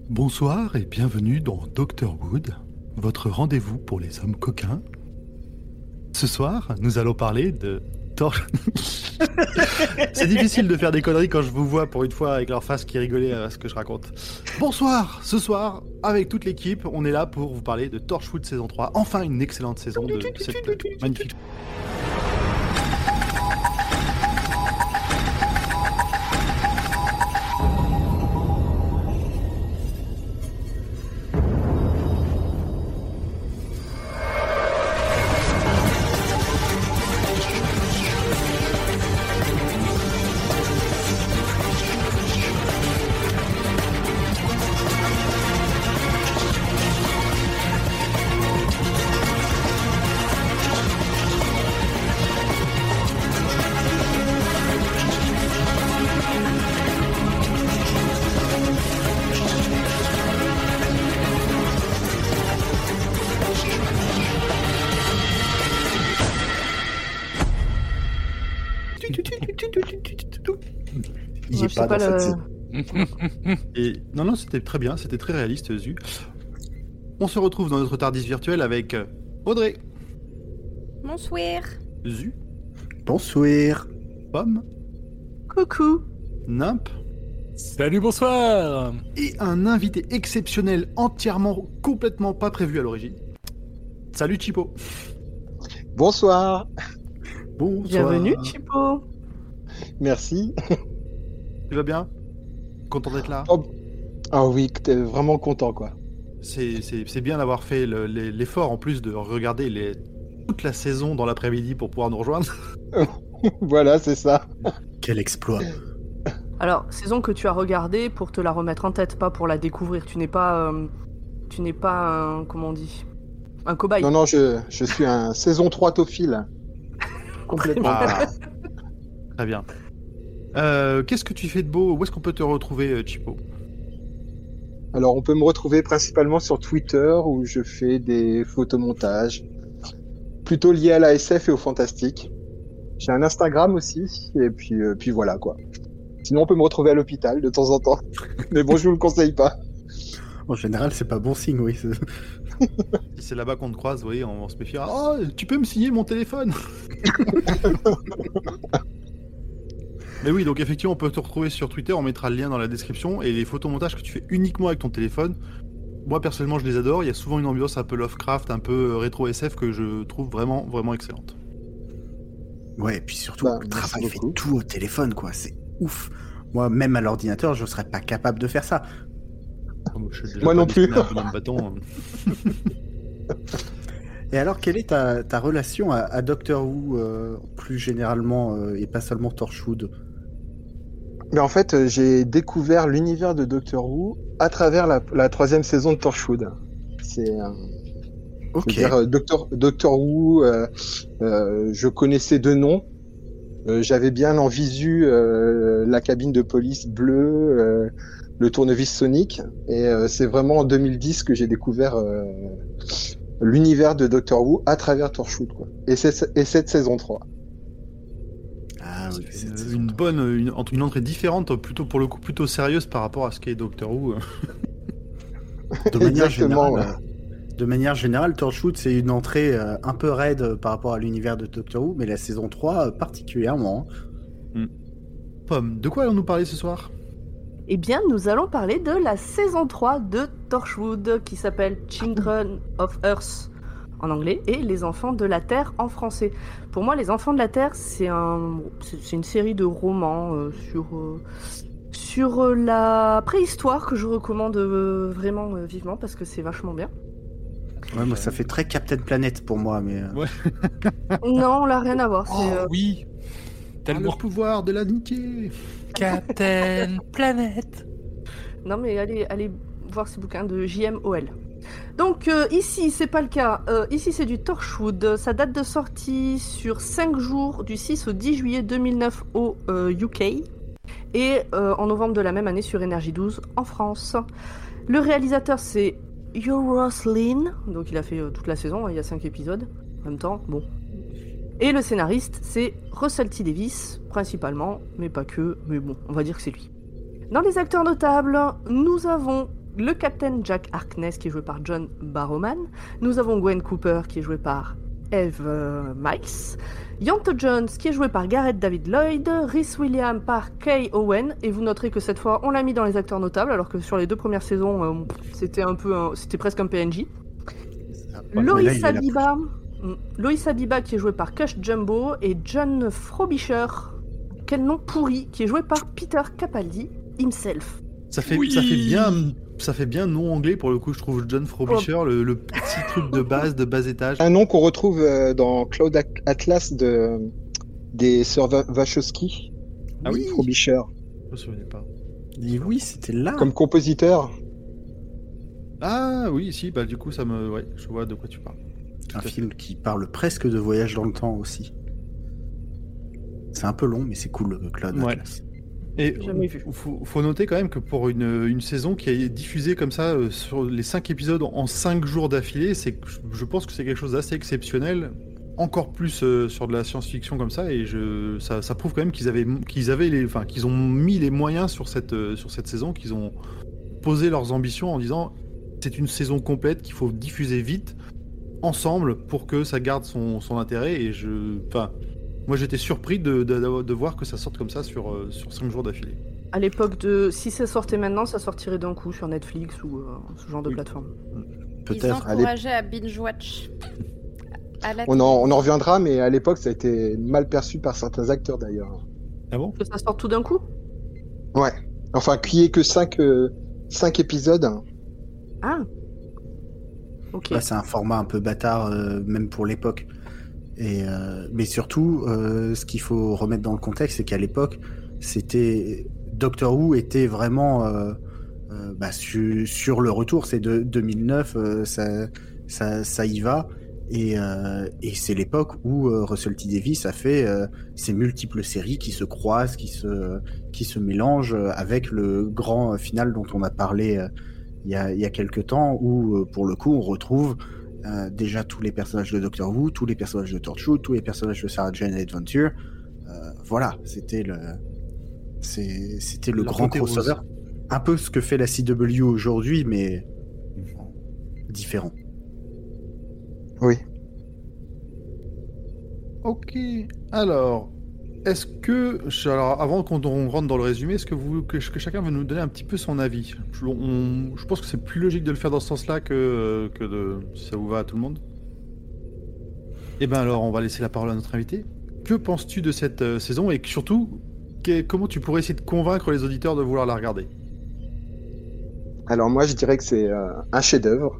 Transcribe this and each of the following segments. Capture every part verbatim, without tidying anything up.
Bonsoir et bienvenue dans Doctor Wood, votre rendez-vous pour les hommes coquins. Ce soir, nous allons parler de Torch... C'est difficile de faire des conneries quand je vous vois pour une fois avec leur face qui rigolait à ce que je raconte. Bonsoir, ce soir, avec toute l'équipe, on est là pour vous parler de Torchwood saison trois. Enfin, une excellente saison de cette magnifique... J'ai pas, pas le... Et non, non, c'était très bien, c'était très réaliste, Zu. On se retrouve dans notre TARDIS virtuel avec Audrey. Bonsoir. Zu. Bonsoir. Pomme. Coucou. Nimp. Salut, bonsoir. Et un invité exceptionnel, entièrement, complètement pas prévu à l'origine. Salut, Chipo. Bonsoir. Bonsoir. Bienvenue, Chipo. Merci. Tu vas bien? Content d'être là? Oh, oh oui, t'es vraiment content, quoi. C'est, c'est, c'est bien d'avoir fait le, les, l'effort, en plus de regarder les, toute la saison dans l'après-midi pour pouvoir nous rejoindre. Voilà, c'est ça. Quel exploit. Alors, saison que tu as regardée pour te la remettre en tête, pas pour la découvrir. Tu n'es pas... Euh, tu n'es pas un... Comment on dit? Un cobaye. Non, non, je, je suis un saison trois tophile. Complètement. Ah. Très bien. Euh, qu'est-ce que tu fais de beau? Où est-ce qu'on peut te retrouver, Chipo? Alors, on peut me retrouver principalement sur Twitter où je fais des photomontages plutôt liés à la S F et au fantastique. J'ai un Instagram aussi, et puis, euh, puis voilà, quoi. Sinon, on peut me retrouver à l'hôpital de temps en temps. Mais bon, je vous le conseille pas. En général, c'est pas bon signe, oui. Si c'est là-bas qu'on te croise, oui, on, on se méfiera. Oh, tu peux me signer mon téléphone? Mais oui, donc effectivement, on peut te retrouver sur Twitter, on mettra le lien dans la description, et les photomontages que tu fais uniquement avec ton téléphone, moi personnellement je les adore, il y a souvent une ambiance un peu Lovecraft, un peu rétro S F que je trouve vraiment, vraiment excellente. Ouais, et puis surtout, Bah, le travail merci fait beaucoup. tout au téléphone, quoi, c'est ouf. Moi, même à l'ordinateur, je serais pas capable de faire ça. Je suis déjà Moi pas non plus. dessiné un peu dans le bâton. Et alors, quelle est ta, ta relation à, à Doctor Who, euh, plus généralement, euh, et pas seulement Torchwood? Mais en fait, euh, j'ai découvert l'univers de Doctor Who à travers la, la troisième saison de Torchwood. C'est... Euh... Ok. Je veux dire, euh, Doctor, Doctor Who, euh, euh, je connaissais deux noms. Euh, j'avais bien en visu euh, la cabine de police bleue, euh, le tournevis sonique. Et euh, c'est vraiment en deux mille dix que j'ai découvert euh, l'univers de Doctor Who à travers Torchwood, quoi. Et, c'est, et cette saison trois. Ah oui, C'est c'est une, saison une trois. bonne, une, entre une entrée différente, plutôt pour le coup plutôt sérieuse par rapport à ce qu'est Doctor Who. De manière Exactement, générale, euh, de manière générale, Torchwood, c'est une entrée euh, un peu raide euh, par rapport à l'univers de Doctor Who, mais la saison trois euh, particulièrement. hein. Pomme, de quoi allons-nous parler ce soir? Eh bien, nous allons parler de la saison trois de Torchwood, qui s'appelle Children of Earth en anglais, et Les Enfants de la Terre en français. Pour moi, Les Enfants de la Terre, c'est, un, c'est, c'est une série de romans euh, sur, euh, sur euh, la préhistoire que je recommande euh, vraiment euh, vivement, parce que c'est vachement bien. Ouais, moi, ça fait très Captain Planet pour moi, mais... euh, Ouais. Non, là, rien à voir. Oh C'est, euh, oui, Ah, tellement. le pouvoir de l'amitié. Captain Planet. Non, mais allez, allez voir ce bouquin de J M O L. Donc euh, ici, c'est pas le cas. Euh, ici, c'est du Torchwood. Sa date de sortie sur cinq jours, du six au dix juillet deux mille neuf au euh, U K. Et euh, en novembre de la même année sur Énergie douze en France. Le réalisateur, c'est Euros Lyn. Donc il a fait euh, toute la saison, hein, il y a cinq épisodes. En même temps, bon. Et le scénariste, c'est Russell T Davies, principalement, mais pas que. Mais bon, on va dire que c'est lui. Dans les acteurs notables, nous avons le Captain Jack Harkness qui est joué par John Barrowman. Nous avons Gwen Cooper qui est jouée par Eve euh, Miles. Yanto Jones qui est joué par Gareth David Lloyd. Rhys Williams par Kay Owen. Et vous noterez que cette fois on l'a mis dans les acteurs notables alors que sur les deux premières saisons euh, c'était un peu un... c'était presque un P N J. Ouais, Loïs Abiba, Loïs Abiba qui est joué par Cush Jumbo et John Frobisher, quel nom pourri, qui est joué par Peter Capaldi himself. Ça fait, Oui. ça fait bien, ça fait bien nom anglais pour le coup. Je trouve John Frobisher, oh. le, le petit truc de base, de bas étage. Un nom qu'on retrouve euh, dans Cloud Atlas de des sœurs Wachowski. Ah oui, Frobisher. Je me souvenais pas. Et oui, c'était là. Comme compositeur. Ah oui, si, bah du coup ça me, ouais, je vois de quoi tu parles. Un film qui parle presque de voyage dans le temps aussi. C'est un peu long, mais c'est cool, le Cloud Ouais. Atlas. J'ai Et jamais vu. faut, faut noter quand même que pour une, une saison qui est diffusée comme ça euh, sur les cinq épisodes en cinq jours d'affilée, c'est que je- je pense que c'est quelque chose d'assez exceptionnel, encore plus euh, sur de la science-fiction comme ça, et je, ça, ça prouve quand même qu'ils avaient, qu'ils avaient les, enfin, qu'ils ont mis les moyens sur cette, euh, sur cette saison, qu'ils ont posé leurs ambitions en disant c'est une saison complète qu'il faut diffuser vite, ensemble, pour que ça garde son, son intérêt, et je, enfin, moi j'étais surpris de, de, de voir que ça sorte comme ça sur, euh, sur cinq jours d'affilée. À l'époque de, si ça sortait maintenant, ça sortirait d'un coup sur Netflix ou euh, ce genre de Oui. plateforme. Ils Peut-être. allez. encourageaient à binge-watch. À la On en, on en reviendra, mais à l'époque, ça a été mal perçu par certains acteurs d'ailleurs. Ah bon? Que ça sorte tout d'un coup. Ouais. Enfin, qu'il n'y ait que cinq épisodes. Ah. Ok. Ouais, c'est un format un peu bâtard, euh, même pour l'époque. Et euh, mais surtout, euh, ce qu'il faut remettre dans le contexte, c'est qu'à l'époque, c'était Doctor Who était vraiment euh, euh, bah, su- sur le retour. C'est de deux mille neuf, euh, ça, ça, ça y va. Et, euh, et c'est l'époque où euh, Russell T Davies a fait euh, ces multiples séries qui se croisent, qui se, qui se mélangent euh, avec le grand euh, final dont on a parlé euh, il y a, il y a quelques temps, où euh, pour le coup on retrouve euh, déjà tous les personnages de Doctor Who, tous les personnages de Torchwood, tous les personnages de Sarah Jane Adventure. Euh, voilà, c'était le, c'est, c'était le grand L'apothéose. crossover. Un peu ce que fait la C W aujourd'hui, mais différent. Oui. Ok. Alors, est-ce que, alors, avant qu'on on rentre dans le résumé, est-ce que vous, que, que chacun veut nous donner un petit peu son avis? je, on- je pense que c'est plus logique de le faire dans ce sens-là que, que de, si ça vous va à tout le monde. Eh ben alors, on va laisser la parole à notre invité. Que penses-tu de cette euh, saison et surtout, que- comment tu pourrais essayer de convaincre les auditeurs de vouloir la regarder? Alors moi, je dirais que c'est euh, un chef-d'œuvre.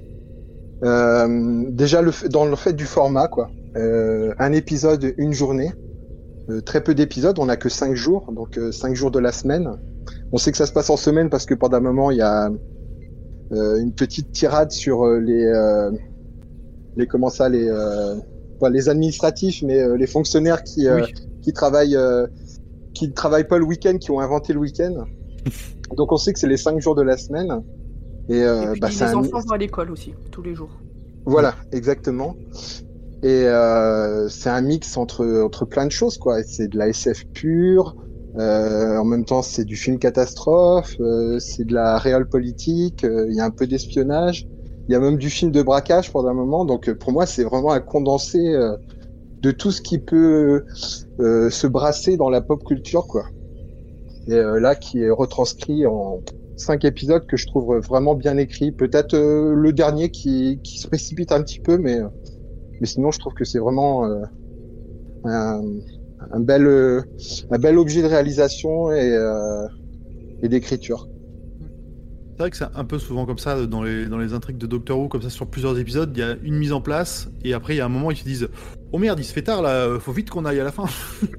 Euh, déjà le fait- dans le fait du format, quoi. Euh, un épisode, une journée. Euh, très peu d'épisodes, on n'a que cinq jours, donc euh, cinq jours de la semaine. On sait que ça se passe en semaine parce que pendant un moment, il y a euh, une petite tirade sur euh, les, euh, les comment ça, les, euh, pas les administratifs, mais euh, les fonctionnaires qui euh, Oui. qui travaillent euh, qui ne travaillent pas le week-end, qui ont inventé le week-end. Donc on sait que c'est les cinq jours de la semaine. Et, euh, Et puis bah, les c'est un- enfants vont à l'école aussi, tous les jours. Voilà, exactement. Et euh, c'est un mix entre entre plein de choses, quoi. C'est de la S F pure. Euh, en même temps, c'est du film catastrophe. Euh, c'est de la réelle politique. euh, Il y a un peu d'espionnage. Il y a même du film de braquage pendant un moment. Donc euh, pour moi, c'est vraiment un condensé euh, de tout ce qui peut euh, se brasser dans la pop culture, quoi. Et euh, là, qui est retranscrit en cinq épisodes que je trouve vraiment bien écrits. Peut-être euh, le dernier qui, qui se précipite un petit peu, mais, mais sinon, je trouve que c'est vraiment euh, un, un, bel, euh, un bel objet de réalisation et, euh, et d'écriture. C'est vrai que c'est un peu souvent comme ça dans les, dans les intrigues de Doctor Who, comme ça sur plusieurs épisodes, il y a une mise en place, et après il y a un moment ils se disent « Oh merde, il se fait tard là, faut vite qu'on aille à la fin !»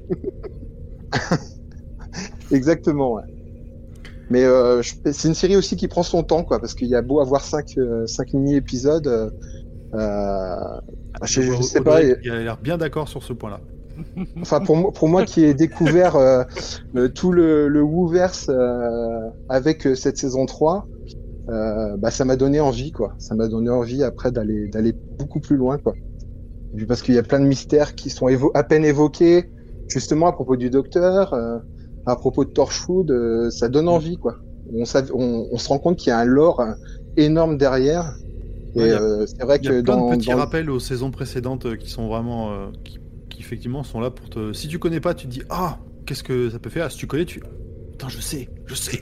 Exactement, ouais. Mais euh, je- c'est une série aussi qui prend son temps, quoi, parce qu'il y a beau avoir cinq, euh, cinq mini-épisodes, euh, euh, je, je sais pas. Audrey, et- il a l'air bien d'accord sur ce point-là. Enfin, pour moi, pour moi qui ai découvert euh, euh, tout le, le Whoverse euh, avec euh, cette saison trois, euh, bah, ça m'a donné envie, quoi. Ça m'a donné envie après d'aller d'aller beaucoup plus loin, quoi. Et puis parce qu'il y a plein de mystères qui sont évo- à peine évoqués, justement à propos du docteur, euh, à propos de Torchwood, euh, ça donne envie, quoi. on, sav- on, on se rend compte qu'il y a un lore énorme derrière. Et Ouais, il y a- euh, c'est vrai Il y a que plein dans, de petits dans- rappels aux saisons précédentes euh, qui sont vraiment, euh, qui, qui effectivement sont là pour te. Si tu connais pas, tu te dis ah, qu'est-ce que ça peut faire. Si tu connais, tu. Putain, je sais, je sais.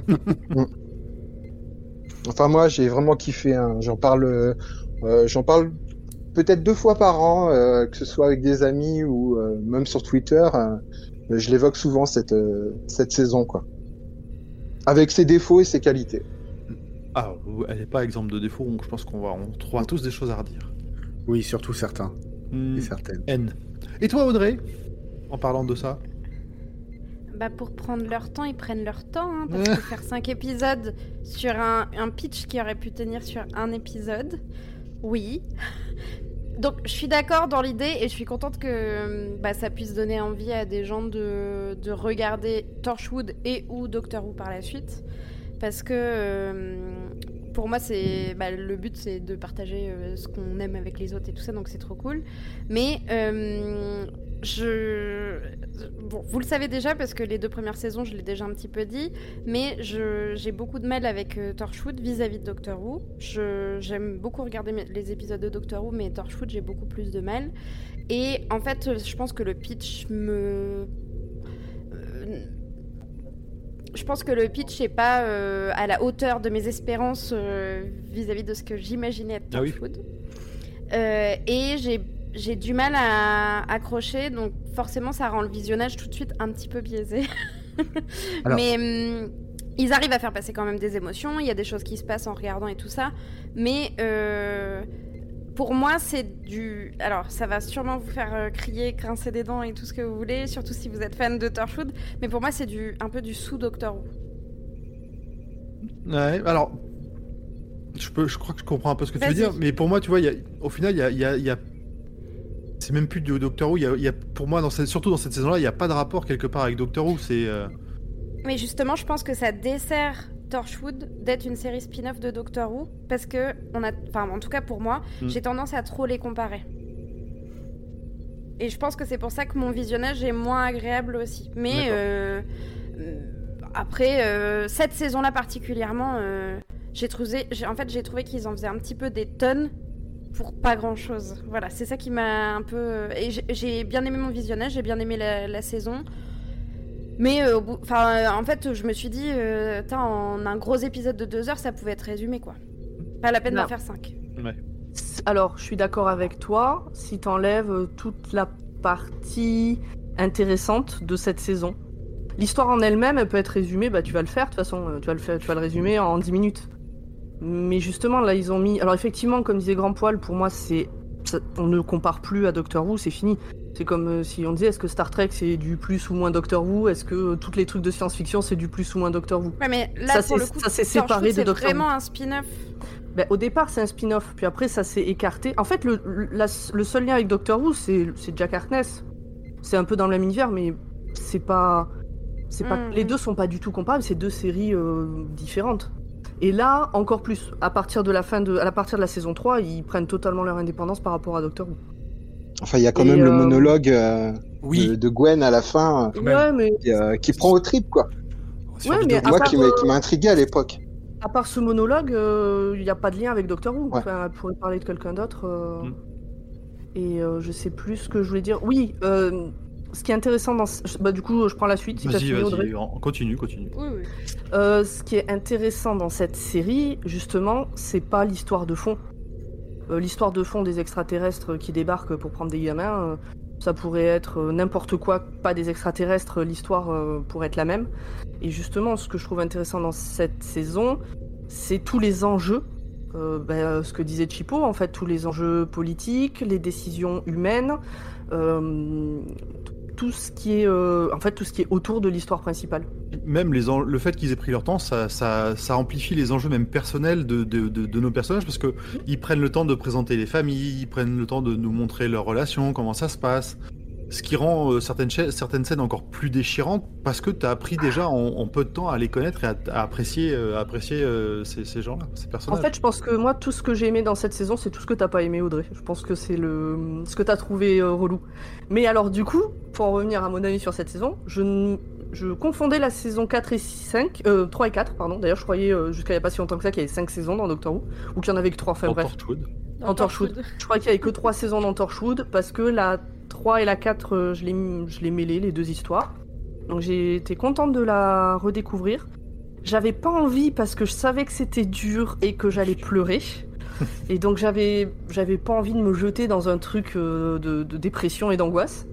Enfin, moi, j'ai vraiment kiffé. Hein. J'en parle, euh, euh, j'en parle peut-être deux fois par an, euh, que ce soit avec des amis ou euh, même sur Twitter. Euh, je l'évoque souvent cette euh, cette saison, quoi. Avec ses défauts et ses qualités. Ah, elle n'est pas exemple de défaut. Donc je pense qu'on va, on trouvera tous des choses à redire. Oui, surtout certains Hmm, et certaines. N. Et toi, Audrey, en parlant de ça. Bah pour prendre leur temps, ils prennent leur temps, hein, parce que faire cinq épisodes sur un, un pitch qui aurait pu tenir sur un épisode, oui. Donc je suis d'accord dans l'idée et je suis contente que bah, ça puisse donner envie à des gens de, de regarder Torchwood et ou Doctor Who par la suite, parce que euh, pour moi c'est bah, le but c'est de partager euh, ce qu'on aime avec les autres et tout ça, donc c'est trop cool. Mais euh, je bon, vous le savez déjà parce que les deux premières saisons je l'ai déjà un petit peu dit, mais je, j'ai beaucoup de mal avec euh, Torchwood vis-à-vis de Doctor Who. Je, j'aime beaucoup regarder mes- les épisodes de Doctor Who, mais Torchwood j'ai beaucoup plus de mal. Et en fait je pense que le pitch me euh, je pense que le pitch n'est pas euh, à la hauteur de mes espérances euh, vis-à-vis de ce que j'imaginais être Ah oui. Torchwood. Euh, et j'ai, j'ai du mal à accrocher, donc forcément ça rend le visionnage tout de suite un petit peu biaisé. Alors- Mais hum, ils arrivent à faire passer quand même des émotions, il y a des choses qui se passent en regardant et tout ça. Mais euh, pour moi c'est du... Alors ça va sûrement vous faire euh, crier, grincer des dents et tout ce que vous voulez, surtout si vous êtes fan de Torchwood. Mais pour moi c'est du, un peu du sous-Doctor Who. Ouais, alors. Je, peux, je crois que je comprends un peu ce que tu veux Vas-y. dire, mais pour moi, tu vois, il y a, au final, il y a, il y a- il y a- c'est même plus du Doctor Who. Il y a, il y a- pour moi, dans cette- surtout dans cette saison-là, il n'y a pas de rapport quelque part avec Doctor Who. C'est. euh, Mais justement, je pense que ça dessert Torchwood d'être une série spin-off de Doctor Who, parce que on a, enfin, en tout cas pour moi, Mm. j'ai tendance à trop les comparer. Et je pense que c'est pour ça que mon visionnage est moins agréable aussi. Mais D'accord. euh, euh, après euh, cette saison-là particulièrement, euh, j'ai trouvé, j'ai, en fait, j'ai trouvé qu'ils en faisaient un petit peu des tonnes pour pas grand-chose. Voilà, c'est ça qui m'a un peu. Et j'ai, j'ai bien aimé mon visionnage, j'ai bien aimé la, la saison. Mais euh, au bout- enfin, euh, en fait, je me suis dit, euh, tain, en un gros épisode de deux heures, ça pouvait être résumé, quoi. Pas la peine Non. d'en faire cinq. Ouais. Alors, je suis d'accord avec toi si t'enlèves euh, toute la partie intéressante de cette saison. L'histoire en elle-même, elle peut être résumée, bah tu vas le faire, de toute façon, euh, tu vas le, faire, tu vas le résumer en dix minutes. Mais justement, là, ils ont mis... Alors effectivement, comme disait Grand Poil, pour moi, c'est... ça- on ne compare plus à Doctor Who, c'est fini. C'est comme euh, si on disait, est-ce que Star Trek, c'est du plus ou moins Doctor Who? Est-ce que euh, tous les trucs de science-fiction, c'est du plus ou moins Doctor Who? Ouais, mais là, Ça, pour c'est- le coup, ça, c'est Torchwood, séparé de c'est Doctor Who. vraiment un spin-off. Ben, au départ, c'est un spin-off, puis après, ça s'est écarté. En fait, le, la- le seul lien avec Doctor Who, c'est c'est Jack Harkness. C'est un peu dans le même univers, mais c'est pas... c'est pas Mm, les mm. deux sont pas du tout comparables, c'est deux séries euh, différentes. Et là, encore plus. À partir de la fin de, à partir de la saison trois, ils prennent totalement leur indépendance par rapport à Doctor Who. Enfin, il y a quand Et, même le euh, monologue euh, Oui. de, de Gwen à la fin, Quand même. Ouais, mais qui, euh, qui prend au trip, quoi. Sur Ouais, vidéo. mais à Moi, part, qui m'a euh, qui m'a intrigué à l'époque. à part ce monologue, il n'y a pas de lien avec Doctor Who. Ouais. Enfin, elle pourrait parler de quelqu'un d'autre. euh, Mm. Et euh, je sais plus ce que je voulais dire. Oui, euh, ce qui est intéressant dans... ce- Bah, du coup, je prends la suite. Si t'as Vas-y, fini, Audrey. vas-y, en- continue, continue. Oui, oui. Euh, ce qui est intéressant dans cette série, justement, c'est pas l'histoire de fond. Euh, l'histoire de fond des extraterrestres qui débarquent pour prendre des gamins, euh, ça pourrait être euh, n'importe quoi, pas des extraterrestres, l'histoire euh, pourrait être la même. Et justement, ce que je trouve intéressant dans cette saison, c'est tous les enjeux. Euh, bah, ce que disait Chipo, en fait, tous les enjeux politiques, les décisions humaines, euh, tout ce qui est, euh, en fait, tout ce qui est autour de l'histoire principale. Même les en- le fait qu'ils aient pris leur temps, ça, ça, ça amplifie les enjeux même personnels de, de, de, de nos personnages parce que ils prennent le temps de présenter les familles, ils prennent le temps de nous montrer leurs relations, comment ça se passe. Ce qui rend euh, certaines, cha- certaines scènes encore plus déchirantes parce que tu as appris déjà en, en peu de temps à les connaître et à, à apprécier, euh, à apprécier euh, ces, ces gens-là, ces En personnages. fait, je pense que moi, tout ce que j'ai aimé dans cette saison, c'est tout ce que t'as pas aimé, Audrey. Je pense que c'est le ce que t'as trouvé euh, relou. Mais alors, du coup, pour en revenir à mon avis sur cette saison, je, n- je confondais la saison quatre et cinq, euh, trois et quatre, pardon. D'ailleurs, je croyais euh, jusqu'à il y a pas si longtemps que ça qu'il y avait cinq saisons dans Doctor Who, ou qu'il y en avait que trois. Enfin Dans bref, Torchwood. dans Torchwood. Je croyais qu'il y avait que trois saisons dans Torchwood parce que la trois et la quatre, euh, je les je les mêlais les deux histoires. Donc j'ai été contente de la redécouvrir. J'avais pas envie parce que je savais que c'était dur et que j'allais pleurer. Et donc j'avais j'avais pas envie de me jeter dans un truc euh, de, de dépression et d'angoisse.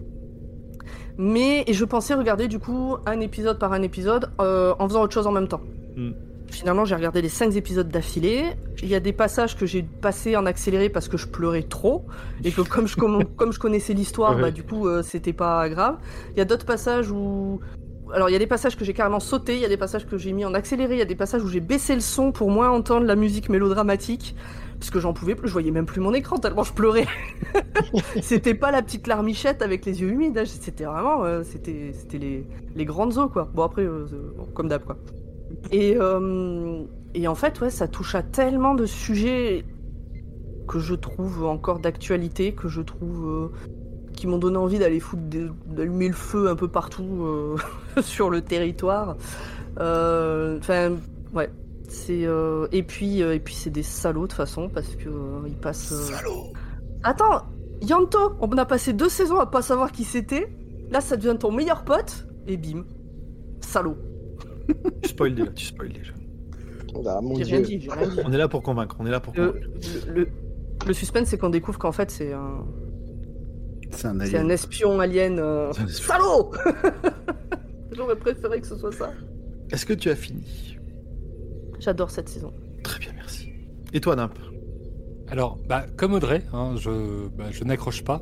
Mais et je pensais regarder du coup un épisode par un épisode euh, en faisant autre chose en même temps. Mm. Finalement, j'ai regardé les cinq épisodes d'affilée. Il y a des passages que j'ai passés en accéléré parce que je pleurais trop et que comme je, comme, comme je connaissais l'histoire, Ouais. bah du coup euh, c'était pas grave. Il y a d'autres passages où alors il y a des passages que j'ai carrément sauté, il y a des passages que j'ai mis en accéléré, il y a des passages où j'ai baissé le son pour moins entendre la musique mélodramatique parce que j'en pouvais plus, je voyais même plus mon écran tellement je pleurais. C'était pas la petite larmichette avec les yeux humides, hein, c'était vraiment euh, c'était c'était les les grandes eaux quoi. Bon après euh, bon, comme d'hab quoi. Et, euh, et en fait, ouais, ça touche à tellement de sujets que je trouve encore d'actualité, que je trouve euh, qui m'ont donné envie d'aller foutre des- d'allumer le feu un peu partout euh, sur le territoire. Euh, Enfin, ouais, c'est euh, et puis euh, et puis c'est des salauds de toute façon parce que euh, ils passent. euh, Salaud. Attends, Yanto, on a passé deux saisons à pas savoir qui c'était. Là, ça devient ton meilleur pote et bim, salaud. Tu spoil déjà, tu spoil déjà. Ah, mon J'ai Dieu. rien dit, j'ai rien dit. On est là pour convaincre, on est là pour Le, convaincre. le, le- le suspense, c'est qu'on découvre qu'en fait, c'est un, C'est un c'est un alien. espion alien. euh, C'est un espion. Salaud. J'aurais préféré que ce soit ça. Est-ce que tu as fini? J'adore cette saison. Très bien, merci. Et toi, Nimp? Alors, bah, comme Audrey, hein, je, bah, je n'accroche pas.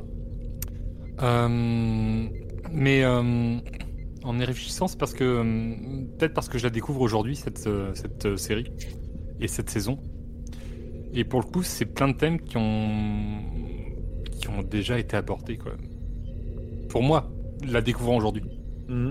Euh, mais euh, en y réfléchissant, c'est parce que euh, peut-être parce que je la découvre aujourd'hui cette euh, cette euh, série et cette saison. Et pour le coup, c'est plein de thèmes qui ont qui ont déjà été abordés, quoi. Pour moi, la découvrant aujourd'hui. Mhm.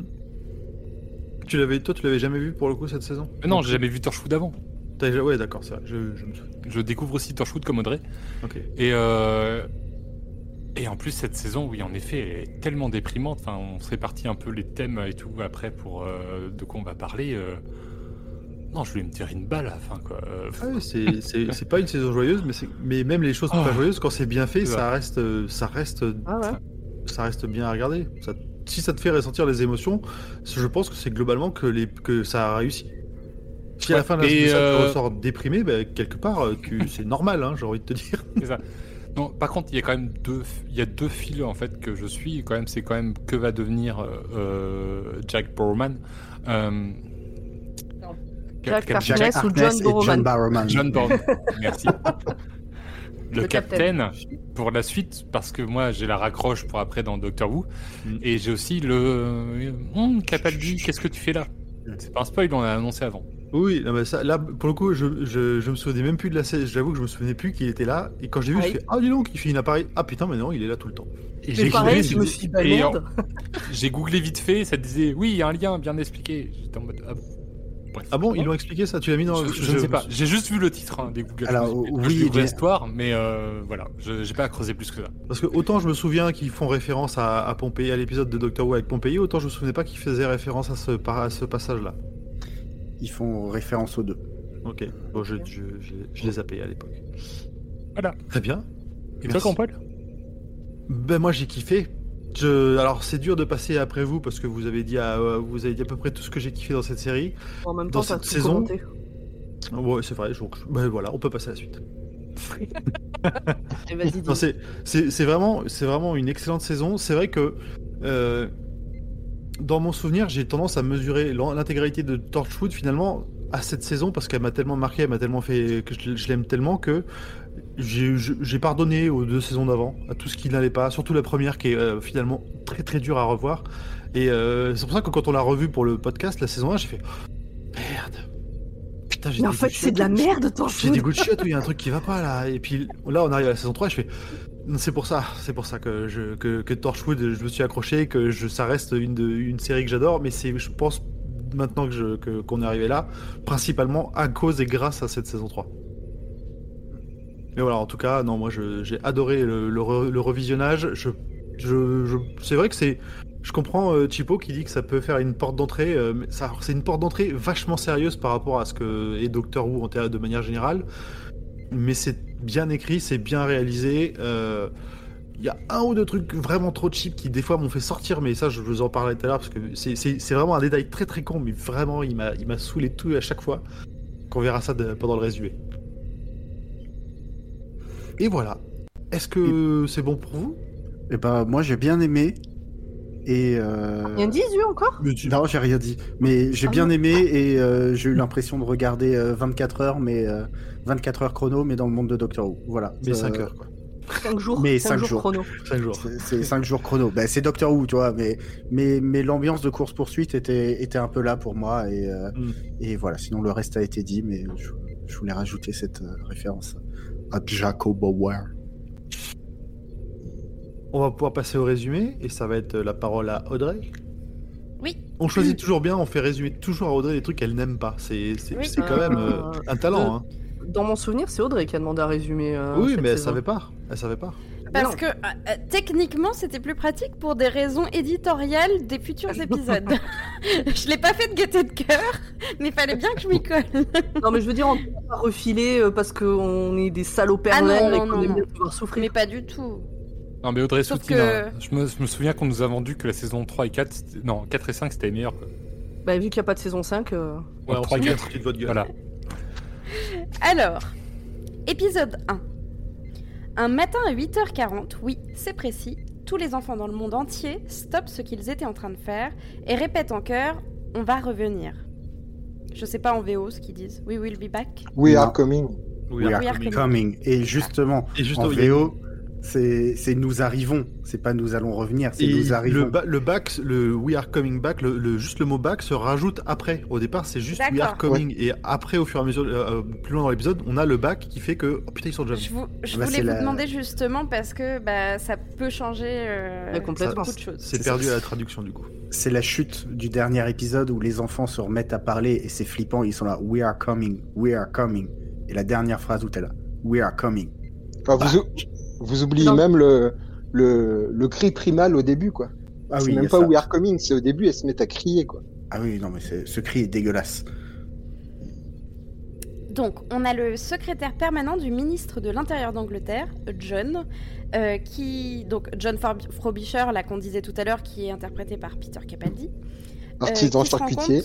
Tu l'avais, toi, tu l'avais jamais vu pour le coup cette saison? Mais non, j'ai jamais vu Torchwood avant. T'as déjà- Ouais, d'accord, c'est vrai. Je, je me souviens. Je découvre aussi Torchwood comme Audrey. Ok. Et, euh, et en plus, cette saison, oui, en effet, elle est tellement déprimante. Enfin, on se répartit un peu les thèmes et tout après pour euh, de quoi on va parler. euh. Non, je voulais me tirer une balle à la fin, quoi. Euh, Ah oui, c'est, c'est, c'est pas une saison joyeuse, mais, c'est, mais même les choses Oh. pas joyeuses, quand c'est bien fait, C'est ça ça. reste, euh, ça reste, Ah ouais. ça reste bien à regarder. Ça- si ça te fait ressentir les émotions, je pense que c'est globalement que, les, que ça a réussi. Si à la Ouais, fin de la et, saison, ça te euh, ressort déprimé, bah, quelque part, euh, que c'est normal, hein, j'ai envie de te dire. c'est ça. Non, par contre, il y a quand même deux, il y a deux fils en fait que je suis. Quand même, c'est quand même que va devenir euh, euh, Jack Borman. Euh, Jack quel- Harkness. Jack ou Harkness John et Barrowman. John Barrowman. John Borman. Merci. Le, Le capitaine pour la suite, parce que moi j'ai la raccroche pour après dans Doctor Who, Mm. et j'ai aussi le hum, Capaldi, qu'est-ce que tu fais là? C'est pas un spoil, on l'a annoncé avant. Oui, non, mais ça, là, pour le coup, je, je, je me souvenais même plus de la scène. J'avoue que je me souvenais plus qu'il était là. Et quand j'ai vu, Ah je oui. fais ah dis donc, il fait une appareil. Ah putain, mais non, il est là tout le temps. Et Mais pareil, je me googlé- suis dit, bah et en- merde. j'ai googlé vite fait, ça disait oui, il y a un lien bien expliqué. J'étais en mode ah bon. Bref. Ah bon, ils l'ont expliqué ça? Tu l'as mis dans. Je, je ne sais pas, j'ai juste vu le titre hein, des Google. Alors, Je me suis dit, oui, je découvre bien- l'histoire, mais euh, voilà, je j'ai pas à creuser plus que ça. Parce que autant je me souviens qu'ils font référence à, à Pompéi, à l'épisode de Doctor Who avec Pompéi, autant je me souvenais pas qu'ils faisaient référence à ce, par- à ce passage-là. Ils font référence aux deux. Ok, bon, je, je, je, je les zappé à l'époque. Voilà. Très bien. Et Merci. toi, Paul? Ben moi j'ai kiffé. Je... Alors c'est dur de passer après vous parce que vous avez dit à, euh, vous avez dit à peu près tout ce que j'ai kiffé dans cette série. En même Dans temps, t'as cette tout saison, commenté. Ouais, c'est vrai. Donc, ben voilà, on peut passer à la suite. Et vas-y, dis. Non, c'est, c'est, c'est vraiment, c'est vraiment une excellente saison. C'est vrai que euh, dans mon souvenir, j'ai tendance à mesurer l'in- l'intégralité de Torchwood finalement à cette saison parce qu'elle m'a tellement marqué, elle m'a tellement fait que je, je l'aime tellement que j'ai, je- j'ai pardonné aux deux saisons d'avant, à tout ce qui n'allait pas, surtout la première qui est euh, finalement très très dure à revoir. Et euh, c'est pour ça que quand on l'a revue pour le podcast, la saison un, j'ai fait merde. Putain, j'ai Mais en des fait, goûts de c'est de la chiottes. merde, ton J'ai des goûts de chiottes où il y a un truc qui va pas là. Et puis là, on arrive à la saison trois et je fais C'est pour ça, c'est pour ça que, je, que, que Torchwood, je me suis accroché, que je, ça reste une, de, une série que j'adore, mais c'est, je pense, maintenant que je, que, qu'on est arrivé là, principalement à cause et grâce à cette saison trois. Mais voilà, en tout cas, non, moi je, j'ai adoré le, le, re, le revisionnage. Je, je, je, c'est vrai que c'est... Je comprends euh, Chipo qui dit que ça peut faire une porte d'entrée, euh, mais ça, c'est une porte d'entrée vachement sérieuse par rapport à ce que est Doctor Who en ter- de manière générale. Mais c'est bien écrit, c'est bien réalisé. Il euh, y a un ou deux trucs vraiment trop cheap qui des fois m'ont fait sortir, mais ça je vous en parlais tout à l'heure parce que c'est, c'est, c'est vraiment un détail très très con, mais vraiment il m'a, il m'a saoulé tout à chaque fois. Qu'on verra ça de, pendant le résumé. Et voilà. Est-ce que Et... c'est bon pour vous? Eh ben moi j'ai bien aimé. Et euh... Rien dit, Zu, encore? Non, j'ai rien dit. Mais j'ai ah bien non. aimé et euh, j'ai eu l'impression de regarder euh, vingt-quatre heures, mais euh, vingt-quatre heures chrono, mais dans le monde de Doctor Who. Voilà. Mais euh... cinq heures, quoi. cinq jours. Mais cinq, cinq jours, jours chrono. cinq jours. C'est, c'est cinq jours chrono. Ben, c'est Doctor Who, tu vois. Mais, mais, mais l'ambiance de course-poursuite était, était un peu là pour moi. Et, euh, mm. et voilà. Sinon, le reste a été dit, mais je, je voulais rajouter cette euh, référence à Jacob Bauer. On va pouvoir passer au résumé, et ça va être la parole à Audrey. Oui. On choisit toujours bien, on fait résumer toujours à Audrey les trucs qu'elle n'aime pas. C'est, c'est, oui. c'est quand euh, même euh, un talent. Euh, hein. Dans mon souvenir, c'est Audrey qui a demandé à résumer. Euh, oui, mais elle saison. savait pas. Elle savait pas. Parce que euh, techniquement, c'était plus pratique pour des raisons éditoriales des futurs épisodes. Je l'ai pas fait de gaieté de cœur, mais il fallait bien que je m'y colle. Non, mais je veux dire, on ne peut pas refiler parce qu'on est des salauds pervers ah non, non, et qu'on non, aime non. bien pouvoir souffrir. Mais pas du tout. Non, mais Audrey Sauf Soutine, que... hein. je, me, je me souviens qu'on nous a vendu que la saison trois et quatre, c'était... non, quatre et cinq c'était les meilleurs. Quoi. Bah, vu qu'il n'y a pas de saison cinq. Euh... Ouais, on trois et quatre, de votre gueule. Voilà. Alors, épisode un. Un matin à huit heures quarante, oui, c'est précis, tous les enfants dans le monde entier stoppent ce qu'ils étaient en train de faire et répètent en chœur « On va revenir ». Je sais pas en V O ce qu'ils disent. « We will be back ». We non. are coming. We, We are, are coming. coming. Et justement, Et juste en V O... C'est, c'est nous arrivons, c'est pas nous allons revenir, c'est et nous arrivons. Le, ba- le back, le we are coming back, le, le, juste le mot back se rajoute après. Au départ, c'est juste D'accord. we are coming. Ouais. Et après, au fur et à mesure, euh, plus loin dans l'épisode, on a le back qui fait que, oh putain, ils sont déjà Je, vous, je bah, voulais vous la... demander justement parce que bah, ça peut changer euh, ouais, complètement. beaucoup de choses. C'est, c'est perdu ça. À la traduction du coup. C'est la chute du dernier épisode où les enfants se remettent à parler et c'est flippant, ils sont là, we are coming, we are coming. Et la dernière phrase où t'es là, we are coming. Enfin, vous, vous oubliez non. même le, le, le cri primal au début, quoi. Ah c'est oui, même pas ça. We are coming, c'est au début, elles se mettent à crier, quoi. Ah oui, non, mais c'est, ce cri est dégueulasse. Donc, on a le secrétaire permanent du ministre de l'Intérieur d'Angleterre, John, euh, qui... Donc, John Frobisher, là, qu'on disait tout à l'heure, qui est interprété par Peter Capaldi. Artisan euh, charcutier.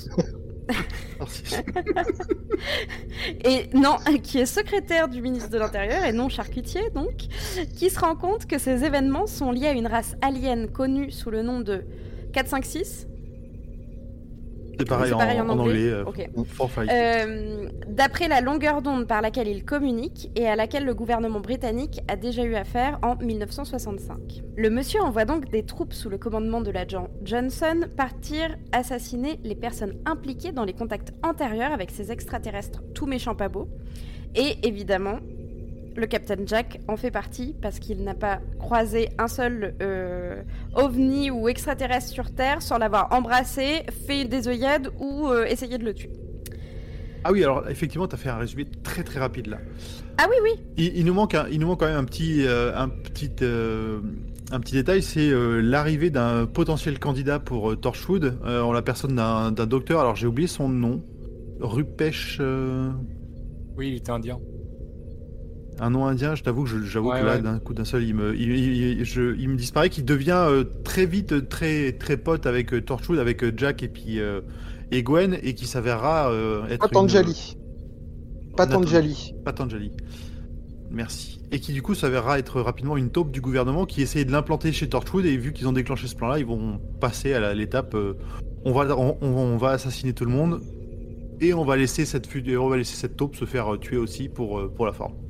Et non, qui est secrétaire du ministre de l'Intérieur et non charcutier, donc, qui se rend compte que ces événements sont liés à une race alien connue sous le nom de quatre cinq six. C'est pareil, c'est pareil en, en anglais. En anglais euh, okay. euh, d'après la longueur d'onde par laquelle il communique et à laquelle le gouvernement britannique a déjà eu affaire en dix-neuf cent soixante-cinq. Le monsieur envoie donc des troupes sous le commandement de l'agent Johnson partir assassiner les personnes impliquées dans les contacts antérieurs avec ces extraterrestres tout méchants pas beaux. Et évidemment, le Captain Jack en fait partie parce qu'il n'a pas croisé un seul euh, ovni ou extraterrestre sur Terre sans l'avoir embrassé, fait des œillades ou euh, essayé de le tuer. Ah oui, alors effectivement, tu as fait un résumé très très rapide là. Ah oui, oui. Il, il, nous, manque un, il nous manque quand même un petit, euh, un petit, euh, un petit détail, c'est euh, l'arrivée d'un potentiel candidat pour euh, Torchwood, euh, en la personne d'un, d'un docteur, alors j'ai oublié son nom, Rupesh... Euh... Oui, il était indien. Un nom indien, je t'avoue que je, j'avoue ouais, que là, ouais. d'un coup d'un seul, il me, il, il, je, il me disparaît, qu'il devient euh, très vite très très pote avec euh, Torchwood, avec euh, Jack et puis euh, et Gwen, et qui s'avérera euh, être Patanjali. Une... Patanjali. Patanjali. Merci. Et qui du coup s'avérera être rapidement une taupe du gouvernement qui essayait de l'implanter chez Torchwood, et vu qu'ils ont déclenché ce plan-là, ils vont passer à la, l'étape euh, on va on, on va assassiner tout le monde et on va laisser cette on va laisser cette taupe se faire tuer aussi pour pour la forme.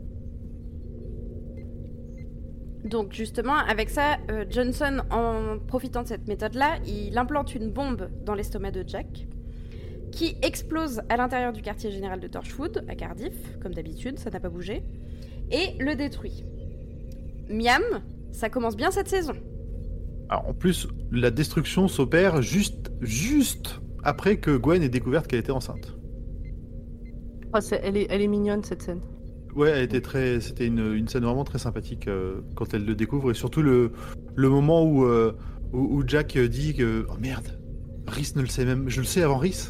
Donc justement, avec ça, euh, Johnson, en profitant de cette méthode-là, il implante une bombe dans l'estomac de Jack, qui explose à l'intérieur du quartier général de Torchwood, à Cardiff, comme d'habitude, ça n'a pas bougé, et le détruit. miam, ça commence bien cette saison. Alors, en plus, la destruction s'opère juste, juste après que Gwen ait découvert qu'elle était enceinte. Oh, c'est- elle, est, elle est mignonne cette scène. Ouais, elle était très, c'était une, une scène vraiment très sympathique euh, quand elle le découvre et surtout le, le moment où, euh, où, où Jack dit que oh merde, Rhys ne le sait même, je le sais avant Rhys.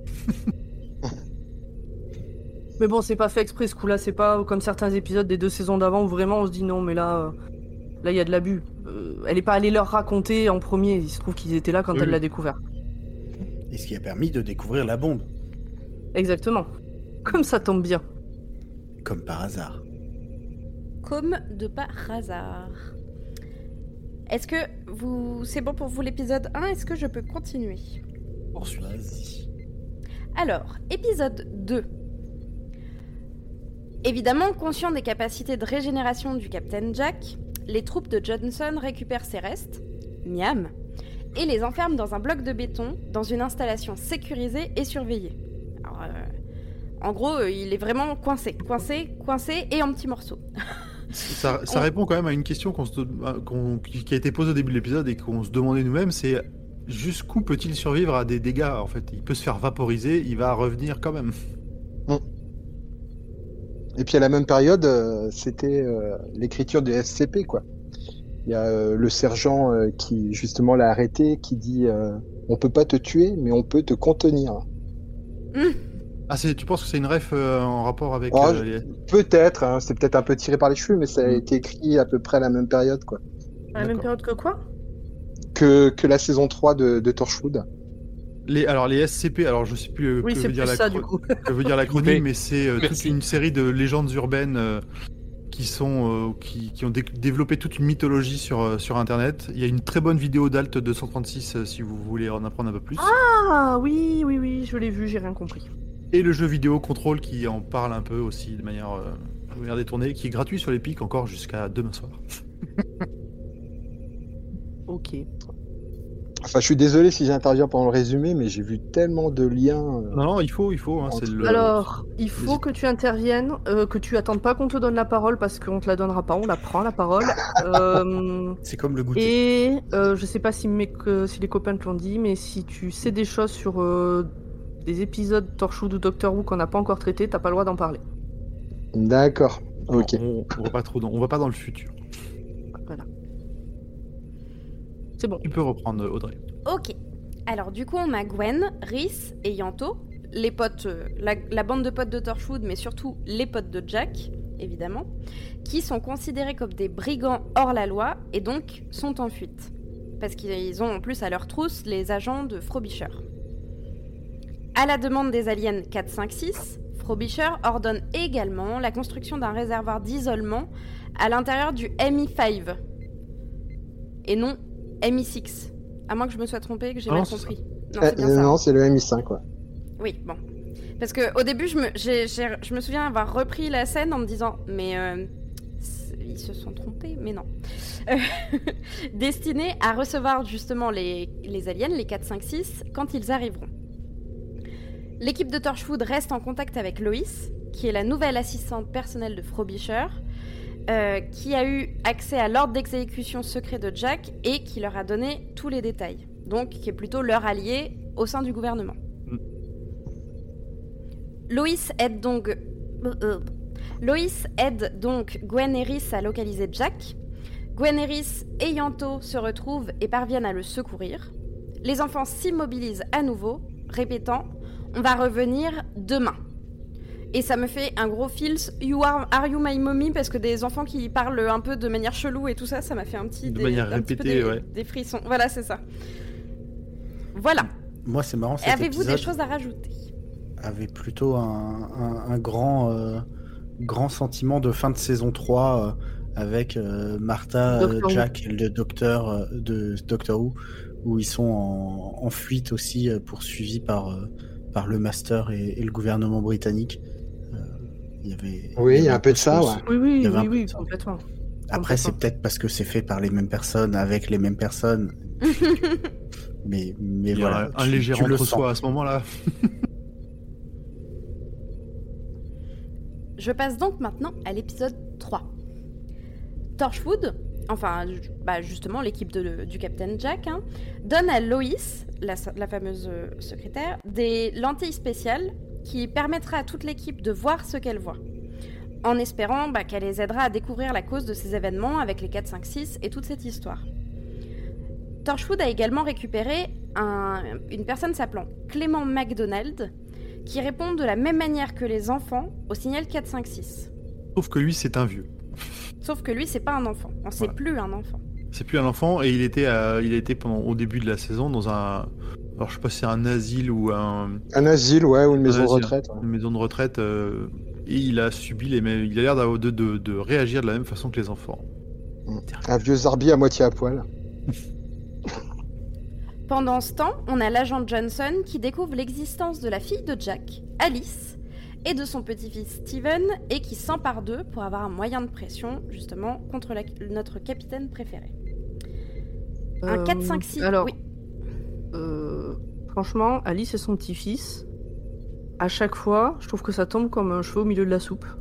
Mais bon, c'est pas fait exprès ce coup-là, c'est pas comme certains épisodes des deux saisons d'avant où vraiment on se dit non, mais là, euh, là il y a de l'abus. Euh, elle est pas allée leur raconter en premier, il se trouve qu'ils étaient là quand Oui, elle oui. l'a découvert. Et ce qui a permis de découvrir la bombe, Exactement. Comme ça tombe bien. comme par hasard. Comme de par hasard. Est-ce que vous... c'est bon pour vous l'épisode un? Est-ce que je peux continuer? Poursuis. Vas-y. Alors, épisode deux. Évidemment, conscient des capacités de régénération du Captain Jack, les troupes de Johnson récupèrent ses restes, miam, et les enferment dans un bloc de béton, dans une installation sécurisée et surveillée. Alors, euh, en gros, euh, il est vraiment coincé, coincé, coincé et en petits morceaux. Ça, ça On- répond quand même à une question qu'on se, qu'on- qui a été posée au début de l'épisode et qu'on se demandait nous-mêmes, c'est jusqu'où peut-il survivre à des dégâts en fait? Il peut se faire vaporiser, il va revenir quand même. Et puis à la même période, euh, c'était euh, l'écriture du S C P, quoi. Il y a euh, le sergent euh, qui justement l'a arrêté, qui dit euh, on peut pas te tuer, mais on peut te contenir. Ah, c'est, tu penses que c'est une ref euh, en rapport avec Oh, euh, les- Peut-être, hein, c'est peut-être un peu tiré par les cheveux, mais ça a Mm. été écrit à peu près à la même période, quoi. À la même D'accord. période que quoi? Que, que la saison trois de, de Torchwood. les alors les S C P, alors je sais plus euh, Oui, que c'est veut dire plus la ça chro- du coup. que veut dire l'acronyme, Mais- mais c'est euh, toute Merci. une série de légendes urbaines euh, qui sont euh, qui, qui ont dé- développé toute une mythologie sur euh, sur internet. Il y a une très bonne vidéo d'Alt deux cent trente-six euh, si vous voulez en apprendre un peu plus. Ah oui, oui, oui, je l'ai vu, j'ai rien compris. Et le jeu vidéo Control qui en parle un peu aussi de manière, euh, de manière détournée, qui est gratuit sur l'Epic encore jusqu'à demain soir. Ok. Enfin, je suis désolé si j'interviens pendant le résumé, mais j'ai vu tellement de liens. euh, Non, non, il faut, il faut. Hein, c'est le... Alors, il faut vas-y. que tu interviennes, euh, que tu attendes pas qu'on te donne la parole parce qu'on te la donnera pas, on la prend la parole. Euh, C'est comme le goûter. et euh, je sais pas si, mes, que- si les copains te l'ont dit, mais si tu sais des choses sur euh, des épisodes Torchwood ou Doctor Who qu'on n'a pas encore traités, t'as pas le droit d'en parler. D'accord. Ok. On, on va pas trop, dans, on va pas dans le futur. Voilà. C'est bon. Tu peux reprendre Audrey. Ok. Alors du coup, on a Gwen, Rhys et Yanto, les potes, euh, la, la bande de potes de Torchwood, mais surtout les potes de Jack, évidemment, qui sont considérés comme des brigands hors la loi et donc sont en fuite. Parce qu'ils ont en plus à leur trousse les agents de Frobisher. À la demande des aliens quatre cinq six, Frobisher ordonne également la construction d'un réservoir d'isolement à l'intérieur du M I cinq et non M I six. À moins que je me sois trompée, que j'ai Ah mal non, c'est compris. Non, Euh, c'est bien ça. non, c'est le M I cinq, quoi. Oui, bon. Parce que au début, je me, j'ai- j'ai- je me souviens avoir repris la scène en me disant, mais euh, c'est- ils se sont trompés, mais non. Euh, Destiné à recevoir justement les, les aliens, les quatre cinq six, quand ils arriveront. L'équipe de Torchwood reste en contact avec Lois, qui est la nouvelle assistante personnelle de Frobisher, euh, qui a eu accès à l'ordre d'exécution secret de Jack et qui leur a donné tous les détails. Donc, qui est plutôt leur allié au sein du gouvernement. Mm. Lois aide donc... euh, Lois aide donc Gwen et Rhys à localiser Jack. Gwen et Rhys et Yanto se retrouvent et parviennent à le secourir. Les enfants s'immobilisent à nouveau, répétant « On va revenir demain ». Et ça me fait un gros feels « You are, are you my mommy ?» parce que des enfants qui parlent un peu de manière chelou et tout ça, ça m'a fait un petit, De des, manière un petit peu répétée, des, ouais. des frissons. Voilà, c'est ça. Voilà. Moi, c'est marrant. Cet Avez-vous des épisode choses à rajouter? avait plutôt un, un- un grand, euh, grand sentiment de fin de saison trois euh, avec euh, Martha, euh, Doctor Who. Jack et le docteur euh, de Doctor Who, où ils sont en, en fuite aussi, euh, poursuivis par, euh, par le Master et, et le gouvernement britannique. Euh, il y avait, Oui, il y a avait un peu de ça, ce- ouais. Oui, oui, Il y avait un oui, peu oui, de ça. complètement. Après, c'est Complètement. peut-être parce que c'est fait par les mêmes personnes, avec les mêmes personnes. Mais, mais Il y voilà. a un tu- léger tu le sens. entre-soi à ce moment-là. Je passe donc maintenant à l'épisode trois. Torchwood, enfin bah, justement l'équipe de, du Captain Jack, hein, donne à Lois, la, la fameuse secrétaire, des lentilles spéciales qui permettraient à toute l'équipe de voir ce qu'elle voit, en espérant bah, qu'elle les aidera à découvrir la cause de ces événements avec les quatre cinq six et toute cette histoire. Torchwood a également récupéré un, une personne s'appelant Clément MacDonald, qui répond de la même manière que les enfants au signal quatre cinq six. Sauf que lui, c'est un vieux. Sauf que lui, c'est pas un enfant. On sait Voilà. plus un enfant. C'est plus un enfant et il était, euh, il a été pendant, au début de la saison dans un, alors je sais pas si c'est un asile ou un, Un asile, ouais, ou une maison un de asile, retraite. Ouais. une maison de retraite, euh, et il a subi les mêmes, il a l'air d'avoir de, de, de réagir de la même façon que les enfants. Un vieux zarbi à moitié à poil. Pendant ce temps, on a l'agent Johnson qui découvre l'existence de la fille de Jack, Alice, et de son petit-fils Steven, et qui s'empare d'eux pour avoir un moyen de pression, justement, contre la- notre capitaine préféré. Un Euh, quatre cinq six, alors, oui. euh, franchement, Alice et son petit-fils, à chaque fois, je trouve que ça tombe comme un cheveu au milieu de la soupe.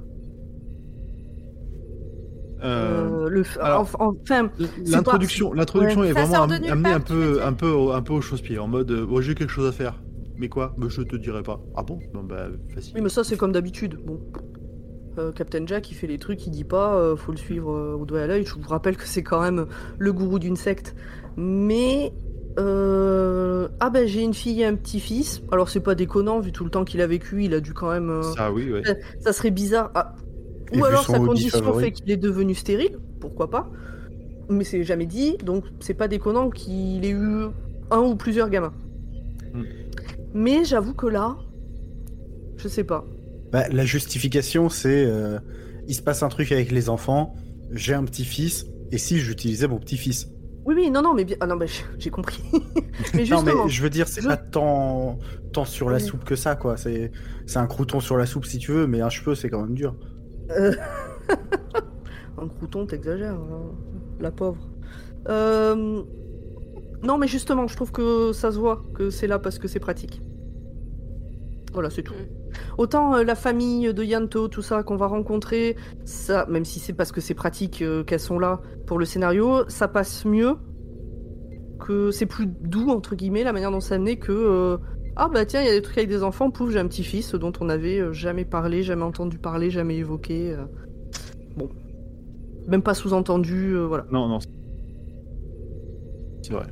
Euh, Euh, le, f- alors, enf- enfin, c'est L'introduction, pas- l'introduction Ouais. est Ça vraiment sort am- de nulle amenée part, un tu veux peu, dire un peu, au- un peu au chausse-pied, en mode, euh, oh, j'ai quelque chose à faire. Mais quoi? Mais je te dirai pas. Ah bon? Non, bah facile. Oui, mais ça, c'est comme d'habitude. Bon. Euh, Captain Jack, il fait les trucs, il dit pas, euh, faut le suivre euh, au doigt et à l'œil. Je vous rappelle que c'est quand même le gourou d'une secte. Mais. euh, Ah ben, j'ai une fille et un petit-fils. Alors, c'est pas déconnant, vu tout le temps qu'il a vécu, il a dû quand même. euh, Ça, oui, ouais. Ça serait bizarre. Ah. Et Ou vu alors son sa hobby condition favori. fait qu'il est devenu stérile, pourquoi pas. Mais c'est jamais dit, donc c'est pas déconnant qu'il ait eu un ou plusieurs gamins. Mm. Mais j'avoue que là, je sais pas. Bah, la justification, c'est euh, il se passe un truc avec les enfants, j'ai un petit-fils, et si j'utilisais mon petit-fils? Oui, oui, non, non, mais bien. Ah non, bah, j'ai compris. mais Non, justement. mais je veux dire, c'est je- pas tant, tant sur la Oui. soupe que ça, quoi. C'est c'est un crouton sur la soupe si tu veux, mais un cheveu, c'est quand même dur. Euh, un crouton, t'exagères, hein, la pauvre. Euh, Non, mais justement, je trouve que ça se voit que c'est là parce que c'est pratique. Voilà, c'est tout. Autant euh, la famille de Yanto, tout ça qu'on va rencontrer, ça, même si c'est parce que c'est pratique euh, qu'elles sont là pour le scénario, ça passe mieux, que c'est plus doux entre guillemets la manière dont c'est amené que euh, ah bah tiens il y a des trucs avec des enfants, pouf j'ai un petit-fils dont on avait euh, jamais parlé, jamais entendu parler, jamais évoqué. euh. Bon, même pas sous-entendu, euh, voilà. Non, non. C'est vrai.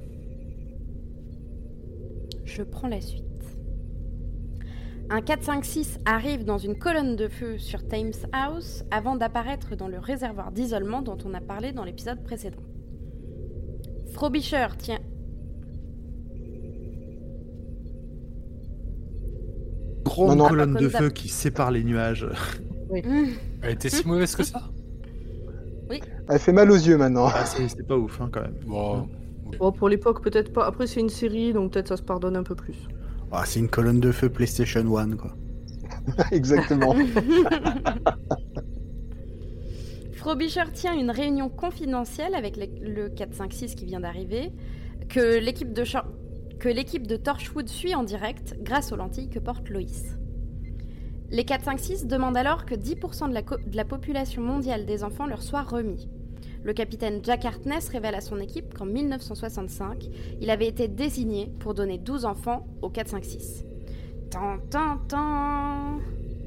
Je prends la suite. Un quatre cinq six arrive dans une colonne de feu sur Thames House avant d'apparaître dans le réservoir d'isolement dont on a parlé dans l'épisode précédent. Frobisher tient... Grande Non, non. colonne de Comme feu qui sépare les nuages. Mmh. Elle était si mauvaise que ça? Elle fait mal aux yeux maintenant. Ah, c'est c'est pas ouf, hein, quand même. Bon. Bon, pour l'époque peut-être pas, après c'est une série donc peut-être ça se pardonne un peu plus. Ah, c'est une colonne de feu PlayStation un, quoi. Exactement. Frobisher tient une réunion confidentielle avec le- le quatre cinq six qui vient d'arriver, que l'équipe de, Chor- que l'équipe de Torchwood suit en direct grâce aux lentilles que porte Loïs. Les quatre cinq six demandent alors que dix pour cent de la, co- de la population mondiale des enfants leur soit remis. Le capitaine Jack Harkness révèle à son équipe qu'en mille neuf cent soixante-cinq, il avait été désigné pour donner douze enfants au quatre cinq six. Tan, tan, tan.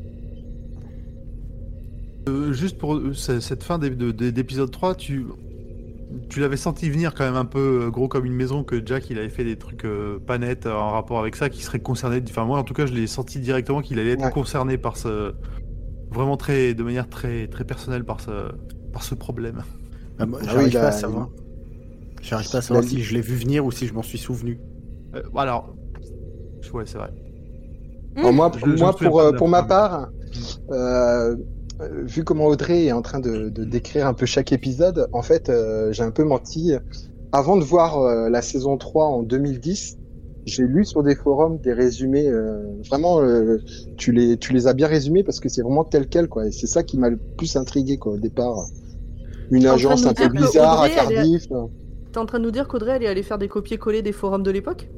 Euh, juste pour euh, c- cette fin d'ép- de- de- d'épisode trois, tu, tu l'avais senti venir quand même un peu euh, gros comme une maison, que Jack il avait fait des trucs euh, pas nets euh, en rapport avec ça, qui serait concerné. Enfin, moi en tout cas, je l'ai senti directement qu'il allait être Ouais. concerné par ce. Vraiment très, de manière très, très personnelle par ce, par ce problème. Ah, moi, Ah j'arrive oui, pas là, à savoir. J'arrive pas à savoir si je l'ai vu venir ou si je m'en suis souvenu. Euh, alors, ouais, c'est vrai. Alors moi, Je- je me moi souviens pour, pas euh, de la pour ma fin. part, euh, euh, vu comment Audrey est en train de, de décrire un peu chaque épisode, en fait, euh, j'ai un peu menti. Avant de voir euh, la saison trois en deux mille dix, j'ai lu sur des forums des résumés. euh, vraiment, euh, tu les tu les as bien résumés parce que c'est vraiment tel quel, quoi. Et c'est ça qui m'a le plus intrigué, quoi, au départ. Une en train agence de nous un peu dire que bizarre à Audrey, elle est- Cardiff. T'es en train de nous dire qu'Audrey elle est allée faire des copier-coller des forums de l'époque?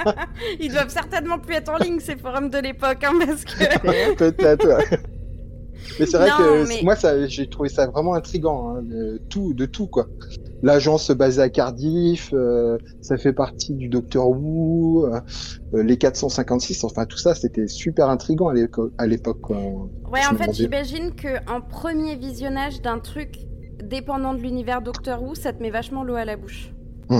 Ils doivent certainement plus être en ligne, ces forums de l'époque, hein, parce que... Peut-être. Ouais. Mais c'est vrai Non, que mais- moi, ça, j'ai trouvé ça vraiment intriguant, hein, de tout, de tout quoi. L'agence basée à Cardiff, euh, ça fait partie du Docteur Who, euh, les quatre cent cinquante-six, enfin tout ça, c'était super intriguant à l'éco- à l'époque, quoi. Ouais, Je en me fait, demandais. j'imagine qu'en premier visionnage d'un truc dépendant de l'univers Doctor Who, ça te met vachement l'eau à la bouche.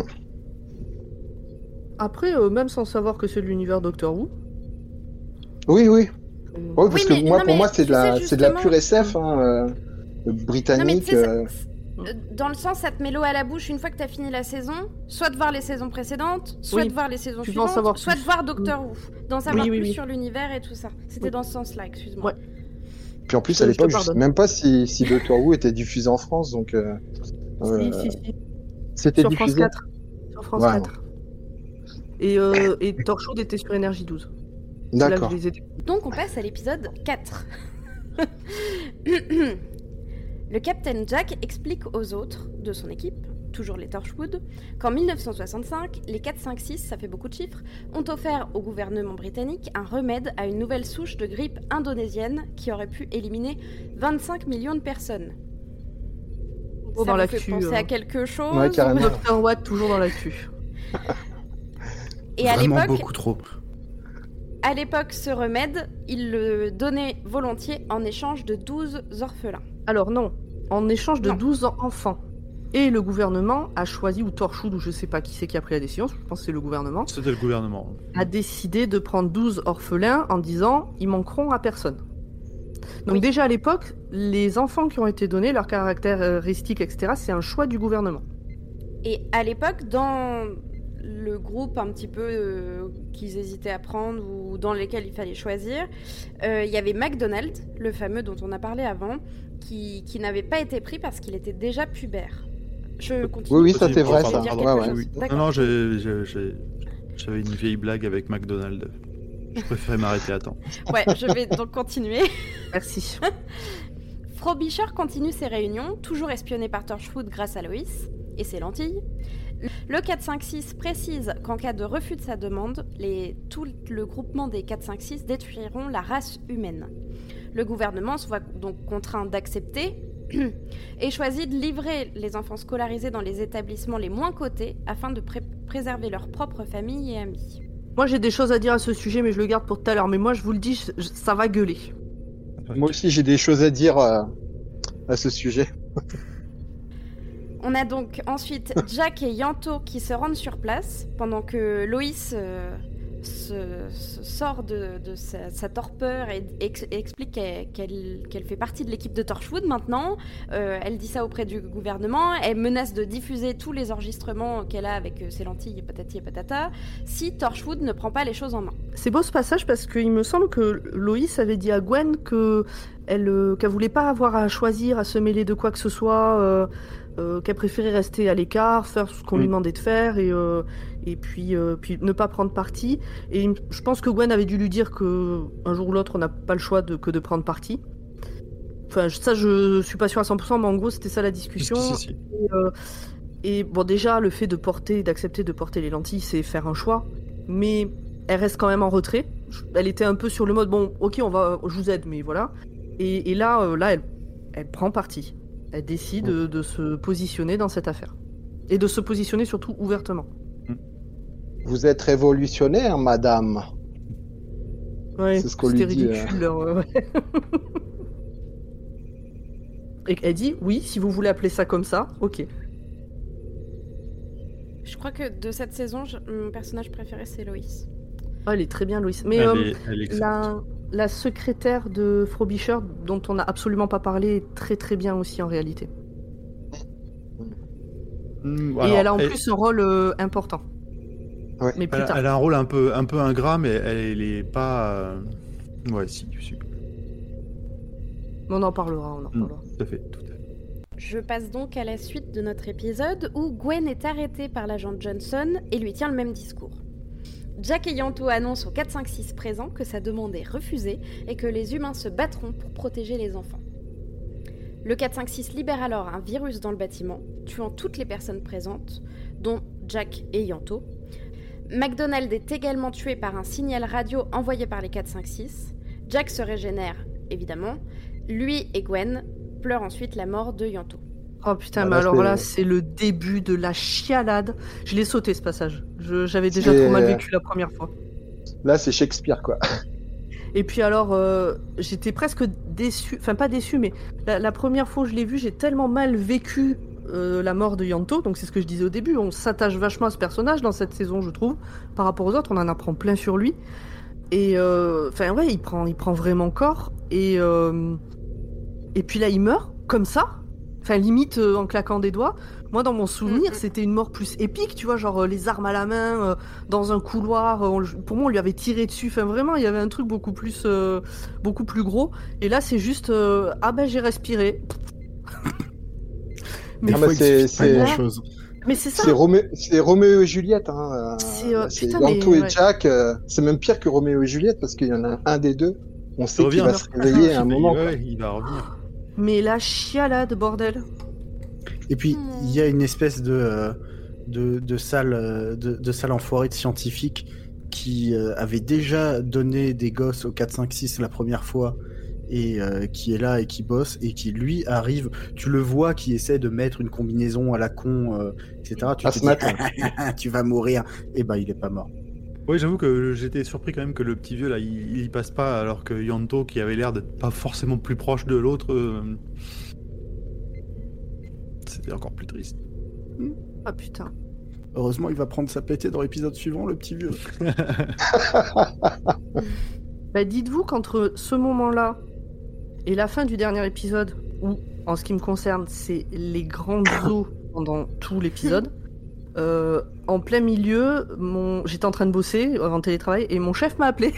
Après, euh, même sans savoir que c'est de l'univers Doctor Who. Oui, oui. euh, Ouais, parce Oui, que mais- moi, non, pour mais moi, c'est de tu la, sais, c'est de la justement- pure S F, hein, euh, Non, mais tu britannique. sais, ça- euh, euh, dans le sens, ça te met l'eau à la bouche une fois que t'as fini la saison, soit de voir les saisons précédentes, soit Oui, de voir les saisons tu veux en suivantes, savoir soit plus. de voir Doctor Who, d'en savoir Oui, oui, plus oui. sur l'univers et tout ça. C'était Oui. dans ce sens-là, excuse-moi. Ouais. Puis en plus, Je- à je te l'époque, je sais pardonne. même pas si, si Doctor Who était diffusé en France, donc euh, euh, Si, si, si. c'était Sur France diffusé. quatre. Sur France Ouais. quatre. Et, euh, et Torchwood était sur Énergie douze. C'est là que D'accord. je les ai... Donc on passe à l'épisode quatre. Le Captain Jack explique aux autres de son équipe, toujours les Torchwood, qu'en mille neuf cent soixante-cinq, les quatre cinq six, ça fait beaucoup de chiffres, ont offert au gouvernement britannique un remède à une nouvelle souche de grippe indonésienne qui aurait pu éliminer vingt-cinq millions de personnes. Toujours ça dans vous fait l'actu. penser euh. à quelque chose Ouais, carrément. ou- Docteur Watt, toujours dans l'actu. Et à Vraiment l'époque, beaucoup trop. à l'époque, ce remède, il le donnait volontiers en échange de douze orphelins. Alors non, en échange de Non. douze enfants. Et le gouvernement a choisi, ou Torchwood, ou je sais pas qui c'est qui a pris la décision, je pense que c'est le gouvernement, C'était le gouvernement. a décidé de prendre douze orphelins en disant ils manqueront à personne. Donc Oui. déjà à l'époque, les enfants qui ont été donnés, leurs caractéristiques, et cetera, c'est un choix du gouvernement. Et à l'époque, dans le groupe un petit peu euh, qu'ils hésitaient à prendre ou dans lesquels il fallait choisir, euh, il y avait McDonald, le fameux dont on a parlé avant, qui, qui n'avait pas été pris parce qu'il était déjà pubère. Je continue. Oui, oui, ça Possible. c'est vrai, Pardon, ça. dire pardon, quelque Ouais, ouais. chose. oui, oui. D'accord. Non, non, j'ai- j'ai- j'ai- j'avais une vieille blague avec McDonald's. Je préférais m'arrêter à temps. Ouais, je vais donc continuer. Merci. Frobisher continue ses réunions, toujours espionné par Torchwood grâce à Lois et ses lentilles. Le quatre cinq six précise qu'en cas de refus de sa demande, les, tout le groupement des quatre cinq six détruiront la race humaine. Le gouvernement se voit donc contraint d'accepter et choisit de livrer les enfants scolarisés dans les établissements les moins cotés afin de pré- préserver leur propre famille et amis. Moi j'ai des choses à dire à ce sujet, mais je le garde pour tout à l'heure. Mais moi je vous le dis, je- je- ça va gueuler. Moi aussi, j'ai des choses à dire euh, à ce sujet. On a donc ensuite Jack et Yanto qui se rendent sur place pendant que Loïs euh, se, se sort de, de sa, sa torpeur et ex- explique qu'elle, qu'elle- qu'elle fait partie de l'équipe de Torchwood maintenant. Euh, elle dit ça auprès du gouvernement. Elle menace de diffuser tous les enregistrements qu'elle a avec euh, ses lentilles et patati et patata si Torchwood ne prend pas les choses en main. C'est beau ce passage parce qu'il me semble que Loïs avait dit à Gwen que elle, euh, qu'elle voulait pas avoir à choisir, à se mêler de quoi que ce soit, euh, euh, qu'elle préférait rester à l'écart, faire ce qu'on Mm. lui demandait de faire et, euh, et puis, euh, puis ne pas prendre parti. Et il me- je pense que Gwen avait dû lui dire que un jour ou l'autre on n'a pas le choix de, que de prendre parti. Enfin, je- ça je suis pas sûre à cent pour cent, mais en gros c'était ça la discussion. Si, si, si. Et, euh, et bon, déjà, le fait de porter, d'accepter de porter les lentilles, c'est faire un choix. Mais elle reste quand même en retrait. Je- Elle était un peu sur le mode, bon, ok, on va, je vous aide, mais voilà. Et, et là, euh, là, elle, elle prend parti. Elle décide de, de se positionner dans cette affaire. Et de se positionner surtout ouvertement. Vous êtes révolutionnaire, madame. Ouais, C'est ce qu'on c'était lui dit, ridicule. leur- ouais, ouais. Et elle dit, oui, si vous voulez appeler ça comme ça, ok. Je crois que de cette saison, je- mon personnage préféré c'est Loïs. Ah, elle est très bien, Loïs. Mais Elle euh, est, elle est excellente. La, la secrétaire de Frobisher, dont on n'a absolument pas parlé, est très très bien aussi en réalité. Hmm, Et alors, elle a en elle- plus un rôle euh, important. Ouais. Mais plus Elle, tard. elle a un rôle un peu, un peu ingrat, mais elle, elle est pas. euh, Ouais, si, si. On en parlera, on en Hmm, parlera. tout à fait, tout à fait. Je passe donc à la suite de notre épisode où Gwen est arrêtée par l'agent Johnson et lui tient le même discours. Jack et Yanto annoncent aux quatre cinq six présents que sa demande est refusée et que les humains se battront pour protéger les enfants. Le quatre cinq six libère alors un virus dans le bâtiment, tuant toutes les personnes présentes, dont Jack et Yanto. McDonald est également tué par un signal radio envoyé par les quatre cinq six. Jack se régénère évidemment. Lui et Gwen pleurent ensuite la mort de Ianto. Oh putain, Bah, mais là, alors c'est- là, c'est le début de la chialade. Je l'ai sauté ce passage. Je- J'avais déjà C'est- trop mal vécu la première fois. Là, c'est Shakespeare, quoi. Et puis alors, euh, j'étais presque déçue, enfin pas déçue, mais la, la première fois où je l'ai vu, j'ai tellement mal vécu euh, la mort de Ianto, donc c'est ce que je disais au début, on s'attache vachement à ce personnage dans cette saison, je trouve, par rapport aux autres, on en apprend plein sur lui. Et euh, enfin ouais, il prend, il prend vraiment corps, et, euh, et puis là il meurt, comme ça, enfin limite euh, en claquant des doigts. Moi, dans mon souvenir, Mhm. c'était une mort plus épique, tu vois, genre euh, les armes à la main, euh, dans un couloir. euh, on le- pour moi, on lui avait tiré dessus. Enfin, vraiment, il y avait un truc beaucoup plus, euh, beaucoup plus gros. Et là, c'est juste, euh, ah ben, j'ai respiré. Des Ah, fois, bah, il c'est- suffit pas c'est- grand-chose. Mais c'est ça. C'est Romé- c'est Roméo et Juliette. Hein. C'est, euh, c'est putain, Ianto mais, et ouais. Jack. euh, c'est même pire que Roméo et Juliette parce qu'il y en a un des deux. On sait Il qu'il revient. va se réveiller à un Il- moment. ouais, quoi. ouais, il va revenir. Mais la chialade, bordel. Et puis, il y a une espèce de, euh, de, de salle, euh, de, de salle enfoirée de scientifiques qui euh, avait déjà donné des gosses au quatre, cinq, six la première fois et euh, qui est là et qui bosse et qui, lui, arrive. Tu le vois qui essaie de mettre une combinaison à la con, euh, et cetera. Tu À te ce dis, matin. tu vas mourir. Et ben, il est pas mort. Oui, j'avoue que j'étais surpris quand même que le petit vieux là, il, il passe pas, alors que Ianto, qui avait l'air d'être pas forcément plus proche de l'autre, euh, c'était encore plus triste. Ah putain. Heureusement, il va prendre sa pétée dans l'épisode suivant, le petit vieux. Bah, dites-vous qu'entre ce moment-là et la fin du dernier épisode, où, en ce qui me concerne, c'est les grandes eaux pendant tout l'épisode, euh, en plein milieu, mon... j'étais en train de bosser en télétravail et mon chef m'a appelé.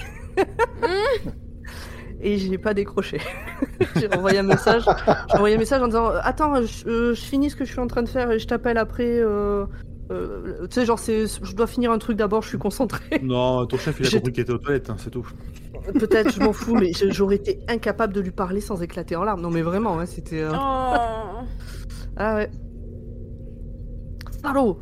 Et j'ai pas décroché. J'ai envoyé un message. J'ai envoyé un message en disant attends, je, euh, je finis ce que je suis en train de faire et je t'appelle après. Euh, euh, tu sais, genre, c'est, je dois finir un truc d'abord, je suis concentrée. Non, ton chef il a J'ai- compris qu'il était aux toilettes, hein, c'est tout. Peut-être, je m'en fous, mais je- j'aurais été incapable de lui parler sans éclater en larmes. Non, mais vraiment, hein, c'était. euh, Oh. Ah ouais. Salaud.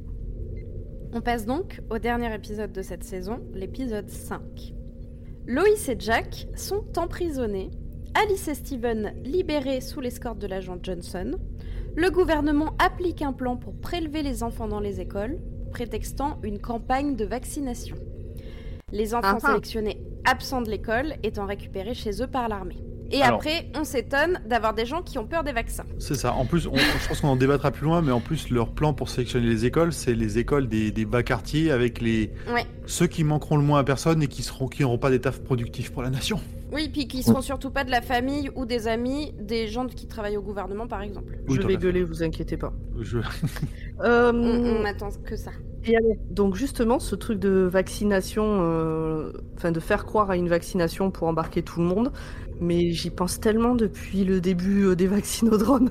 On passe donc au dernier épisode de cette saison, l'épisode cinq. Loïs et Jack sont emprisonnés, Alice et Steven libérés sous l'escorte de l'agent Johnson. Le gouvernement applique un plan pour prélever les enfants dans les écoles, prétextant une campagne de vaccination. Les enfants Ah ah. sélectionnés absents de l'école étant récupérés chez eux par l'armée. Et Alors. après, on s'étonne d'avoir des gens qui ont peur des vaccins. C'est ça. En plus, on- je pense qu'on en débattra plus loin, mais en plus, leur plan pour sélectionner les écoles, c'est les écoles des, des bas quartiers avec les Ouais. ceux qui manqueront le moins à personne et qui seront qui n'auront pas des tafs productifs pour la nation. Oui, puis qui seront surtout pas de la famille ou des amis des gens qui travaillent au gouvernement, par exemple. Oui, Je tout vais à fait. gueuler, vous inquiétez pas. Je... Euh, On, on attend que ça. Et alors, donc justement, ce truc de vaccination, euh, enfin de faire croire à une vaccination pour embarquer tout le monde, mais j'y pense tellement depuis le début euh, des vaccinodromes.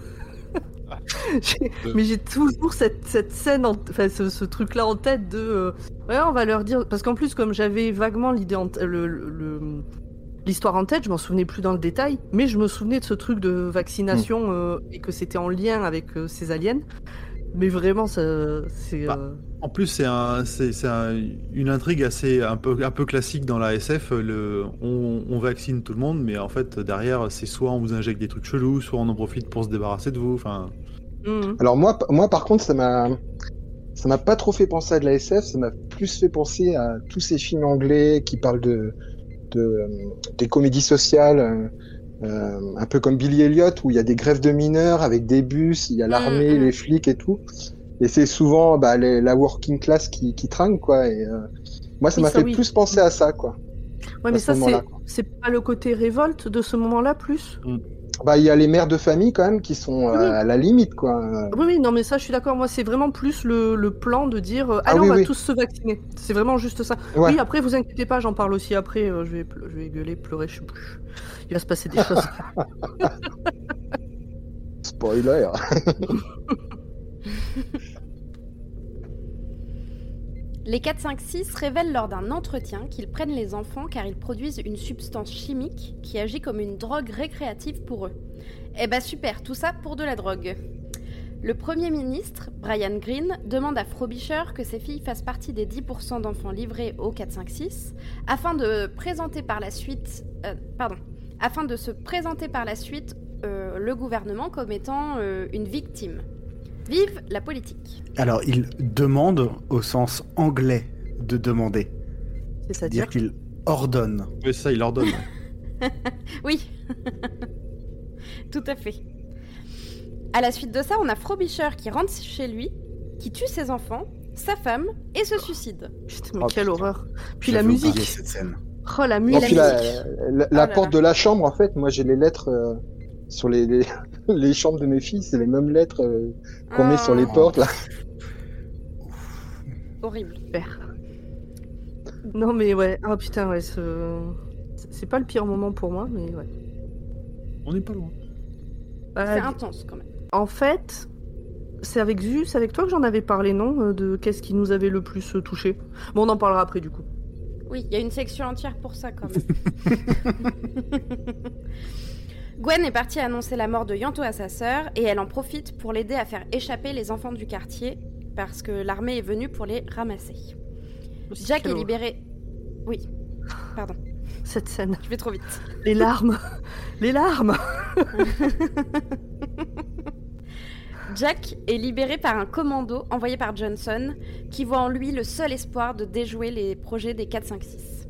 J'ai- Euh. Mais j'ai toujours cette, cette scène, en- enfin ce, ce truc-là en tête de, euh, ouais, on va leur dire, parce qu'en plus comme j'avais vaguement l'idée, en t- le, le- le- l'histoire en tête, je m'en souvenais plus dans le détail, mais je me souvenais de ce truc de vaccination euh, et que c'était en lien avec euh, ces aliens. Mais vraiment, ça, c'est. Bah, euh, En plus, c'est un, c'est, c'est un- une intrigue assez un peu, un peu classique dans la S F. Le, on, on vaccine tout le monde, mais en fait derrière, c'est soit on vous injecte des trucs chelous, soit on en profite pour se débarrasser de vous. Enfin, mhm. Alors moi, p- moi par contre, ça m'a, ça m'a pas trop fait penser à de la S F. Ça m'a plus fait penser à tous ces films anglais qui parlent de, de euh, des comédies sociales, euh, euh, un peu comme Billy Elliot, où il y a des grèves de mineurs avec des bus, il y a l'armée, mm. les flics et tout. Et c'est souvent bah, les- la working class qui, qui trinque, quoi. Et euh, moi, ça Oui, m'a ça, fait oui. plus penser à ça, quoi. Ouais, mais à ce ça, c'est, moment-là, quoi. c'est pas le côté révolte de ce moment-là, plus? Bah, il y a les mères de famille quand même qui sont euh, Oui. à la limite, quoi. Oui, oui, non, mais ça, je suis d'accord. Moi, c'est vraiment plus le, le plan de dire euh, Ah allez, oui, on va oui. tous se vacciner. C'est vraiment juste ça. Ouais. Oui, après, vous inquiétez pas, j'en parle aussi après. euh, je, vais, ple- je vais gueuler, pleurer, je sais plus. Il va se passer des choses. Spoiler. Les quatre cinq six révèlent lors d'un entretien qu'ils prennent les enfants car ils produisent une substance chimique qui agit comme une drogue récréative pour eux. Eh bah super, tout ça pour de la drogue. Le Premier ministre, Brian Greene, demande à Frobisher que ses filles fassent partie des dix pour cent d'enfants livrés au quatre cinq six afin de présenter par la suite... euh, pardon. afin de se présenter par la suite euh, le gouvernement comme étant euh, une victime. Vive la politique. Alors, il demande au sens anglais de demander. C'est-à-dire C'est-à-dire qu'il ordonne. Oui, ça, il ordonne. Oui, tout à fait. À la suite de ça, on a Frobisher qui rentre chez lui, qui tue ses enfants, sa femme et se suicide. Putain, mais Oh, quelle putain. horreur. Puis J'avais la oublié musique. cette scène. Oh, la Et musique. puis la, musique. la, la Oh là porte là. de la chambre, en fait, moi j'ai les lettres euh, sur les, les, les chambres de mes filles, c'est les mêmes lettres euh, qu'on met sur les Ah, portes. Là. Horrible. Super. Non, mais ouais. Ah putain, ouais. ce- C'est pas le pire moment pour moi, mais ouais. On n'est pas loin. Euh, C'est intense quand même. En fait, c'est avec Zeus, avec toi que j'en avais parlé, non euh, De qu'est-ce qui nous avait le plus euh, touché. Bon, on en parlera après, du coup. Oui, il y a une section entière pour ça quand même. Gwen est partie annoncer la mort de Yanto à sa sœur et elle en profite pour l'aider à faire échapper les enfants du quartier parce que l'armée est venue pour les ramasser. Jack Quelle est horreur. libéré. Oui, pardon, Cette scène. je vais trop vite. Les larmes. Les larmes. Jack est libéré par un commando envoyé par Johnson qui voit en lui le seul espoir de déjouer les projets des quatre cinq six.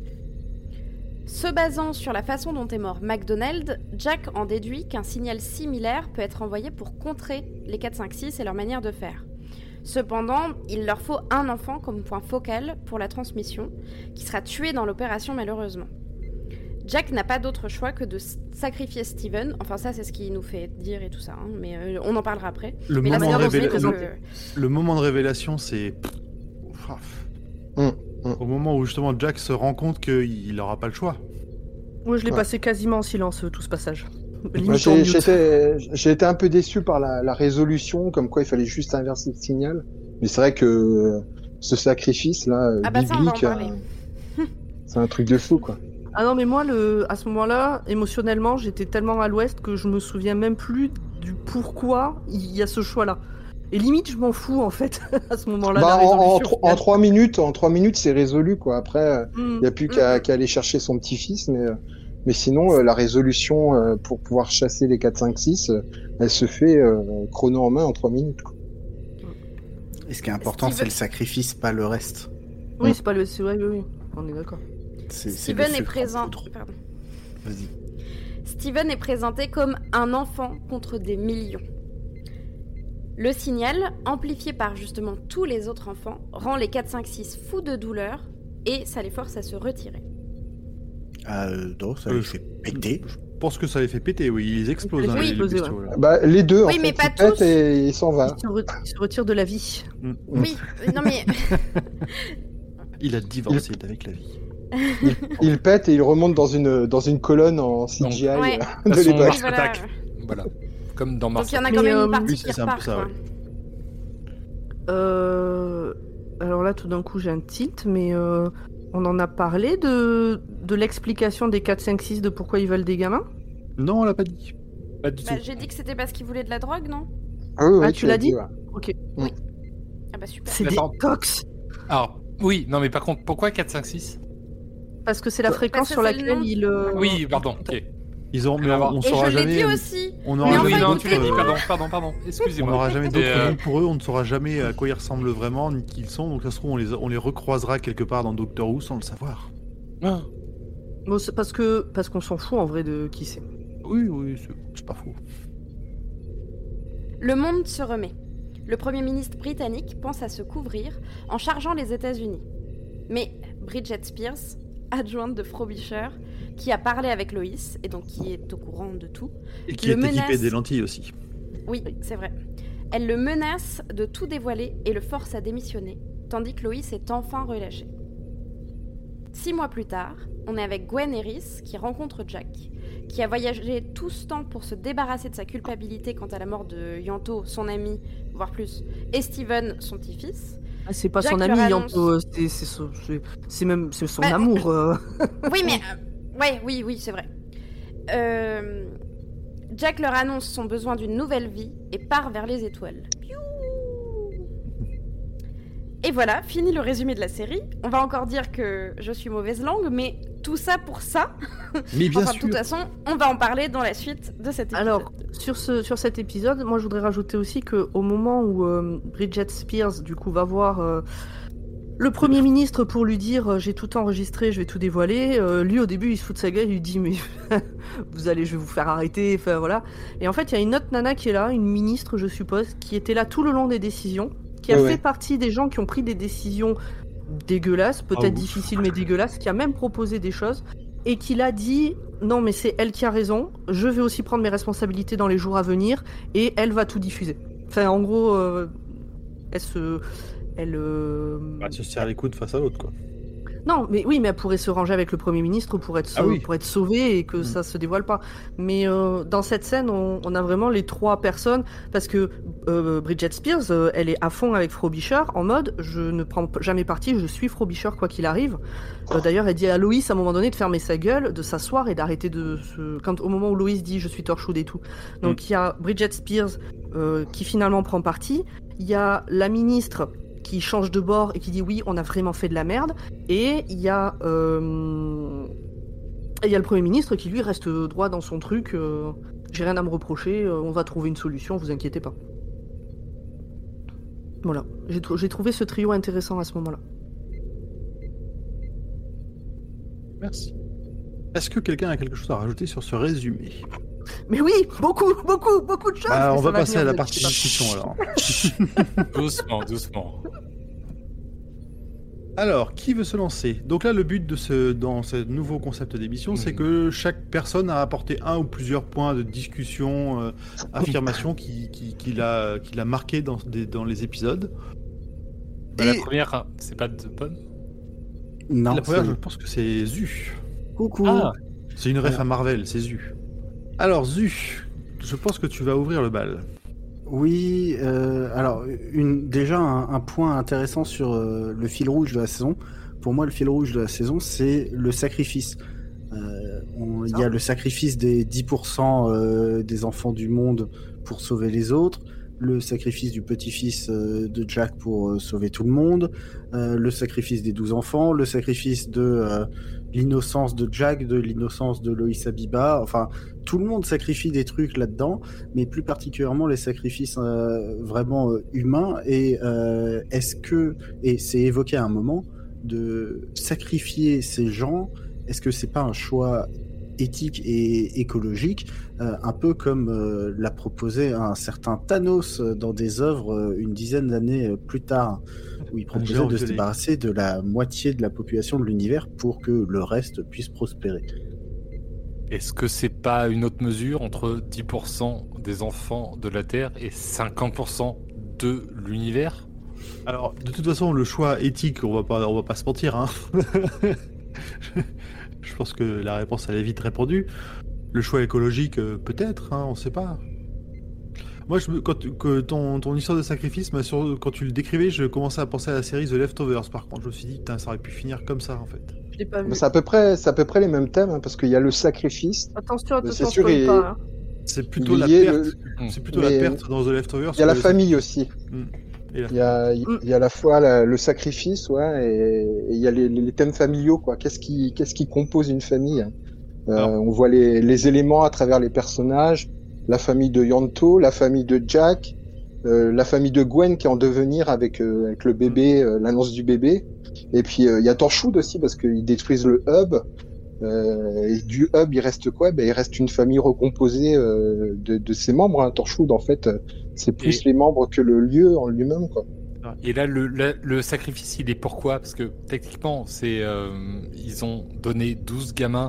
Se basant sur la façon dont est mort McDonald, Jack en déduit qu'un signal similaire peut être envoyé pour contrer les quatre cinq six et leur manière de faire. Cependant, il leur faut un enfant comme point focal pour la transmission, qui sera tué dans l'opération malheureusement. Jack n'a pas d'autre choix que de s- sacrifier Steven, enfin ça c'est ce qu'il nous fait dire et tout ça, hein, mais euh, on en parlera après. Le mais la moment, de manière dont c'est révéla- présenté, le- le moment de révélation, c'est. Ah. Hum, hum. Au moment où justement Jack se rend compte qu'il n'aura pas le choix. Moi, je l'ai Ouais. passé quasiment en silence, euh, tout ce passage. Moi, Limite en j'ai, mute. j'étais, j'ai été un peu déçu par la, la résolution, comme quoi il fallait juste inverser le signal. Mais c'est vrai que euh, ce sacrifice là, euh, Ah bah ça, on va en biblique, parler. euh, c'est un truc de fou quoi. Ah non, mais moi, le... à ce moment-là, émotionnellement, j'étais tellement à l'ouest que je me souviens même plus du pourquoi il y a ce choix-là. Et limite, je m'en fous, en fait, à ce moment-là. Bah, la en, en, résolution, tro- en trois minutes, en trois minutes, c'est résolu quoi. Après, il Hmm. n'y a plus qu'à, Hmm. qu'à aller chercher son petit-fils, mais euh, mais sinon, euh, la résolution euh, pour pouvoir chasser les quatre cinq six, euh, elle se fait euh, chrono en main en trois minutes. Quoi. Et ce qui est important, Steven- c'est le sacrifice, pas le reste. Oui, c'est pas le. C'est vrai, oui, oui. On est d'accord. C'est, c'est le Steven est sucre en présent. poudre. Pardon. Vas-y. Steven est présenté comme un enfant contre des millions. Le signal, amplifié par justement tous les autres enfants, rend les quatre cinq six fous de douleur et ça les force à se retirer. Ah, euh, non, ça Euh, les je- fait péter. Je pense que ça les fait péter, oui. Ils explosent, hein, Oui, les, les exploser, bestiaux, là. Bah, les deux, Oui, en mais fait, pas ils pètent tous. et ils s'en va. Il se, re- il se retire de la vie. Oui, euh, non mais Il a divorcé avec la vie. Ils pètent et ils remontent dans une dans une colonne en C G I Donc, ouais. euh, de façon, l'époque. Mars voilà. Attack. Voilà. Comme dans donc Mars il y en a Attack. quand Mais, même euh, une partie oui, qui c'est un peu repart. ça, quoi. ouais. Euh... Alors là, tout d'un coup, j'ai un tilt, mais euh, on en a parlé de, de l'explication des quatre cinq six de pourquoi ils veulent des gamins. Non, on l'a pas dit. Pas du Bah, tout. j'ai dit que c'était parce qu'ils voulaient de la drogue, non? Ah, oui, oui, Ah, tu l'as dit ouais. Ah bah super. C'est Mais des attends. tox. Alors, oui, non, mais par contre, pourquoi quatre cinq six? Parce que c'est la Parce fréquence que sur c'est le laquelle nom. ils... euh, Oui, pardon, ok. Ils ont, mais Rien à on, voir. on Et saura je l'ai jamais. dit aussi. On Mais aura enfin, oui, non, écoutez, tu l'as dit, nous. pardon, pardon, pardon. On Excusez-moi. n'aura jamais d'autres Et, euh, noms pour eux, on ne saura jamais à quoi ils ressemblent vraiment, ni qui ils sont, donc ça se trouve, on les, on les recroisera quelque part dans Doctor Who sans le savoir. Ah, Bon, c'est parce que parce qu'on s'en fout en vrai de qui c'est. Oui, oui, c'est- c'est pas faux. Le monde se remet. Le Premier ministre britannique pense à se couvrir en chargeant les États-Unis. Mais Bridget Spears, adjointe de Frobisher, qui a parlé avec Lois et donc qui est au courant de tout, Et qui Le est équipé menace. des lentilles aussi. oui, c'est vrai, elle le menace de tout dévoiler et le force à démissionner, tandis que Lois est enfin relâchée. Six mois plus tard, on est avec Gwen Harris qui rencontre Jack, qui a voyagé tout ce temps pour se débarrasser de sa culpabilité quant à la mort de Yanto, son ami, voire plus, et Steven, son petit-fils. Ah, c'est pas Jack son leur ami, annonce- Yanto, euh, c'est c'est son- c'est- c'est même c'est son Bah, amour. euh. Oui, mais... euh, ouais, oui, oui, c'est vrai. Euh, Jack leur annonce son besoin d'une nouvelle vie et part vers les étoiles. Piou. Et voilà, fini le résumé de la série. On va encore dire que je suis mauvaise langue, mais tout ça pour ça. Mais bien Enfin, sûr. de toute façon, on va en parler dans la suite de cet épisode. Alors, sur, ce, sur cet épisode, moi je voudrais rajouter aussi qu'au moment où euh, Bridget Spears, du coup, va voir euh, le Premier ministre pour lui dire euh, j'ai tout enregistré, je vais tout dévoiler, euh, lui au début il se fout de sa gueule, il lui dit mais vous allez, je vais vous faire arrêter, enfin voilà. Et en fait, il y a une autre nana qui est là, une ministre, je suppose, qui était là tout le long des décisions, qui a Ouais, fait ouais. partie des gens qui ont pris des décisions dégueulasses, peut-être Ah, ouf. difficiles mais dégueulasses, qui a même proposé des choses. Et qu'il a dit non mais c'est elle qui a raison, je vais aussi prendre mes responsabilités dans les jours à venir et elle va tout diffuser. Enfin en gros, euh, elle se... Elle, euh... Bah, se serre les coudes face à l'autre, quoi. Non mais oui mais elle pourrait se ranger avec le Premier ministre pour être, Ah sau- oui. pour être sauvée et que Mm. ça se dévoile pas. Mais euh, dans cette scène on, on a vraiment les trois personnes parce que euh, Bridget Spears euh, elle est à fond avec Frobisher en mode je ne prends p- jamais parti, je suis Frobisher quoi qu'il arrive. Euh, D'ailleurs, elle dit à Loïs à un moment donné de fermer sa gueule, de s'asseoir et d'arrêter de se. Quand, au moment où Loïs dit je suis Torchwood et tout. Donc il y a Bridget Spears euh, qui finalement prend parti. Il y a la ministre qui change de bord et qui dit oui, on a vraiment fait de la merde. Et il y a. euh, Et il y a le Premier ministre qui lui reste droit dans son truc. euh, J'ai rien à me reprocher, euh, on va trouver une solution, vous inquiétez pas. Voilà. J'ai trou- j'ai trouvé ce trio intéressant à ce moment-là. Merci. Est-ce que quelqu'un a quelque chose à rajouter sur ce résumé? Mais oui, beaucoup, beaucoup, beaucoup de choses. Bah, mais on ça va passer venir, à la vous partie inquiétez discussion alors. Doucement, doucement. Alors, qui veut se lancer? Donc là, le but de ce, dans ce nouveau concept d'émission, c'est Mhm. que chaque personne a apporté un ou plusieurs points de discussion, euh, affirmation qui, qui, qui l'a qui l'a marqué dans, des- dans les épisodes. Bah, Et La première, c'est pas de pomme. Non, la première, c'est- je pense que c'est Zu. Coucou. Ah, C'est une ref à Marvel, c'est Zu. Alors Zu, je pense que tu vas ouvrir le bal. Oui, euh, alors une, déjà un, un point intéressant sur euh, le fil rouge de la saison. Pour moi, le fil rouge de la saison, c'est le sacrifice. Euh, on- Il y a le sacrifice des dix pour cent euh, des enfants du monde pour sauver les autres, le sacrifice du petit-fils euh, de Jack pour euh, sauver tout le monde, euh, le sacrifice des douze enfants, le sacrifice de euh, l'innocence de Jack, de l'innocence de Loïs Abiba. Enfin, tout le monde sacrifie des trucs là-dedans, mais plus particulièrement les sacrifices euh, vraiment euh, humains. Et euh, est-ce que, et c'est évoqué à un moment, de sacrifier ces gens, est-ce que c'est pas un choix éthique et écologique, euh, un peu comme euh, l'a proposé un certain Thanos euh, dans des œuvres euh, une dizaine d'années euh, plus tard, où il proposait géant de se violet. débarrasser de la moitié de la population de l'univers pour que le reste puisse prospérer. est-ce que c'est pas une autre mesure entre dix pour cent des enfants de la Terre et cinquante pour cent de l'univers? Alors, de toute façon, le choix éthique, on va pas, on va pas se mentir, hein. Je pense que la réponse elle est vite répondue. Le choix écologique, euh, peut-être, hein, on sait pas. Moi, je me- quand que ton, ton histoire de sacrifice, m'a sur- quand tu le décrivais, je commençais à penser à la série The Leftovers. Par contre, je me suis dit, putain, ça aurait pu finir comme ça, en fait. Je l'ai pas vu. Mais C'est à peu près, c'est à peu près les mêmes thèmes, hein, parce qu'il y a le sacrifice, Attention, c'est attention, sûr, spoil il- pas. hein. C'est plutôt il la y est perte. le- C'est plutôt mais- la perte dans The Leftovers. il y a que la le famille aussi. Et la- Il y a, il y a à la fois la- le sacrifice, ouais, et, et il y a les, les thèmes familiaux, quoi. Qu'est-ce qui, qu'est-ce qui compose une famille? Euh, Alors. on voit les, les éléments à travers les personnages, la famille de Yanto, la famille de Jack, euh, la famille de Gwen qui est en devenir avec, euh, avec le bébé, euh, l'annonce du bébé. Et puis euh, il y a Torchwood aussi parce qu'ils détruisent le hub. Euh, et du hub, il reste quoi? Ben, il reste une famille recomposée euh, de, de ses membres. Hein. Torchwood, en fait, euh, c'est plus Et- les membres que le lieu en lui-même, quoi. Et là, le, la- le sacrifice, il est pourquoi? Parce que techniquement, c'est euh, ils ont donné douze gamins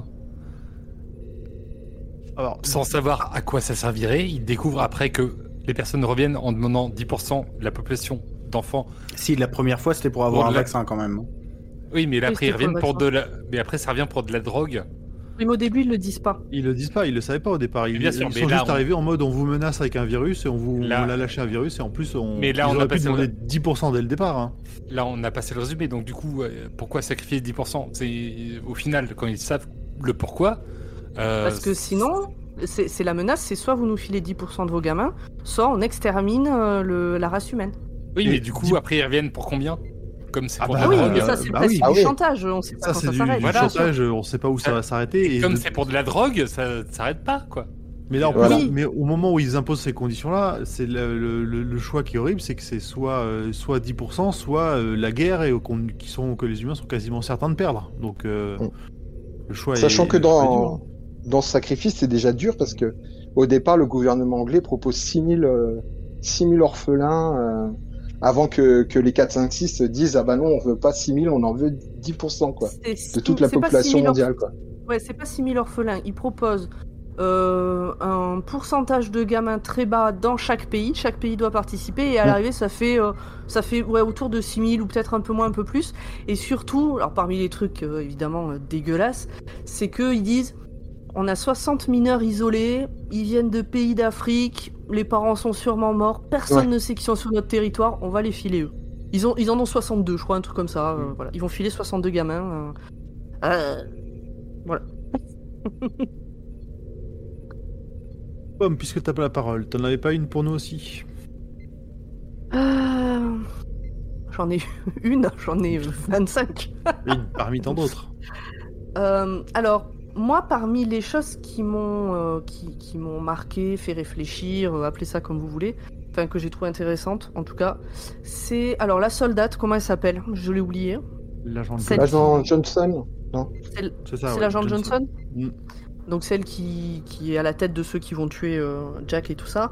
Alors, sans savoir à quoi ça servirait. Ils découvrent après que les personnes reviennent en demandant dix pour cent de la population d'enfants. Si, la première fois, c'était pour avoir Pour un la- vaccin quand même. Oui, mais là, Oui, après, ils c'était pour reviennent le pour vaccin. de la... Mais après, ça revient pour de la drogue. Oui, mais au début, ils le disent pas. ils le disent pas, ils le savaient pas au départ. Ils, Bien sûr, ils mais sont là, juste on- arrivés en mode on vous menace avec un virus et on vous Là- on a lâché un virus et en plus on. Mais là, ils on a auraient pu passé le- demander dix pour cent dès le départ. Hein. Là, on a passé le résumé. Donc, du coup, euh, pourquoi sacrifier dix pour cent? C'est au final, quand ils savent le pourquoi. euh, Parce que sinon, c'est c'est la menace, c'est soit vous nous filez dix pour cent de vos gamins, soit on extermine euh, le, la race humaine. Oui, Et mais du coup, dis- après, ils reviennent pour combien? comme c'est Ah pour bah de la oui, drogue, mais euh, ça, c'est bah presque oui. du Ah oui. chantage. On sait pas Ça, quand c'est ça du, s'arrête. du Voilà. chantage, on sait pas où ça va s'arrêter. et Et comme de- c'est pour de la drogue, ça ça s'arrête pas, quoi. Mais là, en Voilà. plus, mais au moment où ils imposent ces conditions-là, c'est le, le- le- le choix qui est horrible, c'est que c'est soit, euh, soit dix pour cent, soit euh, la guerre et qu'on- qui sont, que les humains sont quasiment certains de perdre. Donc, euh, Mm. le choix Sachant est, que le choix est dans, dur. dans ce sacrifice, c'est déjà dur parce que au départ, le gouvernement anglais propose six mille, euh, six mille orphelins euh, avant que, que les quatre cinq six disent ah bah non, on veut pas six mille, on en veut dix pour cent quoi, C'est de six- toute la c'est pas population six mille mondiale orph- quoi. Ouais, c'est pas six mille orphelins. Ils proposent euh, un pourcentage de gamins très bas dans chaque pays. Chaque pays doit participer et à Mm. l'arrivée, ça fait, euh, ça fait ouais, autour de six mille ou peut-être un peu moins, un peu plus. Et surtout, alors parmi les trucs euh, évidemment euh, dégueulasses, c'est qu'ils disent on a soixante mineurs isolés, ils viennent de pays d'Afrique, les parents sont sûrement morts, personne Ouais. ne sait qu'ils sont sur notre territoire, on va les filer eux. Ils, ont, ils en ont soixante-deux, je crois, un truc comme ça. euh, voilà. Ils vont filer soixante-deux gamins. euh. Euh, Voilà. Pomme, puisque t'as pas la parole, t'en avais pas une pour nous aussi? Euh, J'en ai une, j'en ai vingt-cinq. Une parmi tant d'autres. Euh, alors, moi, parmi les choses qui m'ont euh, qui, qui m'ont marqué, fait réfléchir, euh, appelez ça comme vous voulez, enfin que j'ai trouvé intéressante, en tout cas, c'est alors la soldate, comment elle s'appelle? Je l'ai oublié. L'agent de Celle- L'agent Johnson, non? C'est C'est ça, c'est ouais, l'agent Johnson. Mm. Donc celle qui, qui est à la tête de ceux qui vont tuer euh, Jack et tout ça.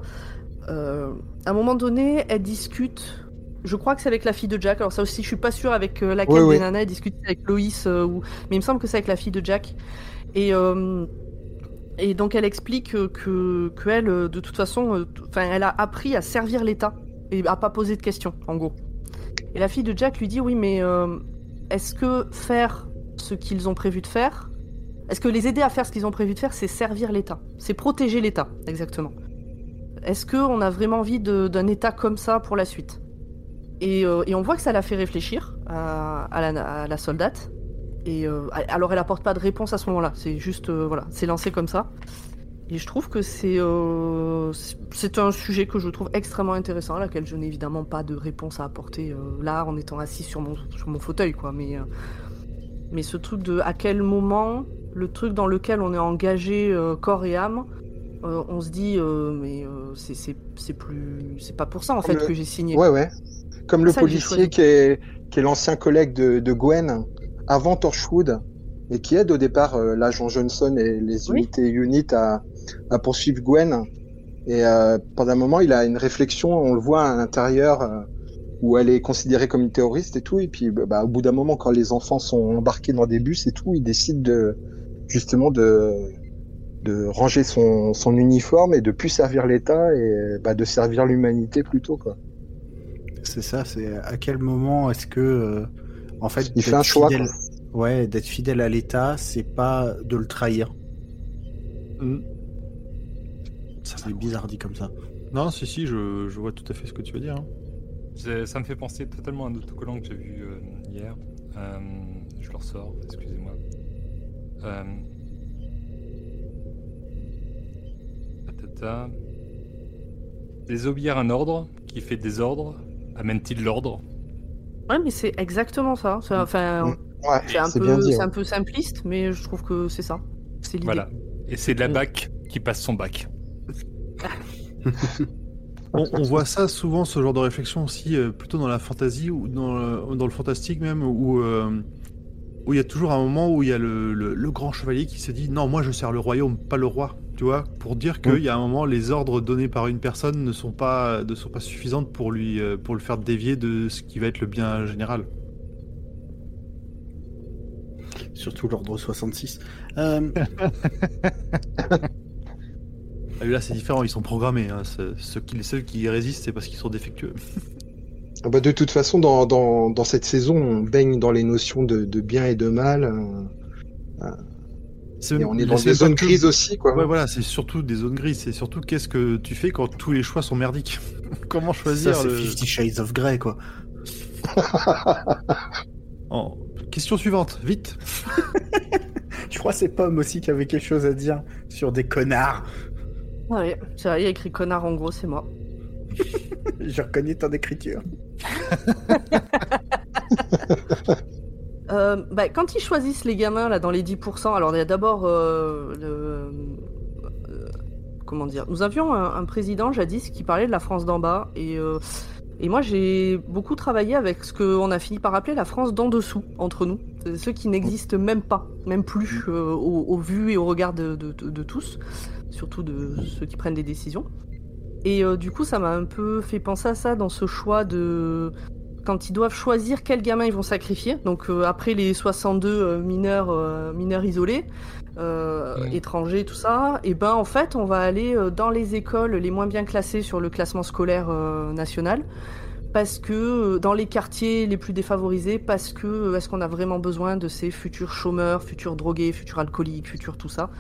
Euh, à un moment donné, elle discute. Je crois que c'est avec la fille de Jack. Alors ça aussi, je suis pas sûre avec euh, laquelle Oui, des oui. nanas elle discute avec Loïs euh, ou. Mais il me semble que c'est avec la fille de Jack. Et euh, et donc elle explique euh, que que elle, euh, de toute façon, euh, t- enfin, elle a appris à servir l'État et à pas poser de questions, en gros. Et la fille de Jack lui dit oui, mais euh, est-ce que faire ce qu'ils ont prévu de faire, est-ce que les aider à faire ce qu'ils ont prévu de faire, c'est servir l'État, c'est protéger l'État, exactement. Est-ce qu'on a vraiment envie de- d'un État comme ça pour la suite? et, euh, et on voit que ça l'a fait réfléchir à, à la, à la soldate. Et euh, alors elle apporte pas de réponse à ce moment-là, c'est juste euh, voilà, c'est lancé comme ça. Et je trouve que c'est euh, c'est- c'est un sujet que je trouve extrêmement intéressant, à laquelle je n'ai évidemment pas de réponse à apporter euh, là en étant assis sur mon sur mon fauteuil quoi. Mais euh, mais ce truc de à quel moment le truc dans lequel on est engagé euh, corps et âme, euh, on se dit euh, mais euh, c'est c'est c'est plus c'est pas pour ça en Comme fait le- que j'ai signé. Ouais, ouais. Comme le ça que j'ai policier choisi. qui est, qui est l'ancien collègue de, de Gwen avant Torchwood et qui aide au départ euh, l'agent Johnson et les Oui. unités UNIT à, à poursuivre Gwen. Et euh, pendant un moment, il a une réflexion, on le voit à l'intérieur, euh, où elle est considérée comme une terroriste et tout. Et puis, bah, au bout d'un moment, quand les enfants sont embarqués dans des bus et tout, il décide de justement de de ranger son, son uniforme et de plus servir l'État et bah, de servir l'humanité plutôt quoi. C'est ça, c'est à quel moment est-ce que, euh, en fait, Il fait d'être un choix, fidèle- ouais, d'être fidèle à l'État, c'est pas de le trahir. Mm. Ça C'est bizarre dit comme ça. Non, si, si, je, je vois tout à fait ce que tu veux dire. hein. C'est- Ça me fait penser totalement à un autocollant que j'ai vu euh, hier. Euh, je le ressors, excusez-moi. Euh... Patata. Désobéir un ordre qui fait désordre amène-t-il l'ordre? Ouais, mais c'est exactement ça. C'est, enfin, Mm. Ouais, c'est un c'est peu bien dit. c'est ouais. un peu simpliste, mais je trouve que c'est ça. C'est l'idée. Voilà. Et c'est de la Mm. bac qui passe son bac. On, on voit ça souvent, ce genre de réflexion aussi, euh, plutôt dans la fantasy ou dans le, dans le fantastique même, où euh, où il y a toujours un moment où il y a le, le, le grand chevalier qui se dit non, moi je sers le royaume, pas le roi, tu vois, pour dire qu'il Mm. y a un moment, les ordres donnés par une personne ne sont pas ne sont pas suffisantes pour lui euh, pour le faire dévier de ce qui va être le bien général. Surtout l'ordre soixante-six. Euh, Ah, là, c'est différent, ils sont programmés. Hein. C'est- Ceux qui, les seuls qui résistent, c'est parce qu'ils sont défectueux. Ah bah, de toute façon, dans, dans, dans cette saison, on baigne dans les notions de, de bien et de mal. euh, C'est- et on est mais dans c'est des pas zones que- grises aussi, quoi. Ouais, voilà, c'est surtout des zones grises. C'est surtout qu'est-ce que tu fais quand tous les choix sont merdiques. Comment ça, choisir c'est le... Fifty Shades of Grey, quoi. Oh. Question suivante, vite. Je crois que c'est Pomme aussi qui avait quelque chose à dire sur des connards. Ouais, c'est vrai, il y a écrit connard en gros, c'est moi. Je reconnais ton écriture. Euh, bah, quand ils choisissent les gamins là dans les dix pour cent, alors il y a d'abord euh, le, euh, comment dire, nous avions un, un président jadis qui parlait de la France d'en bas et euh, et moi j'ai beaucoup travaillé avec ce qu'on a fini par appeler la France d'en dessous entre nous, ceux qui n'existent même pas, même plus euh, au, au vu et au regard de, de, de, de tous, surtout de ceux qui prennent des décisions. Et euh, du coup ça m'a un peu fait penser à ça dans ce choix de quand ils doivent choisir quel gamin ils vont sacrifier, donc euh, après les soixante-deux euh, mineurs, euh, mineurs isolés, euh, mmh. étrangers, tout ça, et ben en fait on va aller euh, dans les écoles les moins bien classées sur le classement scolaire euh, national, parce que euh, dans les quartiers les plus défavorisés, parce que euh, est-ce qu'on a vraiment besoin de ces futurs chômeurs, futurs drogués, futurs alcooliques, futurs tout ça.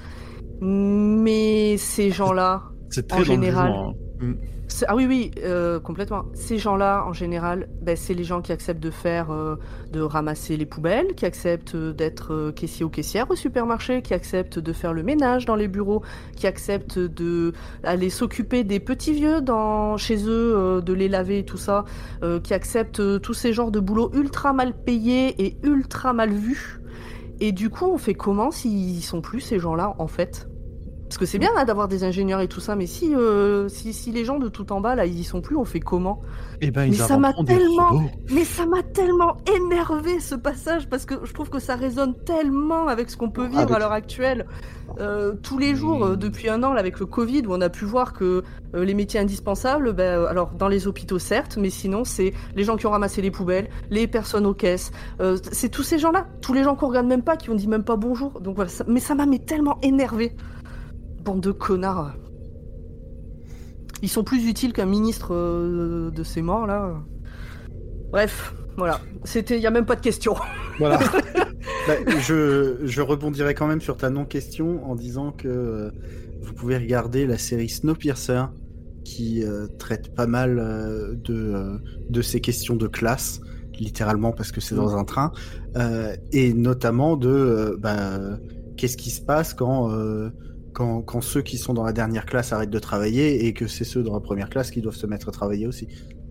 Mais ces gens-là, c'est très en général... Jugement, hein. mmh. Ah oui, oui, euh, complètement. Ces gens-là, en général, ben, c'est les gens qui acceptent de faire, euh, de ramasser les poubelles, qui acceptent d'être euh, caissier ou caissière au supermarché, qui acceptent de faire le ménage dans les bureaux, qui acceptent d'aller s'occuper des petits vieux dans, chez eux, euh, de les laver et tout ça, euh, qui acceptent euh, tous ces genres de boulots ultra mal payés et ultra mal vus. Et du coup, on fait comment s'ils sont plus, ces gens-là, en fait ? Parce que c'est bien là, d'avoir des ingénieurs et tout ça, mais si, euh, si, si les gens de tout en bas, là, ils y sont plus, on fait comment ? Eh ben, ils mais ça m'a des tellement, robots. mais ça m'a tellement énervé ce passage, parce que je trouve que ça résonne tellement avec ce qu'on peut vivre avec... à l'heure actuelle. Euh, tous les jours, euh, depuis un an, là, avec le Covid, où on a pu voir que euh, les métiers indispensables, ben, euh, alors dans les hôpitaux certes, mais sinon c'est les gens qui ont ramassé les poubelles, les personnes aux caisses, euh, c'est tous ces gens-là, tous les gens qu'on regarde même pas, qui ont dit même pas bonjour. Donc voilà, ça... mais ça m'a mais tellement énervé. Bande de connards. Ils sont plus utiles qu'un ministre euh, de ces morts là. Bref, voilà. C'était, y a même pas de question. Voilà. bah, je, je rebondirai quand même sur ta non-question en disant que euh, vous pouvez regarder la série Snowpiercer qui euh, traite pas mal euh, de, euh, de ces questions de classe, littéralement parce que c'est dans un train, euh, et notamment de euh, bah, qu'est-ce qui se passe quand euh, Quand, quand ceux qui sont dans la dernière classe arrêtent de travailler et que c'est ceux dans la première classe qui doivent se mettre à travailler aussi.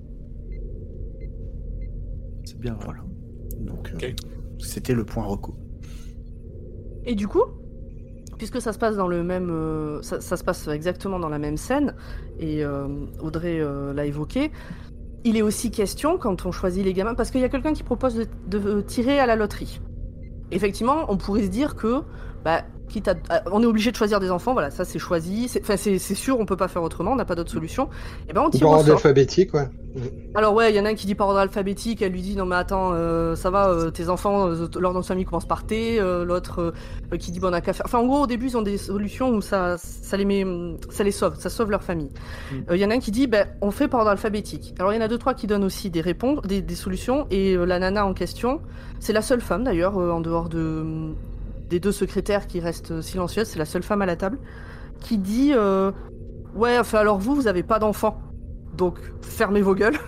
C'est bien, voilà. Donc, okay. euh, c'était le point reco. Et du coup, puisque ça se passe dans le même, euh, ça, ça se passe exactement dans la même scène, et euh, Audrey euh, l'a évoqué, il est aussi question quand on choisit les gamins, parce qu'il y a quelqu'un qui propose de, de tirer à la loterie. Effectivement, on pourrait se dire que, bah, quitte à, on est obligé de choisir des enfants, voilà, ça c'est choisi, c'est, enfin c'est, c'est sûr, on peut pas faire autrement, on n'a pas d'autre solution. Et ben on tire par au ordre sort. alphabétique, ouais. Alors ouais, il y en a un qui dit par ordre alphabétique, elle lui dit non mais attends, euh, ça va, euh, tes enfants, euh, leur nom de famille commence par T, euh, l'autre euh, qui dit bon on a qu'à faire. Enfin en gros au début ils ont des solutions où ça, ça les met, ça les sauve, ça sauve leur famille. Il mm. euh, y en a un qui dit ben on fait par ordre alphabétique. Alors il y en a deux trois qui donnent aussi des réponses, des, des solutions, et euh, la nana en question, c'est la seule femme d'ailleurs euh, en dehors de des deux secrétaires qui restent silencieuses, c'est la seule femme à la table, qui dit euh, ouais, enfin alors vous, vous avez pas d'enfants, donc fermez vos gueules.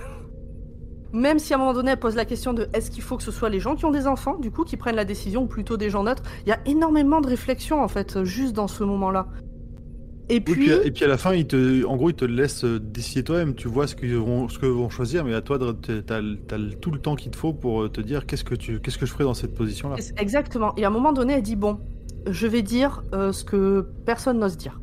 Même si à un moment donné elle pose la question de est-ce qu'il faut que ce soit les gens qui ont des enfants, du coup, qui prennent la décision, ou plutôt des gens neutres. Il y a énormément de réflexion en fait, juste dans ce moment-là. Et puis... Oui, puis, et puis à la fin, il te, en gros, ils te laissent décider toi-même. Tu vois ce qu'ils vont, ce que vont choisir, mais à toi, t'as, t'as tout le temps qu'il te faut pour te dire qu'est-ce que tu, qu'est-ce que je ferais dans cette position-là. Exactement. Et à un moment donné, elle dit bon, je vais dire euh, ce que personne n'ose dire.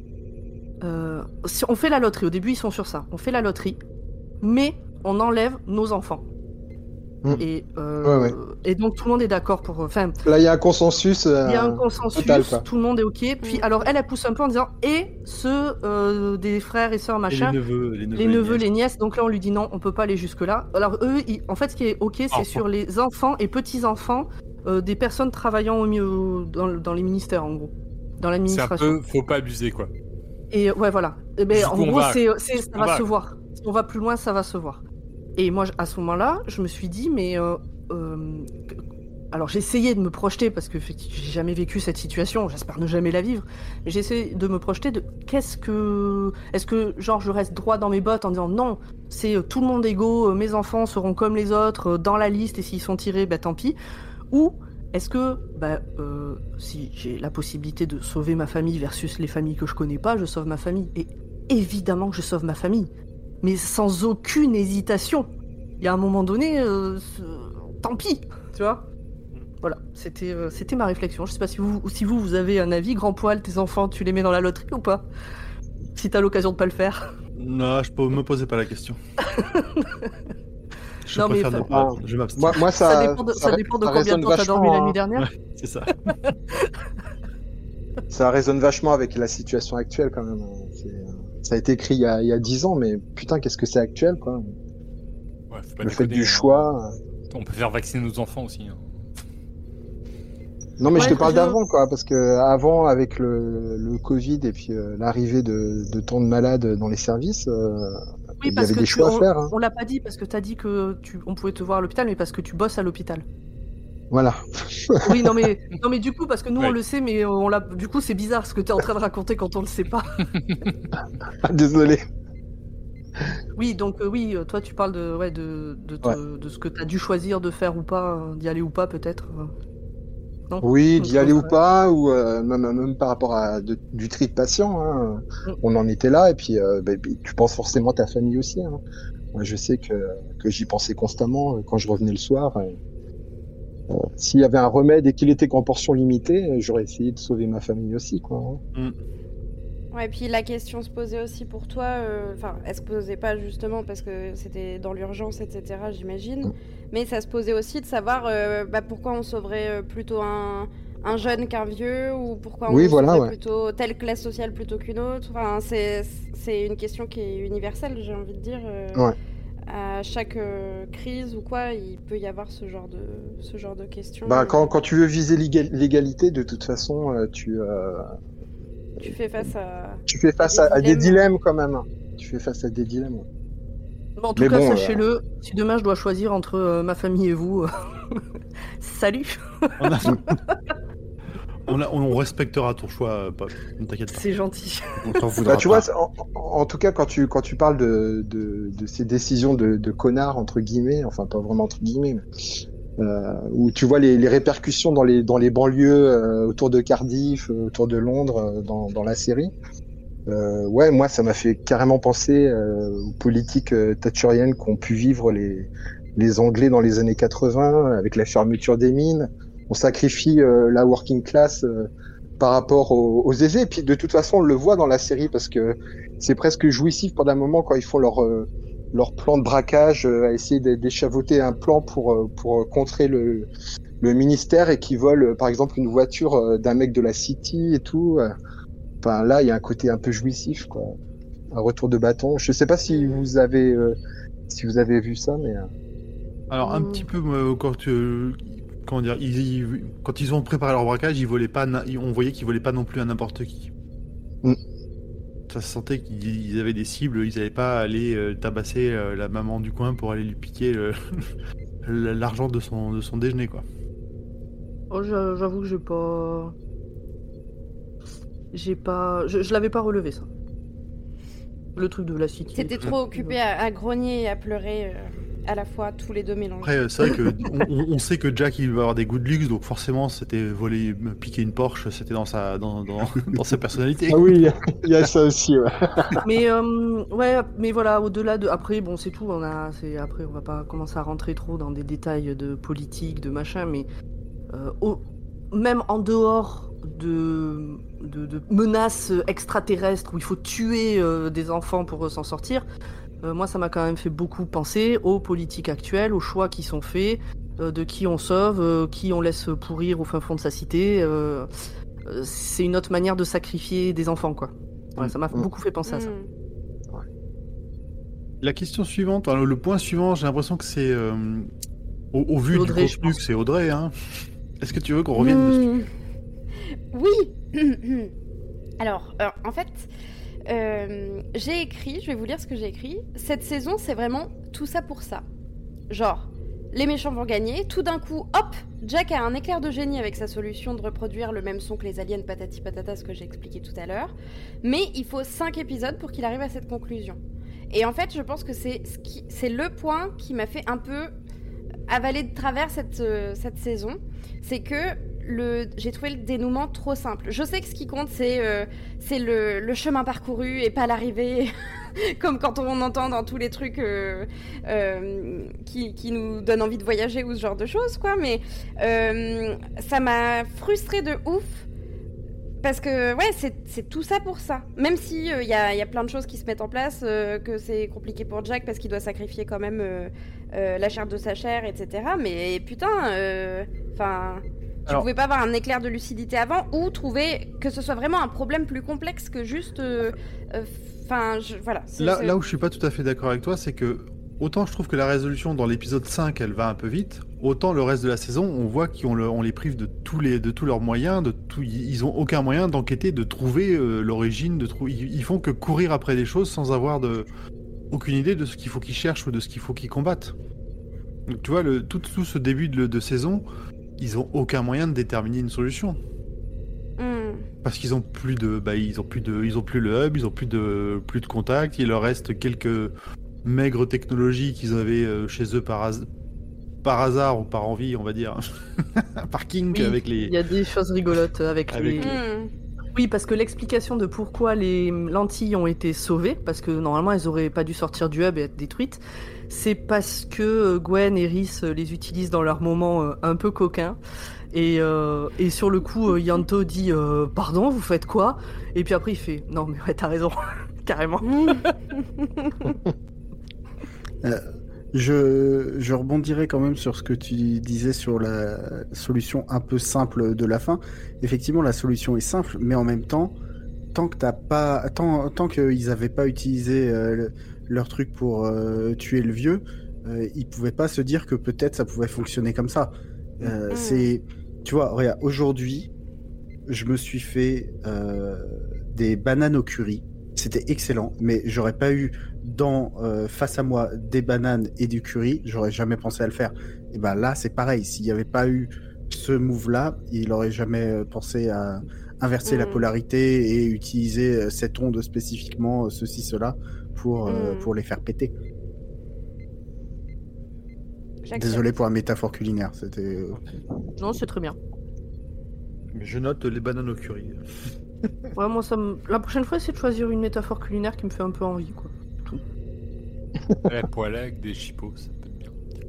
Euh, si on fait la loterie. Au début, ils sont sur ça. On fait la loterie, mais on enlève nos enfants. Mmh. Et, euh, ouais, ouais. et donc tout le monde est d'accord pour. Enfin, là, il y a un consensus. Euh, il y a un consensus. Total, tout le monde est ok. Puis alors, elle, elle pousse un peu en disant et ceux euh, des frères et sœurs machin. Et les neveux, les neveux, les, neveux les, nièces. les nièces. Donc là, on lui dit non, on peut pas aller jusque là. Alors eux, ils, en fait, ce qui est ok, c'est enfin. sur les enfants et petits enfants euh, des personnes travaillant au mieux dans, dans les ministères, en gros, dans l'administration. C'est un peu, faut pas abuser quoi. Et ouais, voilà. Et ben, en gros, va, c'est, c'est, ça va, va se voir. Si on va plus loin, ça va se voir. Et moi, à ce moment-là, je me suis dit, mais euh, euh, alors j'ai essayé de me projeter parce que j'ai jamais vécu cette situation. J'espère ne jamais la vivre. Mais j'ai essayé de me projeter de qu'est-ce que, est-ce que genre je reste droit dans mes bottes en disant non, c'est euh, tout le monde égaux, euh, mes enfants seront comme les autres euh, dans la liste et s'ils sont tirés, bah tant pis. Ou est-ce que, bah, euh, si j'ai la possibilité de sauver ma famille versus les familles que je connais pas, je sauve ma famille. Et évidemment que je sauve ma famille. Mais sans aucune hésitation. Il y a un moment donné, euh, tant pis, tu vois. Voilà, c'était, euh, c'était ma réflexion. Je sais pas si vous, si vous, vous avez un avis. Grand poil, tes enfants, tu les mets dans la loterie ou pas? Si t'as l'occasion de pas le faire. Non, je peux me poser pas la question. Je Non, mais préfère ne enfin, pas. ah, Je m'abstiens. Moi, moi ça, Ça dépend de, ça ça- dépend de ça combien de résonne temps t'as dormi la vachement, nuit hein. dernière. Ouais, c'est ça. Ça résonne vachement avec la situation actuelle quand même. C'est, euh, ça a été écrit il y a, il y a dix ans, mais putain, qu'est-ce que c'est actuel, quoi. Ouais, faut pas Le fait déconner, du hein. choix. On peut faire vacciner nos enfants aussi. hein. Non, mais Ouais, je te parle je- d'avant, quoi, parce que avant, avec le, le Covid et puis euh, l'arrivée de, de tant de malades dans les services, euh, Oui, il y parce avait que des tu, choix on, à faire. Hein. on l'a pas dit parce que t'as dit que tu, on pouvait te voir à l'hôpital, mais parce que tu bosses à l'hôpital. Voilà. Oui, non mais, non mais du coup, parce que nous Ouais. on le sait, mais on l'a. Du coup, c'est bizarre ce que t'es en train de raconter quand on le sait pas. Désolé. Oui, donc euh, oui, euh, toi tu parles de, ouais, de, de, te- Ouais. de ce que t'as dû choisir de faire ou pas, euh, d'y aller ou pas peut-être. euh. Non. Oui, Donc, d'y aller ou ouais. pas, ou euh, même, même par rapport à de- du tri de patients. Hein. Mm. On en était là, et puis euh, bah, puis tu penses forcément à ta famille aussi. Hein. Moi, je sais que, que j'y pensais constamment euh, quand je revenais le soir. euh, euh, S'il y avait un remède et qu'il était qu'en portion limitée, euh, j'aurais essayé de sauver ma famille aussi, quoi. hein. Ouais, et puis la question se posait aussi pour toi, euh, enfin, elle se posait pas justement parce que c'était dans l'urgence, et cetera, j'imagine, Mm. mais ça se posait aussi de savoir euh, bah, pourquoi on sauverait euh, plutôt un, un jeune qu'un vieux, ou pourquoi Oui, on voilà, sauverait ouais. plutôt telle classe sociale plutôt qu'une autre. Enfin, c'est, c'est une question qui est universelle, j'ai envie de dire. euh, Ouais. À chaque euh, crise ou quoi, il peut y avoir ce genre de, ce genre de questions. Bah, quand, quand tu veux viser l'égal- l'égalité, de toute façon, euh, tu, euh, Tu fais face à... tu fais face des à, à des dilemmes. dilemmes quand même. hein. Tu fais face à des dilemmes. ouais. Bon, en tout Mais cas, bon, sachez-le, si demain je dois choisir entre euh, ma famille et vous, euh, salut, On, a- on, a- on respectera ton choix, euh, Paul. Ne t'inquiète pas. c'est gentil. On t'en voudra Bah, tu pas. vois, c'est- en, en tout cas, quand tu, quand tu parles de, de, de ces décisions de, de connards, entre guillemets, enfin pas vraiment entre guillemets, mais, euh, où tu vois les, les répercussions dans les, dans les banlieues euh, autour de Cardiff, euh, autour de Londres, euh, dans, dans la série, euh, ouais, moi, ça m'a fait carrément penser euh, aux politiques euh, thatcheriennes qu'ont pu vivre les, les Anglais dans les années quatre-vingts, avec la fermeture des mines. On sacrifie euh, la working class euh, par rapport aux, aux aisés. Et puis de toute façon, on le voit dans la série parce que c'est presque jouissif pendant un moment quand ils font leur euh, leur plan de braquage, euh, à essayer d'é- d'échavoter un plan pour euh, pour contrer le le ministère et qui volent euh, par exemple une voiture euh, d'un mec de la City et tout. euh. Enfin là, il y a un côté un peu jouissif, quoi. Un retour de bâton. Je sais pas si vous avez euh, si vous avez vu ça, mais euh, Alors, un Mm. petit peu, euh, quand, euh, comment dire, ils, ils- quand ils ont préparé leur braquage, ils volaient pas, na- on voyait qu'ils volaient pas non plus à n'importe qui. Mm. Ça se sentait qu'ils ils avaient des cibles, ils n'allaient pas aller euh, tabasser euh, la maman du coin pour aller lui piquer le- l'argent de son, de son déjeuner, quoi. Oh, j'a- j'avoue que j'ai pas. J'ai pas. Je, je l'avais pas relevé ça. Le truc de la city. T'étais trop occupé à, à grogner et à pleurer euh, à la fois, tous les deux mélangés. Après, euh, c'est vrai que on, on- on sait que Jack il va avoir des goûts de luxe, donc forcément, c'était voler, me piquer une Porsche, c'était dans sa, dans, dans, dans sa personnalité. ah oui, il y a ça aussi. Ouais. Mais euh, ouais, mais voilà, au-delà de. Après, bon, c'est tout. On a. C'est après, on va pas commencer à rentrer trop dans des détails de politique, de machin, mais euh, au- même en dehors de, de, de menaces extraterrestres où il faut tuer euh, des enfants pour euh, s'en sortir, euh, moi, ça m'a quand même fait beaucoup penser aux politiques actuelles, aux choix qui sont faits, euh, de qui on sauve, euh, qui on laisse pourrir au fin fond de sa cité. euh, euh, c'est une autre manière de sacrifier des enfants, quoi. Ouais, ça m'a Mm. beaucoup fait penser à ça. Hmm. La question suivante, alors, le point suivant, j'ai l'impression que c'est euh, au, au vu Audrey, du je contenu pense. que c'est Audrey. Hein. Est-ce que tu veux qu'on revienne dessus? Hmm. Oui. Alors, euh, en fait, euh, j'ai écrit, je vais vous lire ce que j'ai écrit. Cette saison, c'est vraiment tout ça pour ça. Genre, les méchants vont gagner, tout d'un coup, hop, Jack a un éclair de génie avec sa solution de reproduire le même son que les aliens patati patata, ce que j'ai expliqué tout à l'heure. Mais il faut cinq épisodes pour qu'il arrive à cette conclusion. Et en fait, je pense que c'est, ce qui, c'est le point qui m'a fait un peu avaler de travers cette, euh, cette saison. C'est que le, j'ai trouvé le dénouement trop simple. Je sais que ce qui compte, c'est, euh, c'est le, le chemin parcouru et pas l'arrivée, comme quand on entend dans tous les trucs euh, euh, qui, qui nous donnent envie de voyager ou ce genre de choses, quoi. Mais euh, ça m'a frustrée de ouf. Parce que, ouais, c'est, c'est tout ça pour ça. Même si il euh, y, a, y a plein de choses qui se mettent en place, euh, que c'est compliqué pour Jack parce qu'il doit sacrifier quand même euh, euh, la chair de sa chair, et cetera. Mais putain, enfin, euh, tu Alors... pouvais pas avoir un éclair de lucidité avant ou trouver que ce soit vraiment un problème plus complexe que juste, enfin, euh, euh, voilà. C'est, là, c'est... là où je suis pas tout à fait d'accord avec toi, c'est que autant je trouve que la résolution dans l'épisode cinq, elle va un peu vite, autant le reste de la saison, on voit qu'on le, on les prive de tous, les, de tous leurs moyens, de tout, ils ont aucun moyen d'enquêter, de trouver euh, l'origine, de trou... ils, ils font que courir après des choses sans avoir de... aucune idée de ce qu'il faut qu'ils cherchent ou de ce qu'il faut qu'ils combattent. Donc, tu vois, le, tout, tout ce début de, de saison, ils ont aucun moyen de déterminer une solution. Mm. Parce qu'ils ont plus de, bah, ils ont plus de, ils ont plus le hub, ils ont plus de, plus de contact, il leur reste quelques maigres technologies qu'ils avaient euh, chez eux par, has- par hasard ou par envie, on va dire, par kink Oui, avec les... Il y a des choses rigolotes avec, Avec les... les- Mm. Oui, parce que l'explication de pourquoi les lentilles ont été sauvées, parce que normalement elles auraient pas dû sortir du hub et être détruites, c'est parce que Gwen et Rhys les utilisent dans leur moment euh, un peu coquin. Et, euh, et sur le coup, euh, Yanto dit euh, « Pardon, vous faites quoi ?» Et puis après il fait « Non mais ouais, t'as raison, carrément. » Euh, je, je rebondirai quand même sur ce que tu disais sur la solution un peu simple de la fin. Effectivement, la solution est simple, mais en même temps, tant que t'as pas, tant, tant qu'ils n'avaient pas utilisé euh, le- leur truc pour euh, tuer le vieux, euh, ils pouvaient pas se dire que peut-être ça pouvait fonctionner comme ça. Euh, Mm. C'est, tu vois, regarde, aujourd'hui, je me suis fait euh, des bananes au curry. C'était excellent, mais j'aurais pas eu dans euh, face à moi des bananes et du curry, j'aurais jamais pensé à le faire. Et ben là, c'est pareil. S'il n'y avait pas eu ce move-là, il aurait jamais euh, pensé à inverser Mm. la polarité et utiliser euh, cette onde spécifiquement, euh, ceci, cela, pour, euh, Mm. pour les faire péter. J'accepte. Désolé pour la métaphore culinaire. C'était. euh, Non, c'est très bien. Mais je note les bananes au curry. Ouais, moi, ça me... La prochaine fois, c'est de choisir une métaphore culinaire qui me fait un peu envie, quoi. Ouais, poêlée avec des chipots, ça peut être bien.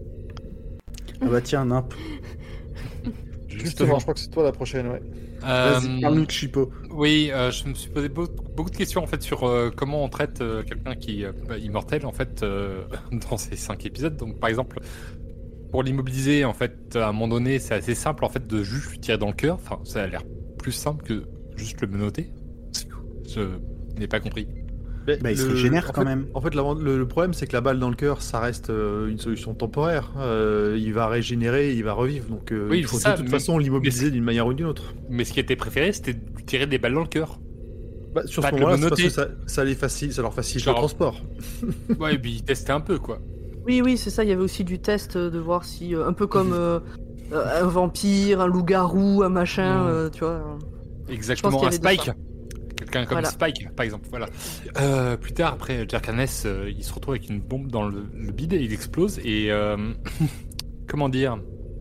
Ah bah tiens, Nimp. Justement, je crois que c'est toi la prochaine, ouais. Vas-y, Euh, parle-nous de Chipo. Oui, euh, je me suis posé beau- beaucoup de questions en fait sur euh, comment on traite euh, quelqu'un qui est euh, immortel en fait euh, dans ces cinq épisodes. Donc par exemple, pour l'immobiliser en fait, à un moment donné, c'est assez simple en fait de juste lui tirer dans le cœur. Enfin, ça a l'air plus simple que juste le menotter. Je n'ai pas compris. Mais Bah, il se le- régénère en quand fait- même. En fait, la- le, le problème, c'est que la balle dans le cœur, ça reste euh, une solution temporaire. Euh, il va régénérer, il va revivre. Donc, euh, Oui, il faut c'est ça, de toute mais- façon l'immobiliser mais- d'une manière ou d'une autre. Mais ce qui était préféré, c'était de lui tirer des balles dans le cœur. Bah, sur Pas ce de le moment-là, c'est parce que menotter. ça, ça, les facilite, ça leur facilite Genre- le transport. Ouais, et puis tester un peu quoi. Oui, oui, c'est ça. Il y avait aussi du test euh, de voir si, euh, un peu comme euh, euh, un vampire, un loup-garou, un machin, Mm. euh, tu vois. Exactement, qu'il y un avait de Spike. Quelqu'un comme Voilà. Spike, par exemple. Voilà. Euh, plus tard, après, Jack Harkness, euh, il se retrouve avec une bombe dans le, le bide et il explose. Et euh, comment dire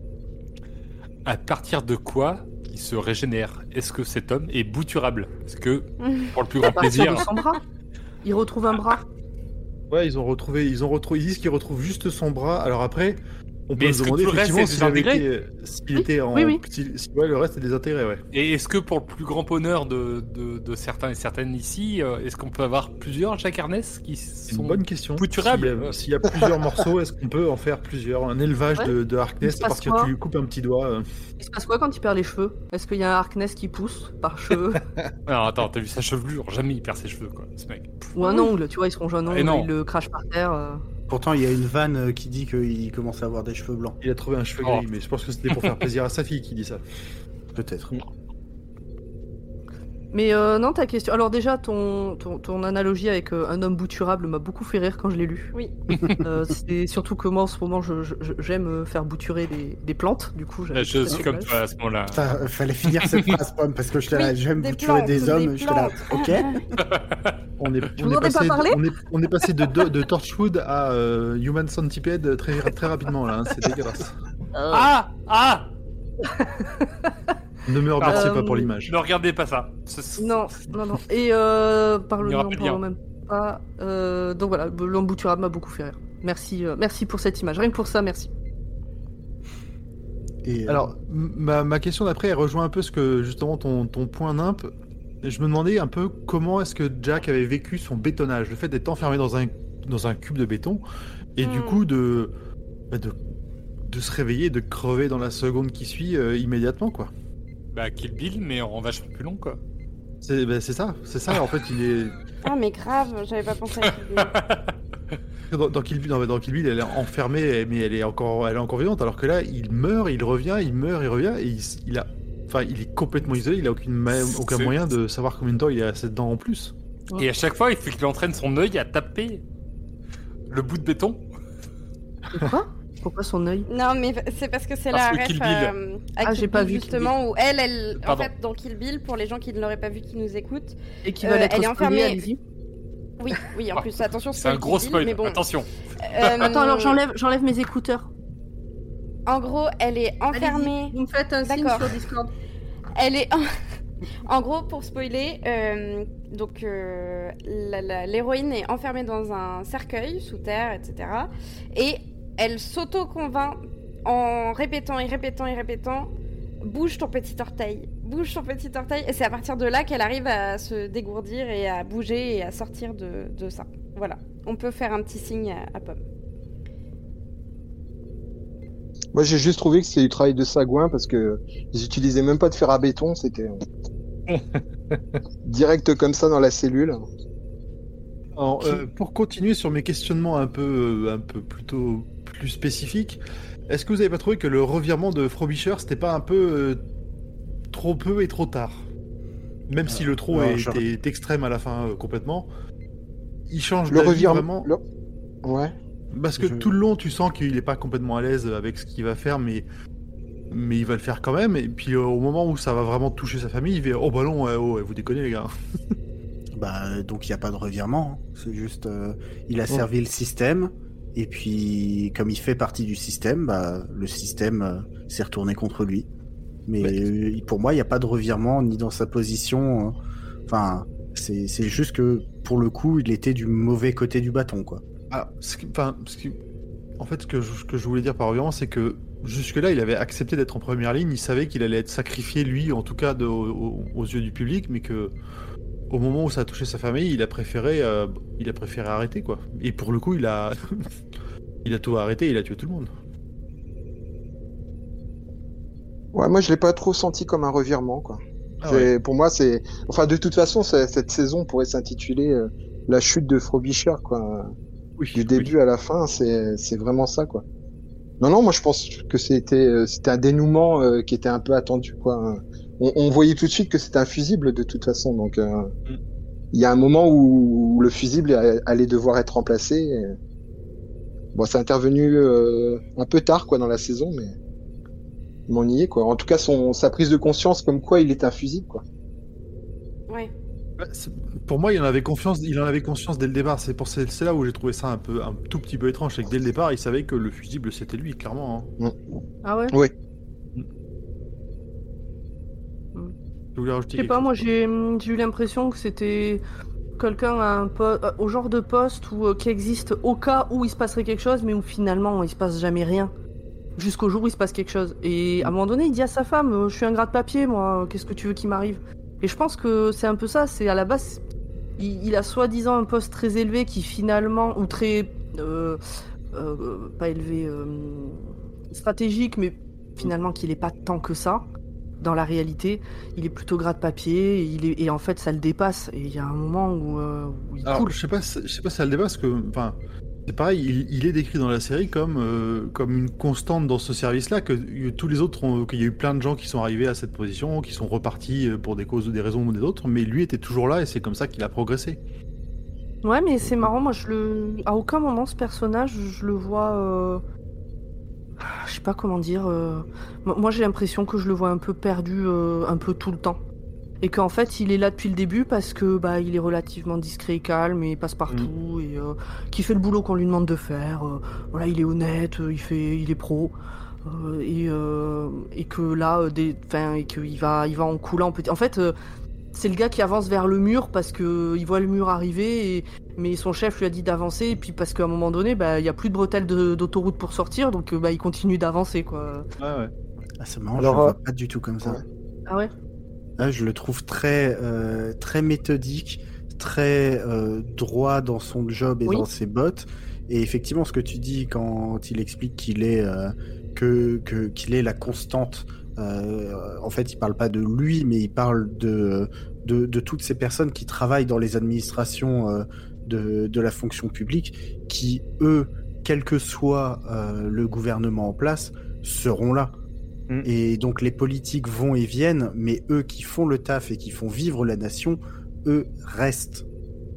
à partir de quoi il se régénère? Est-ce que cet homme est bouturable? Est-ce que, pour le plus grand À partir plaisir, de son bras. Il retrouve un bras. Ouais, ils ont retrouvé, ils ont retrouvé, ils disent qu'ils retrouvent juste son bras. Alors après, on Mais peut est-ce se que demander tout le reste effectivement est s'il avait désintégré été, s'il Oui, était en, oui, oui. si- si- ouais, le reste est désintégré, ouais. et est-ce que pour le plus grand bonheur de, de, de certains et certaines ici, euh, est-ce qu'on peut avoir plusieurs Jack Harkness qui C'est sont une bonne question. bouturables S'il y a, s'il y a plusieurs morceaux, est-ce qu'on peut en faire plusieurs? Un élevage Ouais. de, de Harkness Il se à passe partir que quoi tu lui coupes un petit doigt. euh. Il se passe quoi quand il perd les cheveux? Est-ce qu'il y a un Harkness qui pousse par cheveux? Alors attends, t'as vu sa chevelure? Jamais il perd ses cheveux, quoi, ce mec. Ou un ongle? Tu vois, il se ronge un ongle, Et non. il le crache par terre. euh. Pourtant, il y a une vanne euh, qui dit qu'il commence à avoir des cheveux blancs. Il a trouvé un cheveu Oh. gris, mais je pense que c'était pour faire plaisir à sa fille qui dit ça. Peut-être. Mais euh, non, ta question. Alors déjà, ton, ton, ton analogie avec euh, un homme bouturable m'a beaucoup fait rire quand je l'ai lu. Oui. Euh, c'est surtout que moi, en ce moment, je, je- je- j'aime euh, faire bouturer des, des plantes. Du coup, j'avais Je cette suis comme image. toi à ce moment-là. Putain, fallait finir cette phrase, Pomme, parce que j'étais là, Oui, j'aime des bouturer plantes, des des hommes. J'étais là, plantes. ok. On est, vous on est en ai pas passé, parlé on est, on est passé de, de, de Torchwood à euh, Human Centipede très, très rapidement là, hein, c'est dégueulasse. Euh, Ah Ah Ne me remerciez Euh, pas pour l'image. Ne regardez pas ça. Ce- Non, non, non. Et euh, parle Il me non, rappelle parlons bien. même pas. Euh, donc voilà, l'embouturable m'a beaucoup fait rire. Merci, euh, merci pour cette image. Rien que pour ça, merci. Et, euh, Alors, m- ma, ma question d'après, elle rejoint un peu ce que, justement, ton, ton point nimp. Je me demandais un peu comment est-ce que Jack avait vécu son bétonnage, le fait d'être enfermé dans un, dans un cube de béton, et du Hmm. coup de, bah, de, de se réveiller, de crever dans la seconde qui suit euh, immédiatement, quoi. Bah, Kill Bill, mais en vachement plus long, quoi. C'est bah, c'est ça, c'est ça, en fait, il est... Ah, mais grave, j'avais pas pensé à ça. Dans, dans Kill Bill, dans, dans Kill Bill, elle est enfermée, mais elle est encore, elle est encore vivante, alors que là, il meurt, il revient, il meurt, il revient, et il, s- il a... Enfin, il est complètement isolé, il a aucune ma- aucun C'est- moyen de savoir combien de temps il a assez dedans en plus. Et à chaque fois, il faut qu'il entraîne son œil à taper le bout de béton. Quoi Pourquoi son œil Non, mais c'est parce que c'est Parce la que Kill ref Bill. euh, à Ah, Kill j'ai pas Bill, vu Kill justement, où elle, elle, en Pardon. fait, dans Kill Bill, pour les gens qui ne l'auraient pas vu, qui nous écoutent, Et qui Euh, va l'être elle est spoilé, enfermée- allez-y. oui, oui, en Ah, plus, attention, C'est un spoil gros Kill Bill, spoil. mais bon. Attention. Euh, Attends, alors j'enlève, j'enlève mes écouteurs. En gros, elle est enfermée. Allez-y, vous me faites un signe D'accord. sur Discord. Elle est en... en gros, pour spoiler, euh, donc euh, la- la- l'héroïne est enfermée dans un cercueil sous terre, et cetera. Et elle s'auto-convainc en répétant et répétant et répétant bouge ton petit orteil, bouge ton petit orteil. Et c'est à partir de là qu'elle arrive à se dégourdir et à bouger et à sortir de, de ça. Voilà. On peut faire un petit signe à, à Pomme. Moi, j'ai juste trouvé que c'était du travail de sagouin parce que ils utilisaient même pas de fer à béton, c'était direct comme ça dans la cellule. Alors, euh, pour continuer sur mes questionnements un peu, euh, un peu plutôt plus spécifiques, est-ce que vous avez pas trouvé que le revirement de Frobisher, c'était pas un peu euh, trop peu et trop tard? Même si le trop non, est, je- est extrême à la fin euh, complètement, il change Le d'avis revirement. vraiment. le- Ouais. Parce que Je- tout le long, tu sens qu'il est pas complètement à l'aise avec ce qu'il va faire, mais mais il va le faire quand même. Et puis euh, au moment où ça va vraiment toucher sa famille, il va oh bah non, ouais, oh, ouais, vous déconnez les gars. Bah, donc il n'y a pas de revirement. hein. C'est juste, euh, il a Oh. servi le système, et puis comme il fait partie du système, bah, le système euh, s'est retourné contre lui. Mais Ouais. euh, pour moi, il n'y a pas de revirement ni dans sa position. euh, Enfin, c'est c'est juste que pour le coup, il était du mauvais côté du bâton, quoi. Ah, ce qui- enfin, ce qui- en fait, ce que, je, ce que je voulais dire par revirement, c'est que jusque-là, il avait accepté d'être en première ligne. Il savait qu'il allait être sacrifié, lui, en tout cas, de- au- aux yeux du public, mais que au moment où ça a touché sa famille, il a préféré, euh, il a préféré arrêter, quoi. Et pour le coup, il a, il a tout arrêté, il a tué tout le monde. Ouais, moi, je l'ai pas trop senti comme un revirement, quoi. Ah C'est- ouais. Pour moi, c'est. Enfin, de toute façon, c'est- cette saison pourrait s'intituler euh, La chute de Frobisher, quoi. Oui, Du début à la fin, c'est c'est vraiment ça, quoi. Non, non, moi, je pense que c'était euh, c'était un dénouement euh, qui était un peu attendu, quoi. On, on voyait tout de suite que c'était un fusible, de toute façon. Donc, euh, Mm. il y a un moment où, où le fusible a- allait devoir être remplacé. et- Bon, c'est intervenu euh, un peu tard, quoi, dans la saison, mais mais on y est, quoi. En tout cas, son sa prise de conscience comme quoi il est un fusible, quoi. Ouais. Bah, c'est- pour moi, il en avait confiance, il en avait conscience dès le départ. C'est pour c'est c'est là où j'ai trouvé ça un peu, un tout petit peu étrange, c'est que dès le départ, il savait que le fusible c'était lui, clairement. hein. Ah ouais Oui. Je voulais rajouter Je sais quelque pas, chose. moi j'ai j'ai eu l'impression que c'était quelqu'un à un po- euh, au genre de poste où, euh, qui existe au cas où il se passerait quelque chose, mais où finalement il se passe jamais rien. Jusqu'au jour où il se passe quelque chose. Et à un moment donné, il dit à sa femme euh, je suis un gratte-papier, moi, qu'est-ce que tu veux qu'il m'arrive? Et je pense que c'est un peu ça, c'est à la base, il, il a soi-disant un poste très élevé qui finalement, ou très. euh, euh, pas élevé, euh, stratégique, mais finalement qu'il est pas tant que ça. Dans la réalité, il est plutôt gratte-papier, et, il est, et en fait ça le dépasse. Et il y a un moment où, euh, où il Alors, coule. je sais pas, si- je sais pas si ça le dépasse, parce que, enfin, c'est pareil, il, il est décrit dans la série comme, euh, comme une constante dans ce service-là, que euh, tous les autres, ont- qu'il y a eu plein de gens qui sont arrivés à cette position, qui sont repartis euh, pour des causes ou des raisons ou des autres, mais lui était toujours là et c'est comme ça qu'il a progressé. Ouais, mais c'est marrant, moi je le. À aucun moment ce personnage, je le vois. euh, Je sais pas comment dire. euh, Moi moi, j'ai l'impression que je le vois un peu perdu, euh, un peu tout le temps. Et qu'en fait il est là depuis le début parce que bah il est relativement discret et calme et il passe partout et euh, qui fait le boulot qu'on lui demande de faire. euh, Voilà, il est honnête, euh, il fait, il est pro. Euh, et, euh, et que là, euh, des, enfin, et qu'il va, il va en coulant petit. En fait, euh, c'est le gars qui avance vers le mur parce que il voit le mur arriver, et, mais son chef lui a dit d'avancer, et puis parce qu'à un moment donné, bah, il y a plus de bretelles de, d'autoroute pour sortir, donc euh, bah, il continue d'avancer, quoi. Ouais, ouais. Ah, c'est marrant, Alors, je le vois euh, pas du tout comme ça. ouais. Ah ouais. Là, je le trouve très, euh, très méthodique, très euh, droit dans son job et Oui. dans ses bottes. Et effectivement, ce que tu dis quand il explique qu'il est, euh, que, que, qu'il est la constante, euh, en fait, il parle pas de lui, mais il parle de, de, de toutes ces personnes qui travaillent dans les administrations euh, de, de la fonction publique, qui, eux, quel que soit euh, le gouvernement en place, seront là. Mm. Et donc les politiques vont et viennent, mais eux qui font le taf et qui font vivre la nation, eux restent.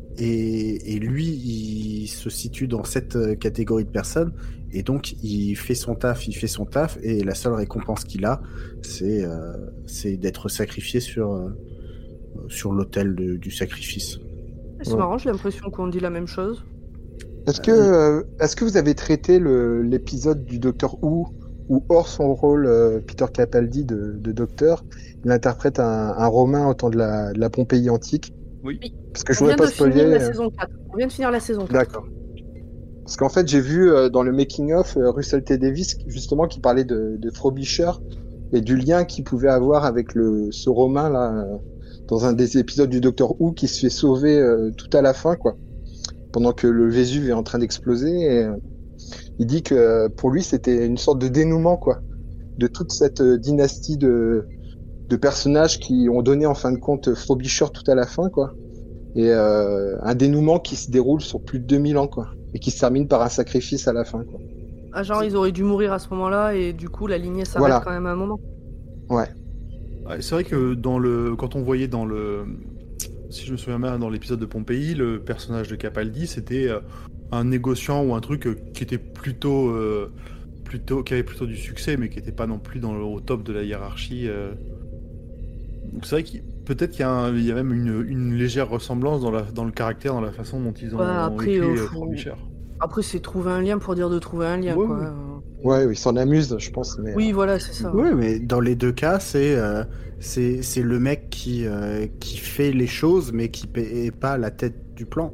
Et, et lui, il se situe dans cette euh, catégorie de personnes, et donc il fait son taf, il fait son taf, et la seule récompense qu'il a, c'est euh, c'est d'être sacrifié sur, euh, sur l'autel de- du sacrifice. C'est Ouais. marrant, j'ai l'impression qu'on dit la même chose. Est-ce que, euh, est-ce que vous avez traité le, l'épisode du Docteur Who où, hors son rôle, euh, Peter Capaldi de, de Docteur, il interprète un, un Romain au temps de la, de la Pompéi antique? Oui. Parce que je On vient voudrais de pas spoiler. finir la euh, saison quatre. On vient de finir la saison quatre. D'accord. Parce qu'en fait, j'ai vu euh, dans le making-of euh, Russell T. Davis, justement, qui parlait de, de Frobisher et du lien qu'il pouvait avoir avec le, ce Romain, là, euh, dans un des épisodes du Docteur Who, qui se fait sauver euh, tout à la fin, quoi, pendant que le Vésuve est en train d'exploser. Et, euh, il dit que euh, pour lui, c'était une sorte de dénouement, quoi, de toute cette euh, dynastie de, de personnages qui ont donné, en fin de compte, Frobisher tout à la fin, quoi. Et euh, un dénouement qui se déroule sur plus de deux mille ans, quoi. Et qui se termine par un sacrifice à la fin, quoi. Ah, genre, ils auraient dû mourir à ce moment-là, et du coup, la lignée s'arrête Voilà. quand même à un moment. Ouais. Ouais, c'est vrai que dans le, quand on voyait dans le, si je me souviens bien, dans l'épisode de Pompéi, le personnage de Capaldi, c'était euh, un négociant ou un truc euh, qui était plutôt, euh, plutôt, qui avait plutôt du succès, mais qui n'était pas non plus dans le, au top de la hiérarchie. euh. Donc c'est vrai qu'il peut-être qu'il y a, un- il y a même une, une légère ressemblance dans, la, dans le caractère, dans la façon dont ils ont Ouais, après, écrit euh, euh, faut- Frobisher. Après, c'est trouver un lien pour dire de trouver un lien, Ouais, quoi. ouais. Euh, Ouais, oui, il s'en amuse, je pense. Mais, Oui, voilà, c'est ça. Oui, mais dans les deux cas, c'est euh, c'est c'est le mec qui, euh, qui fait les choses, mais qui n'est pas la tête du plan.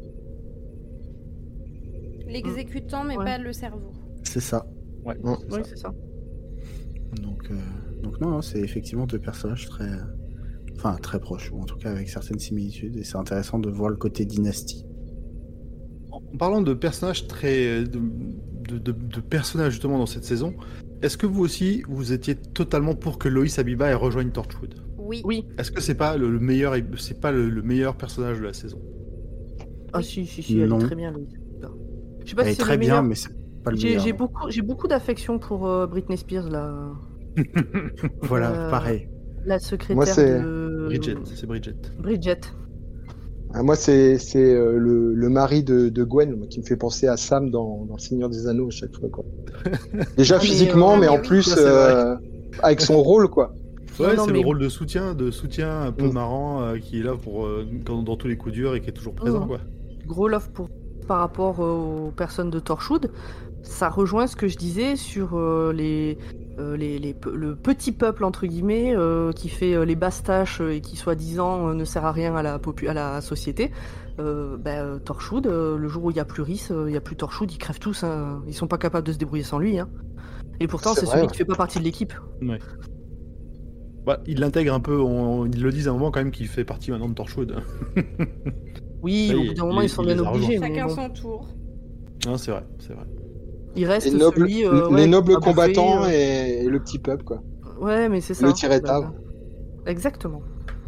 L'exécutant, mais Ouais. pas le cerveau. C'est ça. Ouais, Mm. c'est Oui, ça. c'est ça. Donc, euh, donc non, non, c'est effectivement deux personnages très, enfin très proches, ou en tout cas avec certaines similitudes, et c'est intéressant de voir le côté dynastie. En parlant de personnages très, de, de, de- de personnages justement dans cette saison, est-ce que vous aussi vous étiez totalement pour que Loïs Abiba elle rejoigne Torchwood? Oui. Oui. Est-ce que c'est pas le, le meilleur, c'est pas le, le meilleur personnage de la saison? Ah, si, si, si, elle Non. est très bien, Louise. Je sais pas Elle si est c'est très le bien, meilleur. mais c'est pas le J'ai meilleur. j'ai non. beaucoup, j'ai beaucoup d'affection pour euh, Britney Spears, la, Voilà, Euh, pareil. la secrétaire Moi, c'est de... Bridget, c'est Bridget. Bridget. Ah, moi, c'est c'est euh, le, le mari de, de Gwen moi, qui me fait penser à Sam dans, dans Le Seigneur des Anneaux à chaque fois, quoi. Déjà Ah, mais, physiquement, euh, mais ah, en mais oui. plus Ça, c'est euh, avec son rôle, quoi. Ouais, Non, non, c'est mais- le rôle de soutien, de soutien un peu Mm. marrant euh, qui est là pour euh, quand- dans tous les coups durs et qui est toujours présent, Mhm. quoi. Gros love pour par rapport euh, aux personnes de Torchwood. Ça rejoint ce que je disais sur euh, les, euh, les, les pe- le petit peuple entre guillemets euh, qui fait euh, les basses tâches euh, et qui soi-disant euh, ne sert à rien à la, popu- à la société. Euh, ben, euh, Torchwood, euh, le jour où il y a plus Rhys, euh, il y a plus Torchwood, ils crèvent tous. Hein. Ils sont pas capables de se débrouiller sans lui. Hein. Et pourtant, C'est c'est vrai, celui ouais. qui fait pas partie de l'équipe. Bah, il l'intègre un peu, on- ils le disent à un moment quand même qu'il fait partie maintenant de Torchwood. Oui, Ça y au est, bout d'un moment, il- ils sont il bien les a obligés. Mais Chacun bon. son tour. Non, c'est vrai, c'est vrai. Il reste Les nobles, celui, euh, les ouais, nobles qui va bouffer, combattants euh, et, et le petit peuple, quoi. Ouais, mais c'est ça. Le tiré Bah, table. Exactement.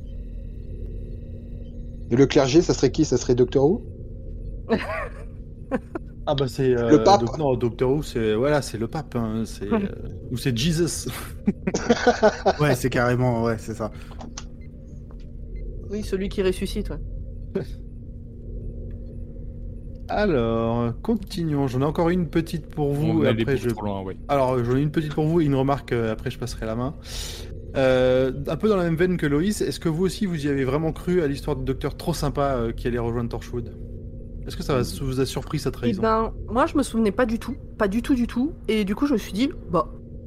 Et le clergé, ça serait qui? Ça serait Doctor Who? Ah bah c'est euh, Le pape. Doc- non, Doctor Who, c'est voilà, c'est le pape, hein, c'est euh, ou c'est Jesus. Ouais, c'est carrément, ouais, c'est ça. Oui, celui qui ressuscite. Ouais. Alors, continuons. J'en ai encore une petite pour vous. On et allait après, beaucoup je. trop loin, ouais. Alors, j'en ai une petite pour vous et une remarque. euh, Après, je passerai la main. Euh, un peu dans la même veine que Loïs, est-ce que vous aussi vous y avez vraiment cru à l'histoire de docteur trop sympa euh, qui allait rejoindre Torchwood? Est-ce que ça va- vous a surpris sa Et trahison? ben, moi, je me souvenais pas du tout, pas du tout, du tout. Et du coup, je me suis dit, bah,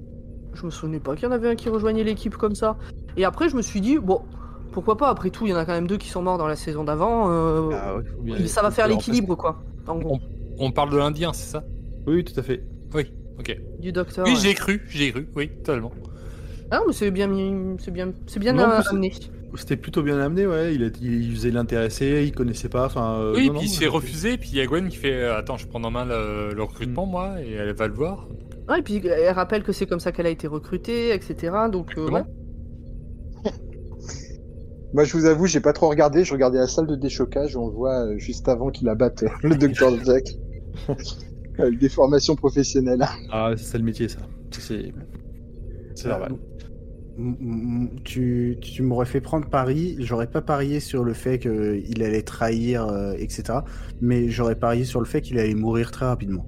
Je me souvenais pas qu'il y en avait un qui rejoignait l'équipe comme ça. Et après, je me suis dit, bon, pourquoi pas, après tout, il y en a quand même deux qui sont morts dans la saison d'avant. euh, Ah ouais, faut bien- ça va faut faire le l'équilibre, quoi. En gros, On parle de l'Indien, c'est ça? Oui, tout à fait. Oui, ok. du docteur. Oui, ouais. j'ai cru, j'ai cru, oui, totalement. Ah non, mais c'est bien mis, c'est bien, c'est bien Non, en euh, plus, amené. C'était plutôt bien amené, ouais. Il, a- il faisait l'intéressé, il connaissait pas. Enfin, euh, oui, non, puis non, il se fait c'était- refuser, puis il y a Gwen qui fait euh, attends, je prends en main le, le recrutement, Mm. moi, et elle va le voir. Ouais, et puis elle rappelle que c'est comme ça qu'elle a été recrutée, et cetera. Donc, euh, Comment ouais. Moi, je vous avoue, j'ai pas trop regardé. Je regardais la salle de déchocage. On le voit euh, juste avant qu'il abatte euh, le docteur Jack. Euh, Des formations professionnelles. Ah, c'est ça le métier, ça. C'est. C'est normal. M- m- Tu, tu m'aurais fait prendre pari, j'aurais pas parié sur le fait qu'il allait trahir, euh, et cetera. Mais j'aurais parié sur le fait qu'il allait mourir très rapidement.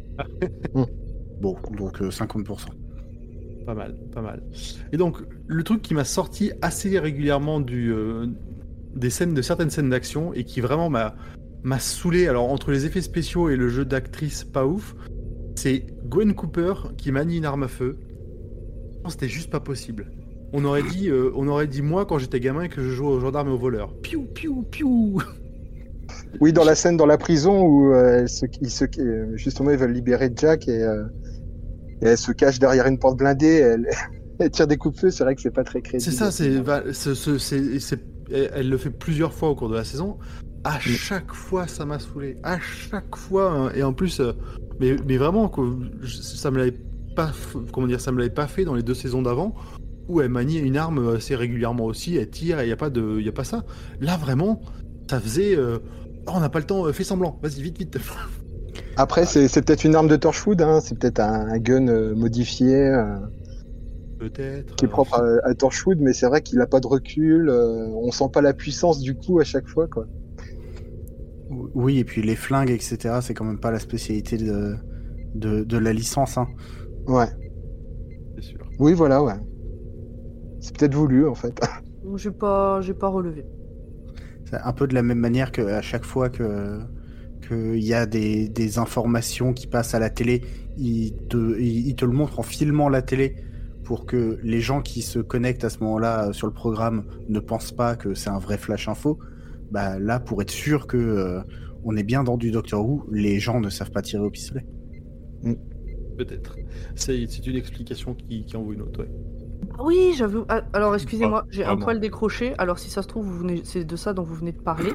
Bon, donc euh, cinquante pour cent. Pas mal, pas mal. Et donc, le truc qui m'a sorti assez régulièrement du, euh, des scènes, de certaines scènes d'action et qui vraiment m'a m'a saoulé, alors entre les effets spéciaux et le jeu d'actrice pas ouf, c'est Gwen Cooper qui manie une arme à feu. Non, c'était juste pas possible. On aurait dit, euh, on aurait dit moi quand j'étais gamin que je jouais aux gendarmes et aux voleurs. Piou, piou, piou. Oui, dans la scène dans la prison où euh, elle se, ils se, euh, justement ils veulent libérer Jack et, euh, et elle se cache derrière une porte blindée. Elle, elle tire des coups de feu. C'est vrai que c'est pas très crédible. C'est ça, c'est, va- ce- ce- c'est- c'est- elle elle le fait plusieurs fois au cours de la saison. À chaque fois, ça m'a saoulé. À chaque fois, hein. Et en plus, euh, mais, mais vraiment, quoi, je- ça me l'avait pas, f- comment dire, ça me l'avait pas fait dans les deux saisons d'avant, où elle manie une arme assez régulièrement aussi, elle tire, et y a pas de, y a pas ça. Là, vraiment, ça faisait, euh, oh, on n'a pas le temps, euh, fais semblant, vas-y, vite, vite. Après, c'est, c'est peut-être une arme de Torchwood. Hein. C'est peut-être un, un gun euh, modifié euh, Peut-être. qui est propre à, à Torchwood, mais c'est vrai qu'il a pas de recul. Euh, on sent pas la puissance du coup à chaque fois, quoi. Oui, et puis les flingues, et cetera, c'est quand même pas la spécialité de, de, de la licence. Hein. Ouais. C'est sûr. Oui, voilà, ouais. C'est peut-être voulu en fait. Donc, j'ai pas, j'ai pas relevé. C'est un peu de la même manière qu'à chaque fois que qu'il y a des, des informations qui passent à la télé, ils te, ils, ils te le montrent en filmant la télé pour que les gens qui se connectent à ce moment-là euh, sur le programme ne pensent pas que c'est un vrai flash info. Bah là, pour être sûr que euh, on est bien dans du Doctor Who, les gens ne savent pas tirer au pistolet. Peut-être. C'est, c'est une explication qui, qui en vaut une autre, ouais. Ah oui, j'avoue. Ah, alors, excusez-moi, Ah, j'ai un vraiment. poil décroché. Alors, si ça se trouve, vous venez... c'est de ça dont vous venez de parler.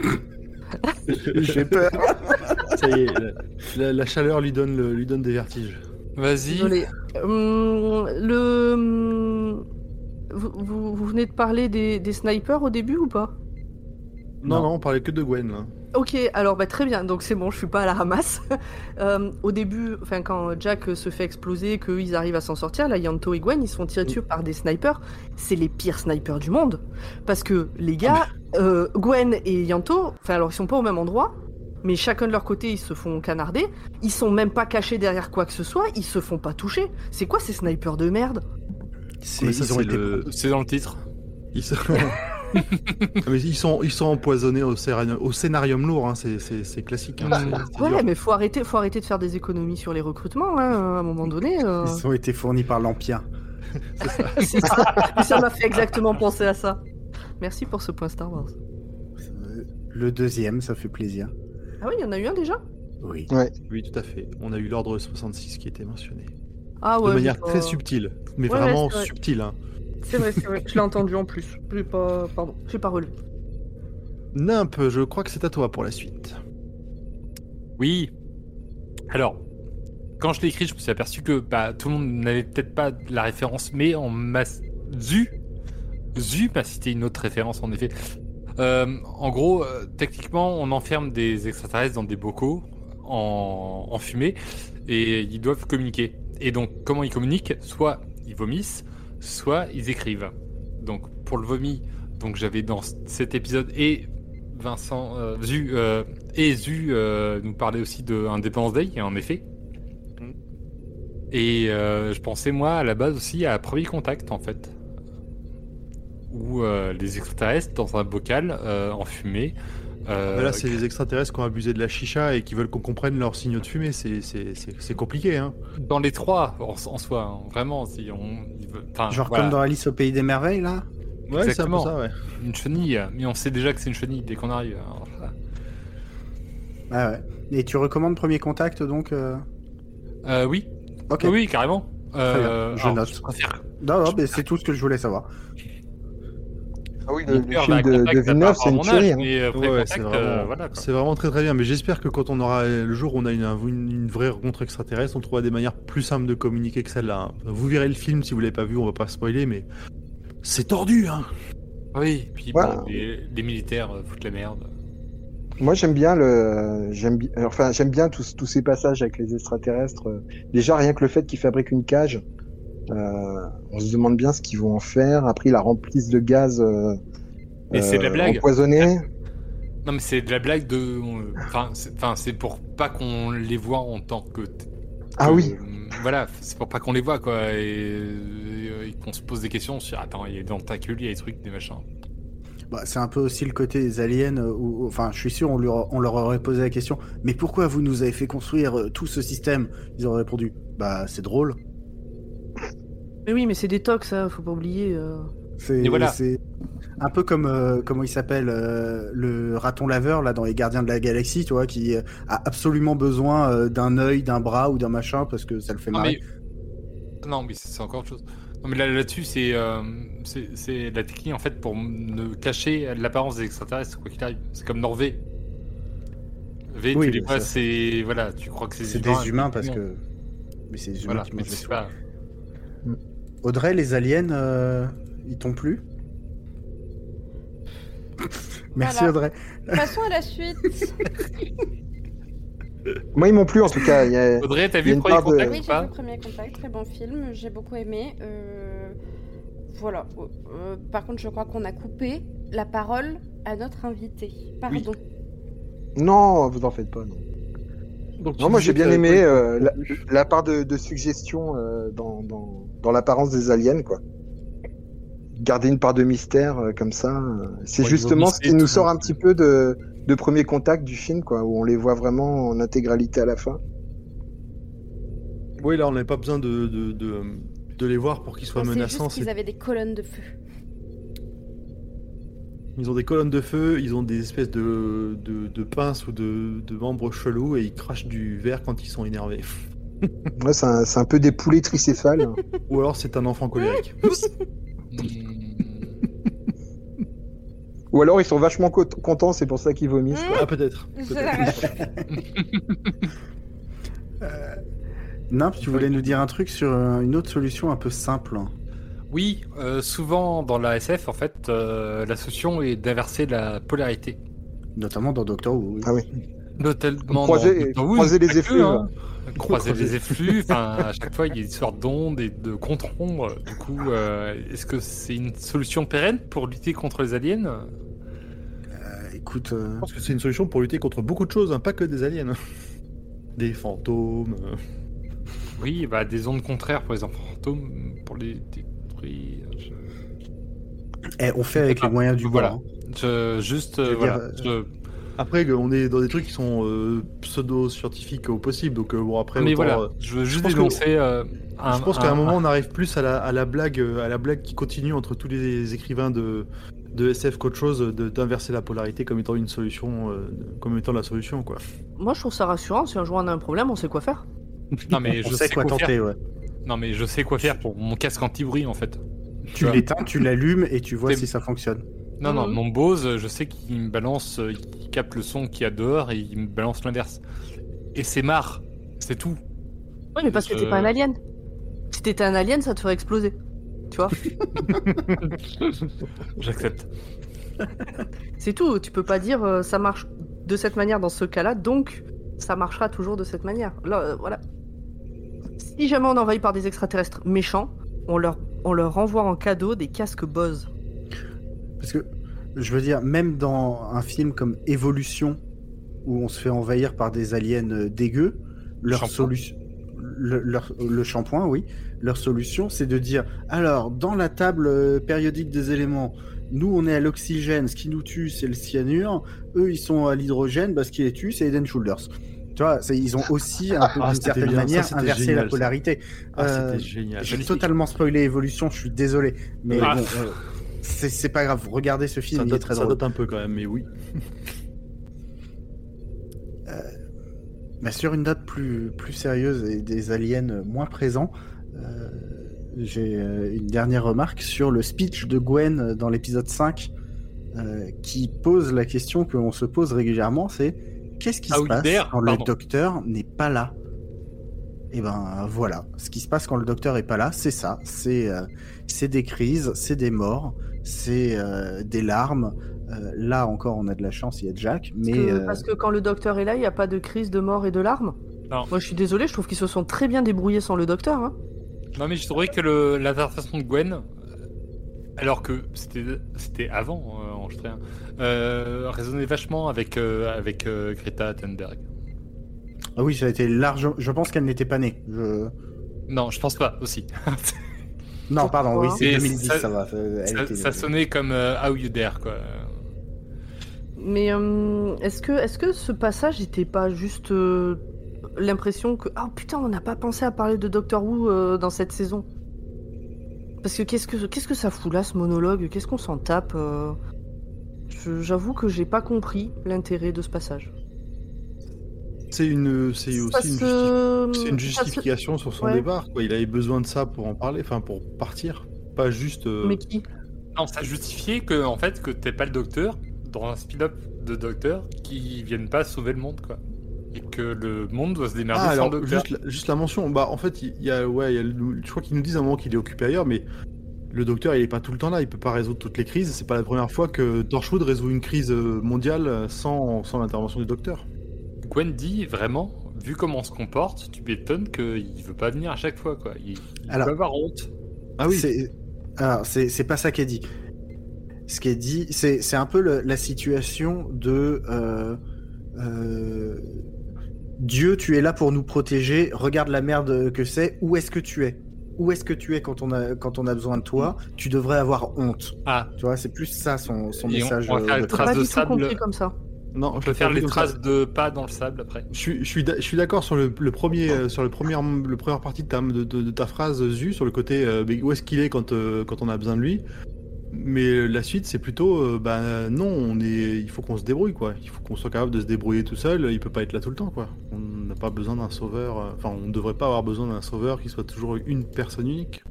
J'ai peur. Ça y est, la, la- la chaleur lui donne, le- lui donne des vertiges. Vas-y. Désolé. Hum, le. hum, Vous, vous, vous venez de parler des, des snipers au début ou pas? Non, Non. non, on parlait que de Gwen, là. Ok, alors bah, très bien, donc c'est bon, je suis pas à la ramasse. Euh, au début, enfin quand Jack se fait exploser, qu'ils arrivent à s'en sortir, là Yanto et Gwen ils se font tirer dessus par des snipers. C'est les pires snipers du monde. Parce que les gars, euh, Gwen et Yanto, enfin alors ils sont pas au même endroit, mais chacun de leur côté ils se font canarder. Ils sont même pas cachés derrière quoi que ce soit, ils se font pas toucher. C'est quoi ces snipers de merde? C'est- Mais ça, ils ont c'est été le- C'est dans le titre. Ils sont... Mais ils sont, ils sont empoisonnés au, scénarium, au scénarium lourd, hein. c'est, c'est, c'est classique. Hein. Bah, C'est- c'est Ouais, dur. mais faut arrêter, faut arrêter de faire des économies sur les recrutements, hein, à un moment donné. euh. Ils ont été fournis par l'Empire. C'est ça. Mais ça m'a fait exactement penser à ça. Merci pour ce point Star Wars. Euh, Le deuxième, ça fait plaisir. Ah oui, il y en a eu un déjà? Oui. Oui, tout à fait. On a eu l'ordre soixante-six qui était mentionné. Ah ouais. de manière j'ai pas- très subtile, mais Ouais, vraiment ouais, c'est vrai. subtile. Hein. C'est vrai, c'est vrai. Je l'ai entendu en plus. J'ai pas, pardon, j'ai pas relevé. Nimp, je crois que c'est à toi pour la suite. Oui. Alors, quand je l'ai écrit, je me suis aperçu que bah, tout le monde n'avait peut-être pas la référence, mais on m'a Zu, Zu m'a cité une autre référence en effet. Euh, en gros, euh, techniquement, on enferme des extraterrestres dans des bocaux en, en fumée et ils doivent communiquer. Et donc, comment ils communiquent? Soit ils vomissent, soit ils écrivent. Donc, pour le vomi, donc j'avais dans cet épisode et Vincent euh, Zu euh, et Zu euh, nous parlait aussi de Independence Day, en effet. Et euh, je pensais moi à la base aussi à Premier Contact en fait, où euh, les extraterrestres dans un bocal euh, en fumée Euh, Mais là, c'est les extraterrestres qui ont abusé de la chicha et qui veulent qu'on comprenne leurs signaux de fumée. C'est, c'est, c'est, c'est compliqué, hein. Dans les trois, en, en soi, hein, vraiment, si on... ils veulent- enfin, Genre voilà, comme dans Alice au Pays des Merveilles, là. Ouais, Exactement. c'est un peu ça, ouais. une chenille, mais on sait déjà que c'est une chenille dès qu'on arrive. Alors, voilà. Ah ouais. Et tu recommandes Premier Contact, donc euh... Euh, oui, Ok. oui, oui, carrément. Euh, je alors, note. je préfère. Non, non, mais c'est tout ce que je voulais savoir. Ah oui, Mon le, le père film va de, contact de par Villeneuve, rapport c'est à une mon âge, tuerie. Hein. mais euh, Premier Ouais, Contact, c'est euh, vraiment, voilà, quoi. c'est vraiment très très bien. Mais j'espère que quand on aura le jour où on a une, une, une vraie rencontre extraterrestre, on trouvera des manières plus simples de communiquer que celle-là, hein. Vous verrez le film si vous l'avez pas vu, on va pas spoiler, mais c'est tordu, hein. Oui, puis Voilà. bon, les, les militaires euh, foutent la merde. Moi, j'aime bien le, j'aime bien, enfin, j'aime bien tous, tous ces passages avec les extraterrestres. Déjà, rien que le fait qu'ils fabriquent une cage, euh, on se demande bien ce qu'ils vont en faire. Après, ils la remplissent de gaz euh, Mais c'est de la blague. empoisonné. Non, mais c'est de la blague de. Enfin, c'est, enfin, c'est pour pas qu'on les voit en tant que. Ah que- oui. Voilà, c'est pour pas qu'on les voit, quoi. Et, et qu'on se pose des questions sur. Attends, il y a des tentacules, il y a des trucs, des machins. Bah, c'est un peu aussi le côté des aliens euh, où, enfin, je suis sûr, on leur, on leur aurait posé la question, mais pourquoi vous nous avez fait construire euh, tout ce système? Ils auraient répondu, bah, c'est drôle. Mais oui, mais c'est des tocs, ça, faut pas oublier. euh. C'est, Et voilà. c'est un peu comme, euh, comment il s'appelle, euh, le raton laveur, là, dans les Gardiens de la Galaxie, tu vois, qui euh, a absolument besoin euh, d'un œil, d'un bras ou d'un machin parce que ça le fait Non, marrer. mais. Non, mais c'est c'est encore autre chose. Non, mais là, là-dessus, c'est, euh, c'est, c'est la technique, en fait, pour ne cacher l'apparence des extraterrestres, quoi qu'il arrive. C'est comme dans V. V, Oui, tu les mais vois, ça- c'est. Voilà, tu crois que c'est, C'est des humains parce effectivement. que. Mais c'est des humains Voilà, qui mais mangent les c'est souris. pas. Audrey, les aliens, euh, ils t'ont plu? Merci Voilà. Audrey. Passons à la suite. Moi, ils m'ont plu en tout cas. Il y a- Audrey, t'as Il y vu a le une premier part de- contact Oui, ou j'ai pas vu Premier Contact, très bon film, j'ai beaucoup aimé. Euh, Voilà. Euh, par contre, je crois qu'on a coupé la parole à notre invité. Pardon. Non, vous en faites pas. Non, Donc, tu non moi disais j'ai bien que- aimé euh, la, la part de, de suggestion euh, dans, dans, dans l'apparence des aliens, quoi. Garder une part de mystère euh, comme ça, euh, c'est Ouais, justement ils ce qui vont nous mister sort tout. un petit peu de, de Premier Contact du film, quoi, où on les voit vraiment en intégralité à la fin. Oui, là, on n'avait pas besoin de, de, de, de les voir pour qu'ils soient On sait menaçants. juste qu'ils c'est- avaient des colonnes de feu. Ils ont des colonnes de feu, ils ont des espèces de, de, de pinces ou de, de membres chelous et ils crachent du verre quand ils sont énervés. Ouais, c'est un, c'est un peu des poulets tricéphales. Ou alors c'est un enfant colérique. Hmm. Ou alors ils sont vachement co- contents, c'est pour ça qu'ils vomissent. quoi. Ah, peut-être. Je peut-être. l'arrête. Nimp, tu voulais nous dire un truc sur euh, une autre solution un peu simple. Oui, euh, souvent dans la S F, en fait, euh, la solution est d'inverser la polarité. Notamment dans Doctor Who. oui. Ah oui. Notamment Croiser- dans Doctor Who, croiser mais les pas effluves. que, hein. Croiser Croiser. les effluves, enfin, à chaque fois, il y a une sorte d'onde et de contre-ombre. Du coup, euh, est-ce que c'est une solution pérenne pour lutter contre les aliens? Euh, écoute, euh, Je pense que c'est une solution pour lutter contre beaucoup de choses, hein, pas que des aliens. Des fantômes. euh. Oui, bah, des ondes contraires pour les enfants fantômes, pour les détruire. Je... eh, on fait avec Ah, les moyens du bord. voilà. hein. Je, juste, Je euh, veux voilà. dire, je- Après, que on est dans des trucs qui sont euh, pseudo-scientifiques au possible, donc euh, bon, après, Mais autant, voilà, euh, je veux juste pense que- dénoncer. euh, un- je pense qu'à un un- moment, on arrive plus à la, à la blague, euh, à la blague qui continue entre tous les écrivains de, de S F qu'autre chose, de- d'inverser la polarité comme étant une solution, euh, comme étant la solution, quoi. Moi, je trouve ça rassurant. Si un jour on a un problème, on sait quoi faire. Non, mais On je sait sais quoi quoi tenter, faire. ouais. Non, mais je sais quoi faire pour mon casque anti-bruit en fait. Tu vois. l'éteins, tu l'allumes et tu vois C'est- si ça fonctionne. Non, non, Mhm. mon Bose, je sais qu'il me balance, euh, il capte le son qu'il y a dehors et il me balance l'inverse. Et c'est marre, c'est tout. Oui, mais parce que Je- t'es pas un alien. Si t'étais un alien, ça te ferait exploser. Tu vois. J'accepte. C'est tout. Tu peux pas dire euh, ça marche de cette manière dans ce cas-là, donc ça marchera toujours de cette manière. Là, euh, voilà. Si jamais on est envahi par des extraterrestres méchants, on leur, on leur envoie en cadeau des casques Bose. Parce que, je veux dire, même dans un film comme Évolution, où on se fait envahir par des aliens euh, dégueux, leur Shampoing. solution. Le, leur- le shampoing, oui. Leur solution, c'est de dire alors, dans la table euh, périodique des éléments, nous on est à l'oxygène, ce qui nous tue c'est le cyanure, eux ils sont à l'hydrogène, bah, ce qui les tue c'est Eden Shoulders. Tu vois, c'est, ils ont aussi un peu Ah, d'une c'était certaine bien, manière ça, c'était inversé génial, la ça. polarité. Ah, Euh, c'était génial. J'ai Magnifique. totalement spoilé Evolution, je suis désolé, mais Ah. bon, euh, c'est, c'est pas grave. Regardez ce film, Ça il est date, très ça drôle. date un peu quand même, mais oui. Bah, sur une note plus, plus sérieuse et des aliens moins présents, euh, j'ai euh, une dernière remarque sur le speech de Gwen dans l'épisode cinq euh, qui pose la question que l'on se pose régulièrement, c'est qu'est-ce qui Ah se oui, passe d'ailleurs, quand pardon. le docteur n'est pas là? Et ben voilà, ce qui se passe quand le docteur est pas là, c'est ça, c'est euh, c'est des crises, c'est des morts, c'est euh, des larmes. Euh, là encore, on a de la chance, il y a Jack, Parce, mais que, euh, parce que quand le docteur est là, il n'y a pas de crise de mort et de larmes. Non. Moi, je suis désolée, je trouve qu'ils se sont très bien débrouillés sans le docteur. Hein. Non, mais je trouvais que le- l'interprétation de Gwen, euh, alors que c'était c'était avant euh, enregistré, hein, euh, résonnait vachement avec, euh, avec euh, Greta Thunberg. ah oui, ça a été large. Je pense qu'elle n'était pas née. Je... Non, je pense pas aussi. Non, pardon, oui, c'est Et deux mille dix, ça- ça, va. Elle ça, était- ça sonnait comme euh, How You Dare, quoi. Mais euh, est-ce que, est-ce que ce passage n'était pas juste euh, l'impression que oh putain, on n'a pas pensé à parler de Doctor Who euh, dans cette saison? Parce que qu'est-ce que qu'est-ce que ça fout là, ce monologue? Qu'est-ce qu'on s'en tape euh Je- J'avoue que j'ai pas compris l'intérêt de ce passage. C'est une, c'est Ça aussi une, se- justi- c'est une ça se- justification sur son Ouais. départ. Quoi. Il avait besoin de ça pour en parler, enfin pour partir, pas juste. euh, Mais qui? Non, ça justifiait que, en fait, que t'es pas le docteur dans un spin-off de docteur qui vienne pas sauver le monde, quoi. Et que le monde doit se démerder Ah sans alors le docteur. juste la, juste la mention. Bah en fait il y a ouais, il y a le- je crois qu'ils nous disent à un moment qu'il est occupé ailleurs, mais le docteur il est pas tout le temps là. Il peut pas résoudre toutes les crises. C'est pas la première fois que Torchwood résout une crise euh, mondiale sans, sans l'intervention du docteur. Gwen dit vraiment, vu comment on se comporte, tu m'étonnes qu'il veut pas venir à chaque fois, quoi. Il, il Alors- peut avoir honte. Ah oui. C'est... Alors, c'est, c'est pas ça qu'elle dit. Ce qu'elle dit, c'est, c'est un peu le- la situation de euh, euh, Dieu, tu es là pour nous protéger. Regarde la merde que c'est. Où est-ce que tu es? Où est-ce que tu es quand on a quand on a besoin de toi? Tu devrais avoir honte. Ah, Tu vois, c'est plus ça son, son Et on- message. on va faire euh, le de- J'ai traces pas de du tout sable. compris comme ça. Non, on je peut faire pas les comme ça. traces de pas dans le sable après. Je suis, je suis, d'a- je suis d'accord sur le, le premier, euh, sur le premier, le première partie de ta, de, de- de ta phrase, Zu, sur le côté euh, mais où est-ce qu'il est quand, euh, quand on a besoin de lui. Mais la suite, c'est plutôt, euh, bah non, on est, il faut qu'on se débrouille quoi. Il faut qu'on soit capable de se débrouiller tout seul. Il peut pas être là tout le temps quoi. On n'a pas besoin d'un sauveur. euh, Enfin, on ne devrait pas avoir besoin d'un sauveur qui soit toujours une personne unique.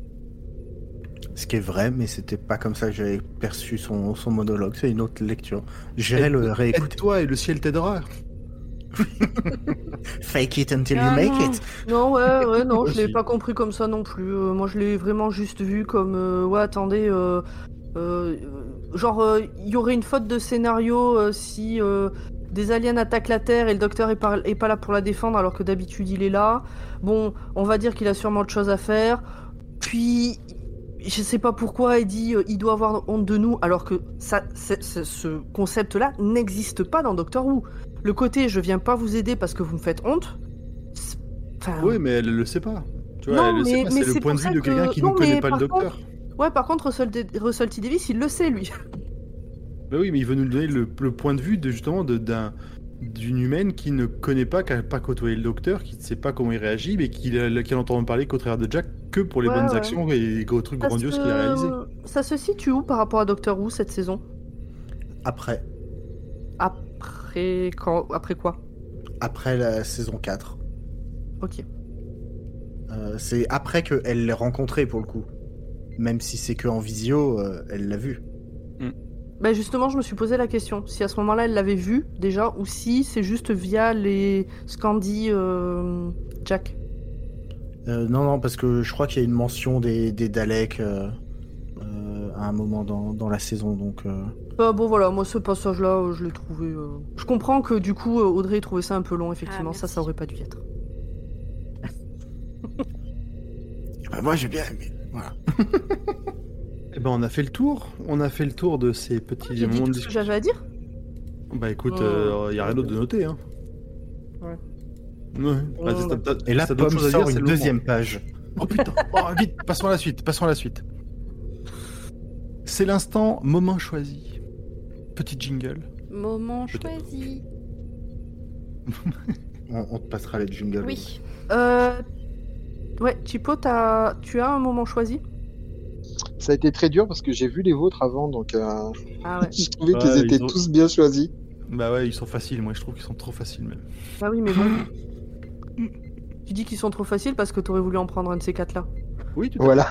Ce qui est vrai, mais c'était pas comme ça que j'avais perçu son, son monologue. C'est une autre lecture. J'irai le réécouter. Aide-toi et le ciel t'aidera. Fake it until Ah, you make non. it. Non, ouais, ouais, non, je l'ai Aussi. pas compris comme ça non plus. Euh, moi, je l'ai vraiment juste vu comme, euh, ouais, attendez, euh, euh, genre, euh, il y aurait une faute de scénario euh, si euh, des aliens attaquent la Terre et le docteur est pas, est pas là pour la défendre alors que d'habitude il est là. Bon, on va dire qu'il a sûrement autre chose à faire. Puis, je sais pas pourquoi il dit euh, il doit avoir honte de nous alors que ça, c'est- c'est- ce concept-là n'existe pas dans Doctor Who. Le côté je viens pas vous aider parce que vous me faites honte. c'est- Enfin, Oui, mais elle le sait pas. Tu vois, Non, elle le mais- sait pas. mais C'est c'est le point de pour vue ça de quelqu'un que- qui non, ne connaît mais pas le par docteur. Ouais, par contre, Russell, D- Russell T. Davies, il le sait, lui. Bah oui, mais il veut nous donner le, le point de vue de justement de- d'un d'une humaine qui ne connaît pas, qui n'a pas côtoyé le docteur, qui ne sait pas comment il réagit, mais qui, a- qui a entendu parler qu'au travers de Jack que pour les Ouais, bonnes ouais. actions et les gros trucs Ça grandioses se- qu'il a réalisés. Ça se situe où par rapport à Doctor Who cette saison? Après. Après quand... Après quoi? Après la saison quatre. Ok. Euh, c'est après qu'elle l'ait rencontré pour le coup. Même si c'est que en visio, euh, elle l'a vu. Bah justement, je me suis posé la question. Si à ce moment-là, elle l'avait vu déjà, ou si c'est juste via les Scandi euh, Jack. Euh, non, non, parce que je crois qu'il y a une mention des, des Daleks euh, euh, à un moment dans, dans la saison. Donc, euh, Bah bon voilà, moi ce passage-là, euh, je l'ai trouvé... euh, Je comprends que du coup, euh, Audrey trouvait ça un peu long, effectivement. Ah, ça, merci. ça aurait pas dû y être. bah, moi j'ai bien aimé. Voilà. Eh ben, on a fait le tour. On a fait le tour de ces petits J'ai dit moments tout de ce que j'avais à dire. Bah écoute, Oh. il y a rien d'autre de noter. Hein. Ouais. Ouais. Oh, Bah, t'as- t'as- Et là, t'as Pomme d'autres choses à sort dire, c'est une le moment. deuxième page. Oh putain. Oh, vite, passons à la suite. Passons à la suite. C'est l'instant moment choisi. Petit jingle. Moment Peut-être. choisi. On, on te passera les jingles. Oui. Euh... Ouais, Chipo, t'as... tu as un moment choisi? Ça a été très dur parce que j'ai vu les vôtres avant, donc euh, Ah ouais. je trouvais Ouais, qu'ils étaient ils ont- tous bien choisis. Bah ouais, ils sont faciles, moi je trouve qu'ils sont trop faciles même. Ah oui, mais bon. Tu dis qu'ils sont trop faciles parce que t'aurais voulu en prendre un de ces quatre-là. Oui, tout à Voilà.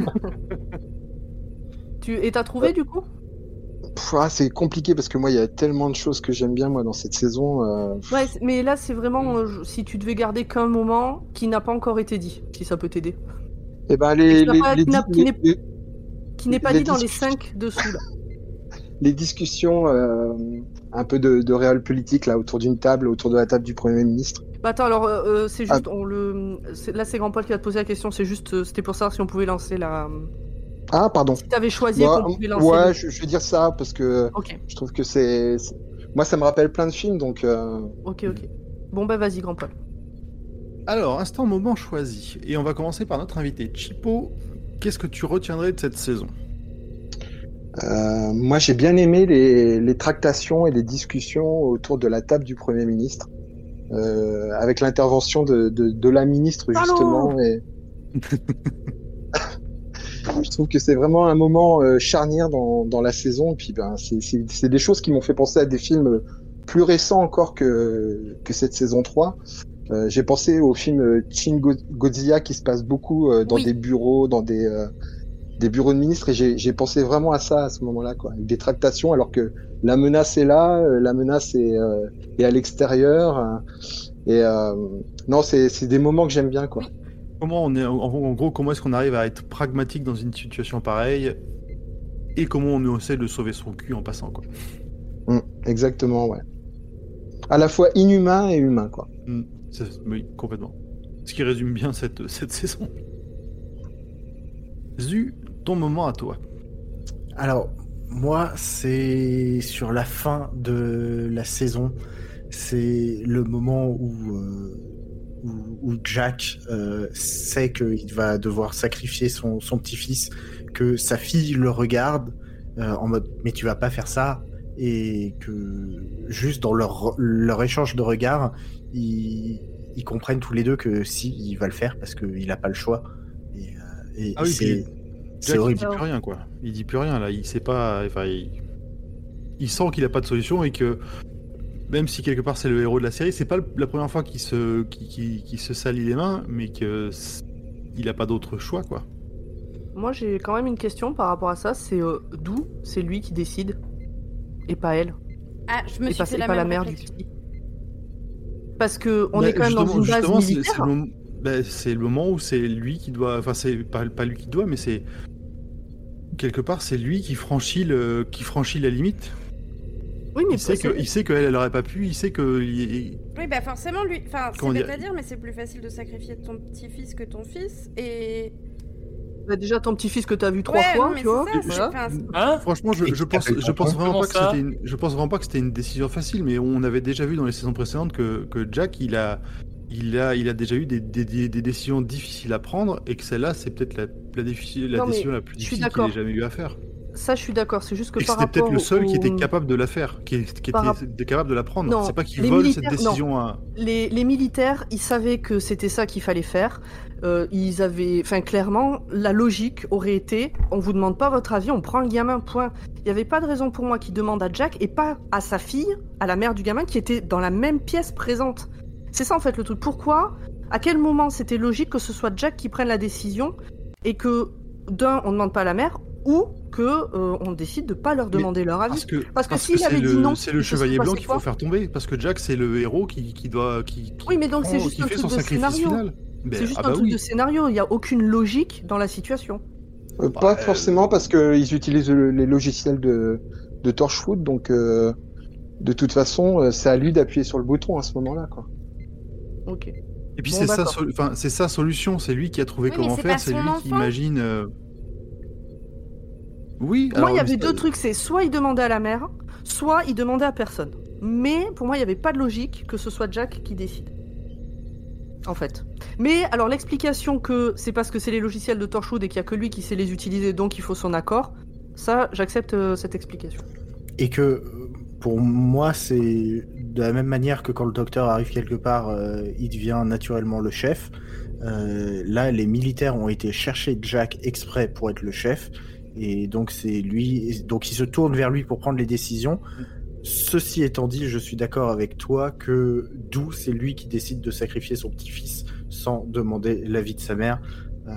Tu... Et t'as trouvé du coup? Pff, ah, c'est compliqué parce que moi, il y a tellement de choses que j'aime bien moi dans cette saison. euh, Ouais, c- mais là c'est vraiment euh, je- si tu devais garder qu'un moment qui n'a pas encore été dit, si ça peut t'aider. Et ben les, Et qui n'a les, pas- les, qui n'a- di- qui n'est- les- Qui n'est pas Les dit dans les discussions. cinq dessous là. les discussions euh, un peu de, de réel politique là autour d'une table, autour de la table du Premier ministre. Bah attends, alors euh, euh, c'est Ah. juste, on le, c'est- là c'est Grand Paul qui va te poser la question, c'est juste, euh, c'était pour savoir si on pouvait lancer la, Ah pardon. si t'avais choisi Moi, qu'on pouvait lancer. ouais, le- je, je vais dire ça parce que Ok, je trouve que c'est, c'est- moi ça me rappelle plein de films donc. euh, ok, ok. Bon bah vas-y Grand Paul. Alors, instant moment choisi. Et on va commencer par notre invité. Chipo, qu'est-ce que tu retiendrais de cette saison? Euh, moi, j'ai bien aimé les, les tractations et les discussions autour de la table du Premier ministre, euh, avec l'intervention de, de, de la ministre Allô justement. Et... Je trouve que c'est vraiment un moment euh, charnière dans, dans la saison. Et puis, ben, c'est, c'est, c'est des choses qui m'ont fait penser à des films plus récents encore que, que cette saison trois. Euh, j'ai pensé au film Shin Go- Godzilla qui se passe beaucoup euh, dans Oui. des bureaux, dans des, euh, des bureaux de ministres et j'ai, j'ai pensé vraiment à ça à ce moment-là, quoi, avec des tractations alors que la menace est là, euh, la menace est, euh, est à l'extérieur euh, et euh, non, c'est, c'est des moments que j'aime bien, quoi. Oui. Comment on est, en, en gros, comment est-ce qu'on arrive à être pragmatique dans une situation pareille et comment on essaie de sauver son cul en passant, quoi. Mm, exactement, ouais. À la fois inhumain et humain, quoi. Mm, c'est- oui, complètement. Ce qui résume bien cette, cette saison. Zu, ton moment à toi. Alors, moi, c'est sur la fin de la saison. C'est le moment où, euh, où, où Jack euh, sait qu'il va devoir sacrifier son, son petit-fils, que sa fille le regarde euh, en mode « mais tu vas pas faire ça » et que juste dans leur, leur échange de regards, ils, ils comprennent tous les deux que si, il va le faire parce qu'il n'a pas le choix. Et, euh, et, Ah et oui, c'est... puis C'est Jack, horrible. il dit plus rien, quoi. Il dit plus rien, là. Il sait pas... Enfin, il... il sent qu'il a pas de solution et que... Même si quelque part c'est le héros de la série, c'est pas le- la première fois qu'il se, qu'il, qu'il- qu'il se salit les mains, mais que c- il a pas d'autre choix, quoi. Moi j'ai quand même une question par rapport à ça, c'est euh, d'où c'est lui qui décide et pas elle, Ah, je me et suis pas, fait et la pas même la mère du réflexion. petit. Parce que on Bah, est quand même dans justement- une base justement, c'est- militaire. C'est, le, mom- bah, c'est le moment où c'est lui qui doit... Enfin, c'est pas, pas lui qui doit, mais c'est... Quelque part, c'est lui qui franchit, le, qui franchit la limite. Oui, mais Il sait, c'est- que, il sait qu'elle, elle aurait pas pu, il sait que... il- Oui, bah forcément, lui. Enfin, c'est Comment bête dire à dire, mais c'est plus facile de sacrifier ton petit-fils que ton fils. Et. bah, déjà ton petit-fils que t'as vu trois Ouais, fois, non, mais tu vois. c'est ça, voilà. c'est- enfin, Hein? Franchement, je, Et je qui pense, t'appelle je pense tonton. vraiment Comment pas que ça c'était une, je pense vraiment pas que c'était une décision facile, mais on avait déjà vu dans les saisons précédentes que, que Jack, il a, il a, il a déjà eu des, des, des- des décisions difficiles à prendre et que celle-là, c'est peut-être la, la, difficile- la Non, mais décision la plus je suis difficile qu'il ait d'accord. jamais eu à faire. Ça, je suis d'accord. C'est juste que Et que par c'était rapport peut-être le seul au- qui était capable de la faire, qui, qui Par était rap- capable de la prendre. Non, C'est pas qu'il les vole cette militaires, décision à. Les, les militaires, ils savaient que c'était ça qu'il fallait faire. Euh, ils avaient, enfin clairement, la logique aurait été, on vous demande pas votre avis, on prend le gamin. Point. Il n'y avait pas de raison pour moi qu'il demande à Jack et pas à sa fille, à la mère du gamin, qui était dans la même pièce présente. C'est ça en fait le truc. Pourquoi? À quel moment c'était logique que ce soit Jack qui prenne la décision et que d'un, on ne demande pas à la mère, ou que euh, on décide de pas leur demander leur avis. Parce que, Parce que s'il c'est avait le, dit non, c'est le il se serait chevalier blanc passé qu'il quoi faut faire tomber. Parce que Jack, c'est le héros qui, qui doit. Qui, qui Oui, mais donc c'est prend- juste qui un fait truc son de sacrifice scénario. final. Ben, C'est juste ah un bah truc oui. de scénario, il n'y a aucune logique dans la situation. Euh, Bah, pas euh, forcément parce qu'ils utilisent le- les logiciels de, de Torchwood, donc euh, de toute façon, euh, c'est à lui d'appuyer sur le bouton à ce moment-là, quoi. Ok. Et puis Bon, c'est sa, d'accord. sol- enfin, c'est sa solution, c'est lui qui a trouvé Oui, mais comment c'est faire, pas c'est son lui enfant. qui imagine. euh, Oui. Pour moi, il y alors, avait ça- deux trucs, c'est soit il demandait à la mère, soit il demandait à personne. Mais pour moi, il n'y avait pas de logique que ce soit Jack qui décide. En fait. Mais alors l'explication que c'est parce que c'est les logiciels de Torchwood et qu'il n'y a que lui qui sait les utiliser, donc il faut son accord, Ça, j'accepte euh, cette explication. Et que pour moi, c'est de la même manière que quand le docteur arrive quelque part, euh, il devient naturellement le chef. Euh, là, les militaires ont été chercher Jack exprès pour être le chef. Et donc, c'est lui. Donc, ils se tournent vers lui pour prendre les décisions. Ceci étant dit, je suis d'accord avec toi que Doux, c'est lui qui décide de sacrifier son petit-fils sans demander l'avis de sa mère. Euh,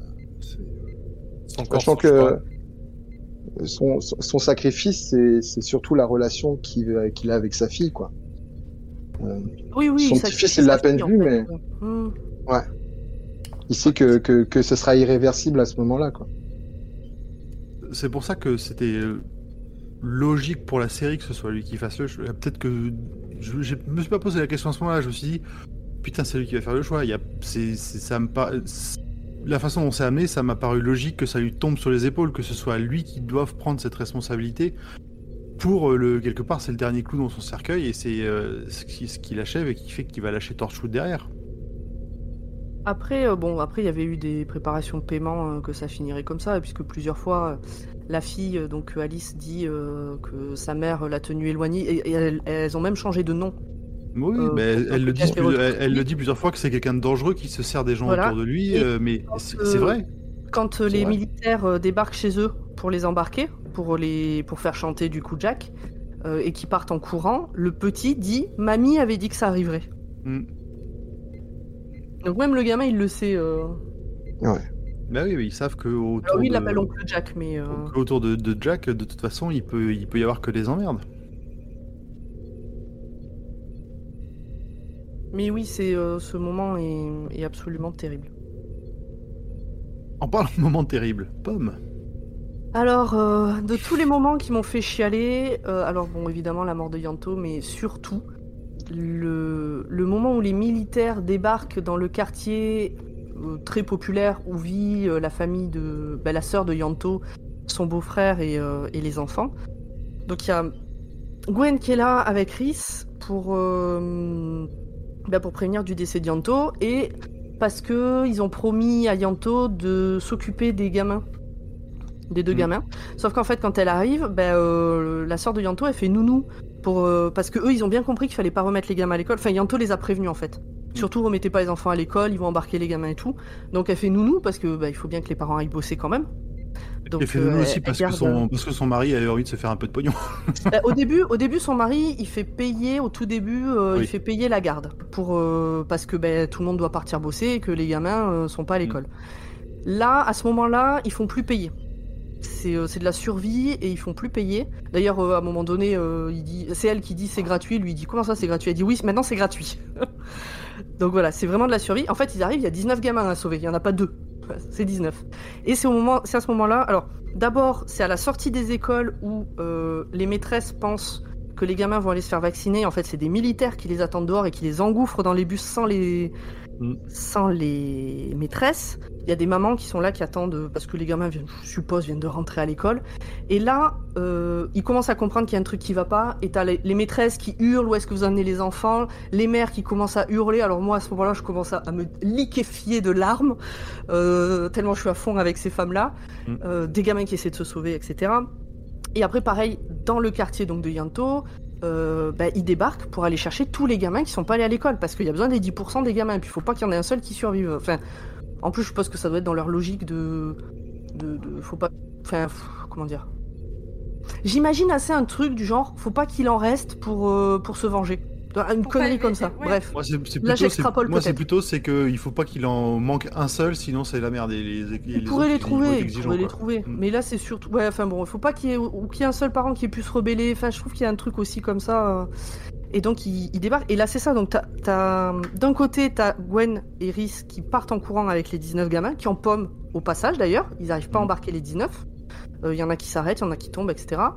Son Sachant corps, que son, son, son sacrifice, c'est, c'est surtout la relation qu'il, qu'il a avec sa fille, quoi. Euh, Oui, oui. son ça- petit-fils, il l'a à peine en vu, fait. mais Hmm. il sait que, que, que ce sera irréversible à ce moment-là, quoi. C'est pour ça que c'était euh, logique pour la série que ce soit lui qui fasse le choix. Peut-être que je, je me suis pas posé la question à ce moment-là. Je me suis dit, putain, c'est lui qui va faire le choix. Il y a, c'est, c'est, ça me par- c'est- La façon dont c'est amené, ça m'a paru logique que ça lui tombe sur les épaules, que ce soit lui qui doive prendre cette responsabilité. Pour euh, le quelque part, c'est le dernier clou dans son cercueil et c'est euh, ce qui, ce qui l'achève et qui fait qu'il va lâcher Torchwood derrière. Après, euh, bon, après il y avait eu des préparations de paiement euh, que ça finirait comme ça, puisque plusieurs fois euh, la fille, euh, donc Alice, dit euh, que sa mère l'a tenue éloignée et, et elles, elles ont même changé de nom. Oui, Euh, mais elle, pour elle que le dit, Jack les retrouve. elle, elle le dit plusieurs fois que c'est quelqu'un de dangereux qui se sert des gens Voilà. autour de lui, Et euh, mais quand, c'est, euh, c'est vrai. Quand euh, C'est les vrai. militaires euh, débarquent chez eux pour les embarquer, pour, les, pour faire chanter du coup Jack, euh, et qui partent en courant, le petit dit « Mamie avait dit que ça arriverait Mm. ». Donc même le gamin, il le sait. Euh... Ouais. Bah oui, oui, ils savent que Alors autour lui, il de, l'appelle oncle Jack, mais... euh, que autour de, de Jack, de toute façon, il peut, il peut y avoir que des emmerdes. Mais oui, c'est euh, ce moment est, est absolument terrible. En parlant de moments terribles, Pomme. Alors, euh, de tous les moments qui m'ont fait chialer, euh, alors bon, évidemment la mort de Yanto, mais surtout le, le moment où les militaires débarquent dans le quartier euh, très populaire où vit euh, la famille de bah, la sœur de Yanto, son beau-frère et, euh, et les enfants. Donc il y a Gwen qui est là avec Rhys pour, euh, bah, pour prévenir du décès de Yanto et parce que ils ont promis à Yanto de s'occuper des gamins. Des deux Mm. gamins. Sauf qu'en fait, quand elle arrive, ben, euh, la sœur de Yanto, elle fait nounou. Pour, euh, parce que eux, ils ont bien compris qu'il fallait pas remettre les gamins à l'école. Enfin, Yanto les a prévenus, en fait. Surtout, remettez pas les enfants à l'école, ils vont embarquer les gamins et tout. Donc, elle fait nounou, parce que bah, il faut bien que les parents aillent bosser quand même. Donc, Elle fait euh, nounou aussi elle parce, garde- que son, parce que son mari avait envie de se faire un peu de pognon. Bah, au, début, au début, son mari, il fait payer, au tout début, euh, Oui. il fait payer la garde. Pour, euh, parce que bah, tout le monde doit partir bosser et que les gamins euh, sont pas à l'école. Là, à ce moment-là, ils font plus payer. C'est, euh, c'est de la survie et ils font plus payer. D'ailleurs, euh, à un moment donné, euh, il dit, c'est elle qui dit c'est gratuit. Lui il dit comment ça c'est gratuit. Elle dit oui, maintenant c'est gratuit. Donc voilà, c'est vraiment de la survie. En fait, ils arrivent, il y a dix-neuf gamins à sauver. Il y en a pas deux. C'est dix-neuf. Et c'est au moment, c'est à ce moment-là. Alors, d'abord, c'est à la sortie des écoles où euh, les maîtresses pensent que les gamins vont aller se faire vacciner. En fait, c'est des militaires qui les attendent dehors et qui les engouffrent dans les bus sans les, Mm. sans les maîtresses. Il y a des mamans qui sont là, qui attendent, parce que les gamins, viennent, je suppose, viennent de rentrer à l'école. Et là, euh, ils commencent à comprendre qu'il y a un truc qui va pas. Et t'as les, les maîtresses qui hurlent, où est-ce que vous amenez les enfants? Les mères qui commencent à hurler. Alors moi, à ce moment-là, je commence à, à me liquéfier de larmes, euh, tellement je suis à fond avec ces femmes-là. Mm. Euh, des gamins qui essaient de se sauver, et cetera. Et après, pareil, dans le quartier donc de Yanto, euh, bah, ils débarquent pour aller chercher tous les gamins qui sont pas allés à l'école, parce qu'il y a besoin des dix pour cent des gamins, et puis il faut pas qu'il y en ait un seul qui survive. Enfin, en plus, je pense que ça doit être dans leur logique de... de, de faut pas... Enfin, pff, comment dire... J'imagine assez un truc du genre, faut pas qu'il en reste pour, euh, pour se venger. Une Faut connerie pas comme le- ça, ouais. bref. Moi, c'est, c'est Là, plutôt, j'extrapole c'est, moi, c'est peut-être. plutôt c'est qu'il faut pas qu'il en manque un seul, sinon c'est la merde. Et les, les, Ils pourraient les autres, ils vont être trouver, ils exigeants, pourraient les quoi. trouver. Mm. Mais là, c'est surtout... Ouais, enfin bon, il faut pas qu'il y ait... ou qu'il y ait un seul parent qui ait pu se rebeller. Enfin, je trouve qu'il y a un truc aussi comme ça... euh, Et donc, il, il débarque. Et là, c'est ça. Donc, t'as, t'as... d'un côté, t'as Gwen et Rhys qui partent en courant avec les dix-neuf gamins, qui en pomment au passage d'ailleurs. Ils n'arrivent pas à Mhm. embarquer les dix-neuf. Il euh, y en a qui s'arrêtent, il y en a qui tombent, et cetera.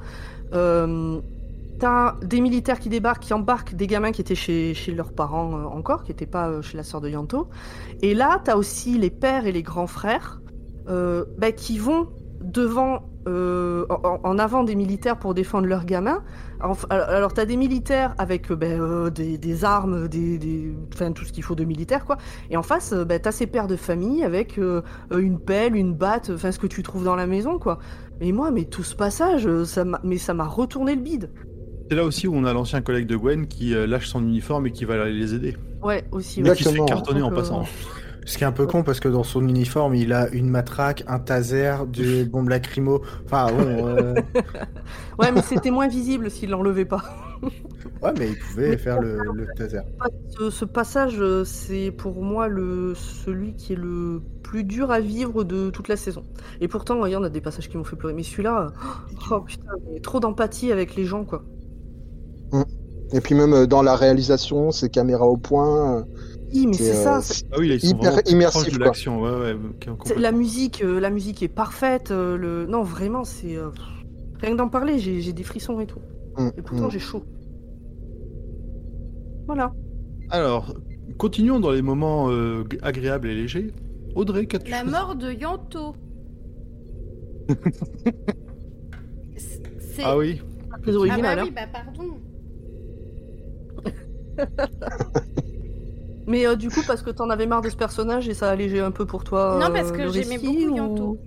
Euh, t'as des militaires qui débarquent, qui embarquent des gamins qui étaient chez, chez leurs parents euh, encore, qui n'étaient pas euh, chez la sœur de Yanto. Et là, t'as aussi les pères et les grands frères euh, bah, qui vont devant euh, en, en avant des militaires pour défendre leurs gamins. Alors, alors t'as des militaires avec euh, ben, euh, des, des armes, des, des, enfin, tout ce qu'il faut de militaire, quoi. Et en face, euh, ben, t'as ces pères de famille avec euh, une pelle, une batte, enfin ce que tu trouves dans la maison, quoi. Mais moi, mais tout ce passage, ça m'a, mais ça m'a retourné le bide. C'est là aussi où on a l'ancien collègue de Gwen qui euh, lâche son uniforme et qui va aller les aider. Ouais, aussi. Mais Ouais. qui se fait Exactement. cartonner en Donc, euh, passant. Ce qui est un peu con parce que dans son uniforme, il a une matraque, un taser, des bombes lacrymo. Enfin bon. euh, Ouais, mais c'était moins visible s'il l'enlevait pas. Ouais, mais il pouvait Mais faire le, le taser. Ce, ce passage, euh, c'est pour moi le, celui qui est le plus dur à vivre de toute la saison. Et pourtant, il y en a des passages qui m'ont fait pleurer. Mais celui-là, oh putain, mais trop d'empathie avec les gens, quoi. Et puis même euh, dans la réalisation, ces caméras au point. euh, Oui, mais C'est, c'est ça. euh, c'est- Ah oui, là, ils sont Hyper vraiment très immersif, proches de quoi. l'action. Ouais, ouais, ok, c'est- la musique, euh, la musique est parfaite. euh, le... Non, vraiment, c'est euh, pff, rien que d'en parler, j'ai, j'ai des frissons et tout. hum, Et pourtant, hum. j'ai chaud. Voilà. Alors, continuons dans les moments euh, agréables et légers. Audrey, qu'as-tu La choisi mort de Yanto. C'est... Ah oui. Très Ah original, bah hein. oui, bah pardon. Mais euh, du coup, parce que t'en avais marre de ce personnage et ça allégeait un peu pour toi. Non, parce euh, que le j'aimais récit, beaucoup ou- Yanto.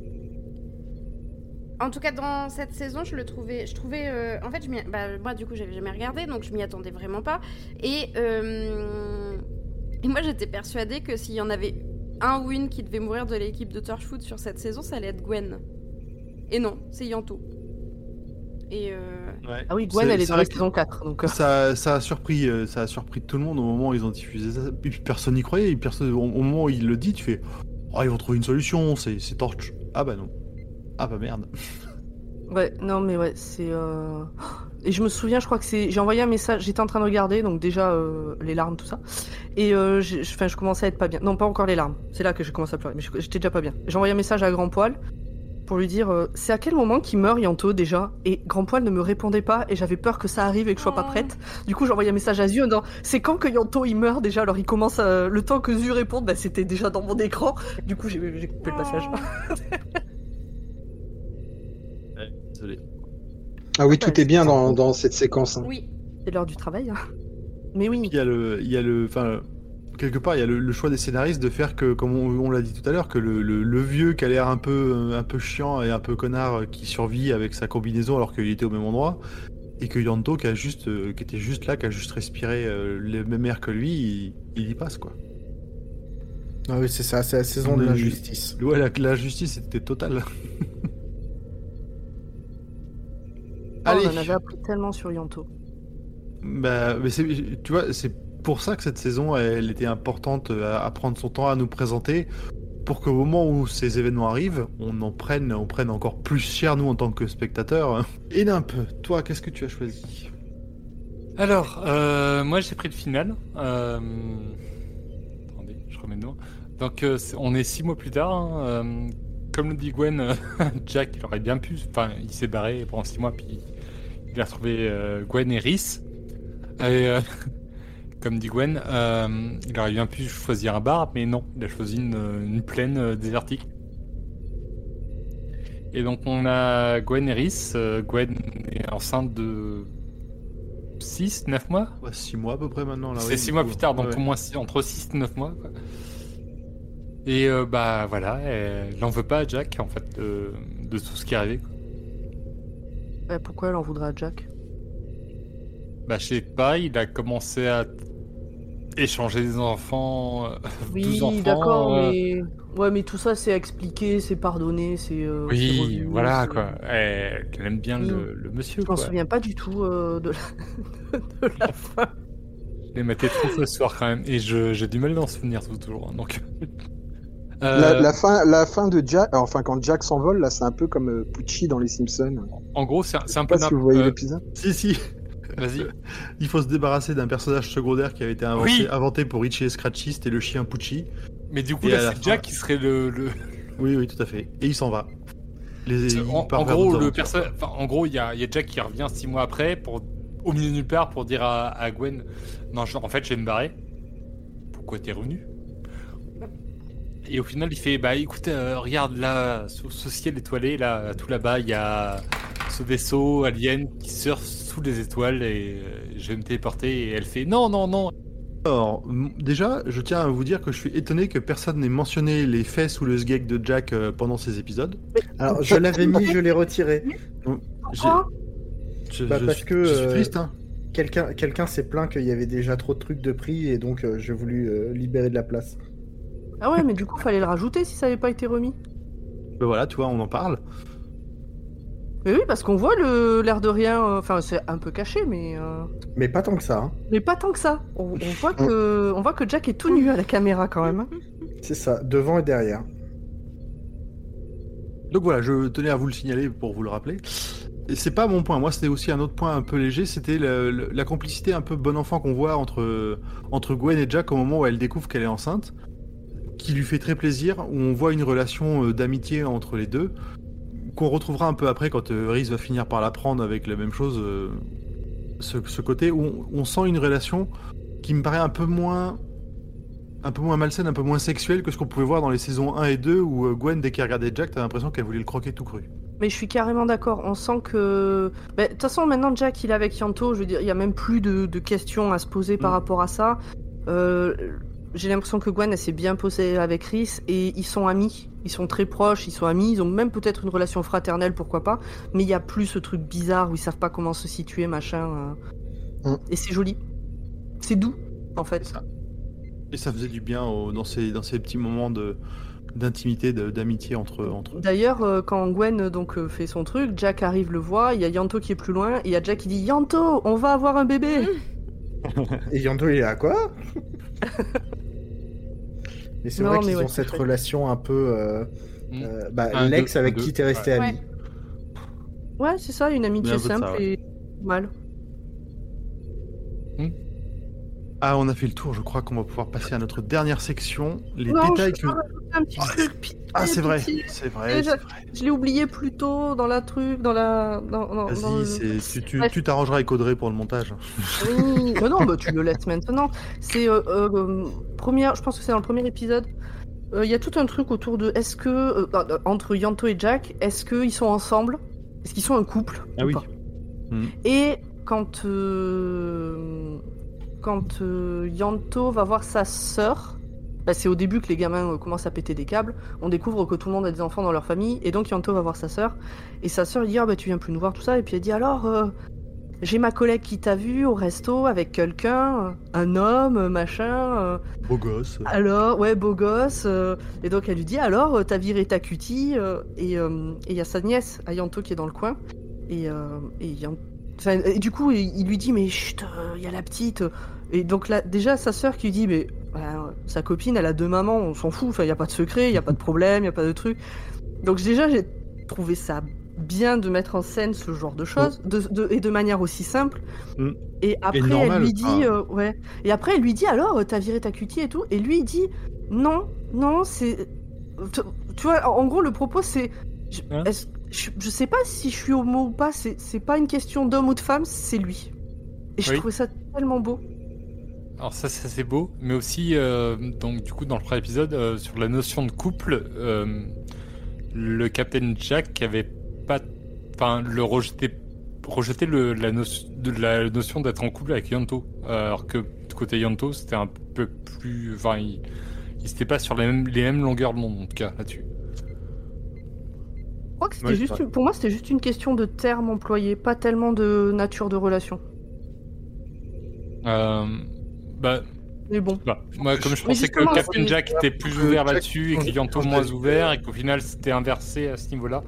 En tout cas, dans cette saison, je le trouvais. Je trouvais. euh, en fait, je m'y- bah, moi, du coup, j'avais jamais regardé, donc je m'y attendais vraiment pas. Et, euh, et moi, j'étais persuadée que s'il y en avait un ou une qui devait mourir de l'équipe de Torchwood sur cette saison, ça allait être Gwen. Et non, c'est Yanto. Et. euh, Ouais. Ah oui, Gwen, C'est- elle est c'est dans la vrai que saison quatre. Donc, euh, Ça, ça a surpris, euh, ça a surpris tout le monde au moment où ils ont diffusé ça. Et puis personne n'y croyait. Et personne, au, au moment où il le dit, tu fais, oh, ils vont trouver une solution. C'est, c'est Torch. Ah bah non. Ah bah merde. ouais, non, mais ouais, c'est. euh, Et je me souviens, je crois que c'est. J'ai envoyé un message, j'étais en train de regarder, donc déjà euh, les larmes, tout ça. Et euh, j'ai- je... Enfin, je commençais à être pas bien. Non, pas encore les larmes. C'est là que j'ai commencé à pleurer, mais je- j'étais déjà pas bien. J'ai envoyé un message à Grand Poil pour lui dire euh, c'est à quel moment qu'il meurt Yanto déjà. Et Grand Poil ne me répondait pas et j'avais peur que ça arrive et que je sois pas Oh. prête. Du coup, j'ai envoyé un message à Zu en disant c'est quand que Yanto il meurt déjà. Alors il commence à... le temps que Zu réponde, bah, c'était déjà dans mon écran. Du coup, j'ai j'ai coupé le passage. Désolé. Ah oui, tout est bien dans, dans cette séquence. hein. Oui. C'est l'heure du travail. hein. Mais oui. Il y a le, il y a le, enfin, quelque part, il y a le, le choix des scénaristes de faire que, comme on, on l'a dit tout à l'heure, que le, le, le vieux qui a l'air un peu, un peu chiant et un peu connard, euh, qui survit avec sa combinaison alors qu'il était au même endroit, et que Yanto qui a juste, euh, qui était juste là, qui a juste respiré euh, le même air que lui, il, il y passe quoi. Ah oui, c'est ça, c'est la saison de Mais- l'injustice. Ouais, la, la justice était totale. Oh, Allez. on en avait appris tellement sur Yanto. Bah, mais c'est, tu vois, c'est pour ça que cette saison, elle était importante à, à prendre son temps à nous présenter, pour qu'au moment où ces événements arrivent, on en prenne, on prenne encore plus cher nous en tant que spectateurs. Et Nimp, toi, qu'est-ce que tu as choisi? Alors, euh, moi j'ai pris le final. Euh... Attendez, je remets dedans. Donc, euh, c'est- on est six mois plus tard. hein, euh, Comme le dit Gwen, euh, Jack, il aurait bien pu. Enfin, il s'est barré pendant six mois, puis il a retrouvé euh, Gwen et Rhys. Et euh, comme dit Gwen, euh, il aurait bien pu choisir un bar, mais non, il a choisi une, une plaine euh, désertique. Et donc, on a Gwen et Rhys. Euh, Gwen est enceinte de six, neuf mois. Ouais, six mois à peu près maintenant là. C'est oui, six du mois coup. plus tard, donc Ouais, au moins six- entre six et neuf mois. Quoi. Et euh, bah voilà, elle n'en veut pas à Jack en fait de, de tout ce qui est arrivé. Quoi. Euh, pourquoi elle en voudrait à Jack? Bah je sais pas, il a commencé à échanger des enfants, euh, douze Oui, enfants. d'accord, euh, mais... Ouais, mais tout ça, c'est expliqué, c'est pardonné, c'est... euh, c'est Oui, revenu, voilà c'est- quoi. Elle, elle aime bien Oui. le, le monsieur. Je m'en Quoi. souviens pas du tout euh, de, la... de la fin. Je l'ai maté trop ce soir quand même, et je, j'ai du mal d'en souvenir tout, toujours. Donc. La, Euh, la fin, la fin de Jack, enfin quand Jack s'envole, là, c'est un peu comme euh, Pucci dans Les Simpsons. En gros, c'est, c'est un Je peu. sais pas si n'im- vous voyez euh, l'épisode. Si, si. Vas-y. Il faut se débarrasser d'un personnage secondaire qui avait été inventé, Oui. inventé pour Richie et Scratchy, c'était le chien Pucci. Mais du coup, Et là, à la c'est fin- Jack qui serait le. le... Oui, oui, tout à fait. Et il s'en va. Les, il En, part en vers gros, d'autres le aventures. perso... enfin, en gros, il y a, il y a Jack qui revient six mois après pour au milieu de nulle part pour dire à, à Gwen, non, je- en fait, je vais me barrer. Pourquoi t'es revenu? et au final, il fait bah écoute, euh, regarde là, sur ce ciel étoilé, là, tout là-bas, il y a ce vaisseau alien qui surfe sous les étoiles et euh, je vais me téléporter. Et elle fait non, non, non. Alors, m- déjà, je tiens à vous dire que je suis étonné que personne n'ait mentionné les fesses ou le sgeg de Jack euh, pendant ces épisodes. Alors, je l'avais mis, je l'ai retiré. J'ai- Pourquoi je, Bah, je parce suis, que, je suis euh, triste, hein. Quelqu'un quelqu'un s'est plaint qu'il y avait déjà trop de trucs de prix et donc euh, j'ai voulu euh, libérer de la place. Ah ouais, mais du coup, fallait le rajouter si ça avait pas été remis. Ben voilà, tu vois, on en parle. Mais oui, parce qu'on voit le l'air de rien. euh, Enfin, c'est un peu caché, mais euh, Mais pas tant que ça. Hein. mais pas tant que ça. On, on voit que on voit que Jack est tout nu à la caméra quand même. hein. C'est ça, devant et derrière. Donc voilà, je tenais à vous le signaler pour vous le rappeler. Et c'est pas mon point. Moi, c'était aussi un autre point un peu léger. C'était le- le- la complicité un peu bon enfant qu'on voit entre, entre Gwen et Jack au moment où elle découvre qu'elle est enceinte, qui lui fait très plaisir, où on voit une relation euh, d'amitié entre les deux, qu'on retrouvera un peu après quand euh, Reese va finir par l'apprendre avec la même chose. euh, ce, ce côté où on, on sent une relation qui me paraît un peu moins. Un peu moins malsaine, un peu moins sexuelle que ce qu'on pouvait voir dans les saisons un et deux où euh, Gwen, dès qu'elle regardait Jack, t'as l'impression qu'elle voulait le croquer tout cru. Mais je suis carrément d'accord. On sent que. Bah, de toute façon, maintenant, Jack, il est avec Yanto. Je veux dire, il y a même plus de, de questions à se poser par Mm. rapport à ça. Euh, J'ai l'impression que Gwen, elle s'est bien posée avec Reese et ils sont amis. Ils sont très proches, ils sont amis. Ils ont même peut-être une relation fraternelle, pourquoi pas. Mais il y a plus ce truc bizarre où ils savent pas comment se situer, machin. euh. Mm. Et c'est joli. C'est doux, en fait. C'est ça. Et ça faisait du bien au- dans, ces, dans ces petits moments de, d'intimité, de- d'amitié entre, entre eux. D'ailleurs, euh, quand Gwen euh, donc euh, fait son truc, Jack arrive, le voit. Il y a Yanto qui est plus loin. Et il y a Jack qui dit Yanto, on va avoir un bébé. Et Yanto, il est à quoi? Mais c'est Non, vrai mais qu'ils ouais, ont c'est cette chouette. relation un peu. euh, Mm. euh, bah, Un, l'ex deux, avec un, qui deux. t'es resté Ouais. ami. Ouais, c'est ça, une amitié Mais un peu de simple ça, ouais. et mal. Ah, on a fait le tour, je crois qu'on va pouvoir passer à notre dernière section. Les Non, détails je que. peux rajouter un petit Ah, truc. pitié, Ah, c'est vrai, pitié. c'est vrai, Déjà, c'est vrai. Je l'ai oublié plus tôt dans la truc, dans la. Dans, dans, dans le- Vas-y, c'est- tu, tu, Bref. tu t'arrangeras avec Audrey pour le montage. Oui, mais non, bah, tu le laisses maintenant. C'est euh, euh, première, je pense que c'est dans le premier épisode. Euh, Il y a tout un truc autour de est-ce que euh, euh, entre Yanto et Jack, est-ce qu'ils sont ensemble? Est-ce qu'ils sont un couple Ah ou oui. pas Mhm. Et quand euh, quand euh, Yanto va voir sa sœur, bah, c'est au début que les gamins euh, commencent à péter des câbles. On découvre que tout le monde a des enfants dans leur famille, et donc Yanto va voir sa sœur. Et sa sœur dit ah bah tu viens plus nous voir tout ça, et puis elle dit alors euh, j'ai ma collègue qui t'a vu au resto avec quelqu'un, euh, un homme, euh, machin. euh, Beau gosse. alors, ouais, beau gosse. euh, et donc elle lui dit alors, euh, t'as viré ta cutie. euh, et euh, et il y a sa nièce, à Yanto, qui est dans le coin. Et, euh, et, Yan- enfin, et du coup, il, il lui dit mais chut, il y a la petite. Et donc là, déjà, sa sœur qui lui dit mais bah, sa copine, elle a deux mamans, on s'en fout. Enfin, il y a pas de secret, il y a pas de problème, il y a pas de truc. Donc déjà, j'ai trouvé ça bien de mettre en scène ce genre de choses, de, de- et de manière aussi simple. Mm. Et après, normal, elle lui dit, enfin. euh, ouais. Et après, elle lui dit, alors, euh, t'as viré ta cutie et tout. Et lui, il dit, non, non, c'est, tu, tu vois, en gros, le propos, c'est, je, Hein est-ce- je, je sais pas si je suis homo ou pas. C'est, c'est pas une question d'homme ou de femme, c'est lui. Et je Oui. trouvais ça tellement beau. Alors ça, ça c'est beau, mais aussi euh, donc du coup dans le premier épisode euh, sur la notion de couple, euh, le Captain Jack avait pas, enfin le rejetait, rejetait le, la, notion, de la notion d'être en couple avec Yanto, alors que du côté Yanto c'était un peu plus, enfin il, il s'était pas sur les mêmes, les mêmes longueurs de monde en tout cas là-dessus. Je crois que c'était Ouais, juste, ouais. une- pour moi, c'était juste une question de termes employés, pas tellement de nature de relation. Euh, bah, Mais bon. bah, moi comme je Mais pensais que justement, Captain c'est- Jack était plus que ouvert Jack là-dessus et que change- Yanto change moins d'avis. ouvert et qu'au final c'était inversé à ce niveau-là.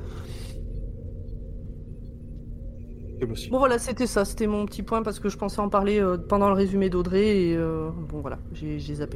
C'est possible. Bon voilà, c'était ça, c'était mon petit point parce que je pensais en parler euh, pendant le résumé d'Audrey et euh, bon voilà, j'ai, j'ai zappé.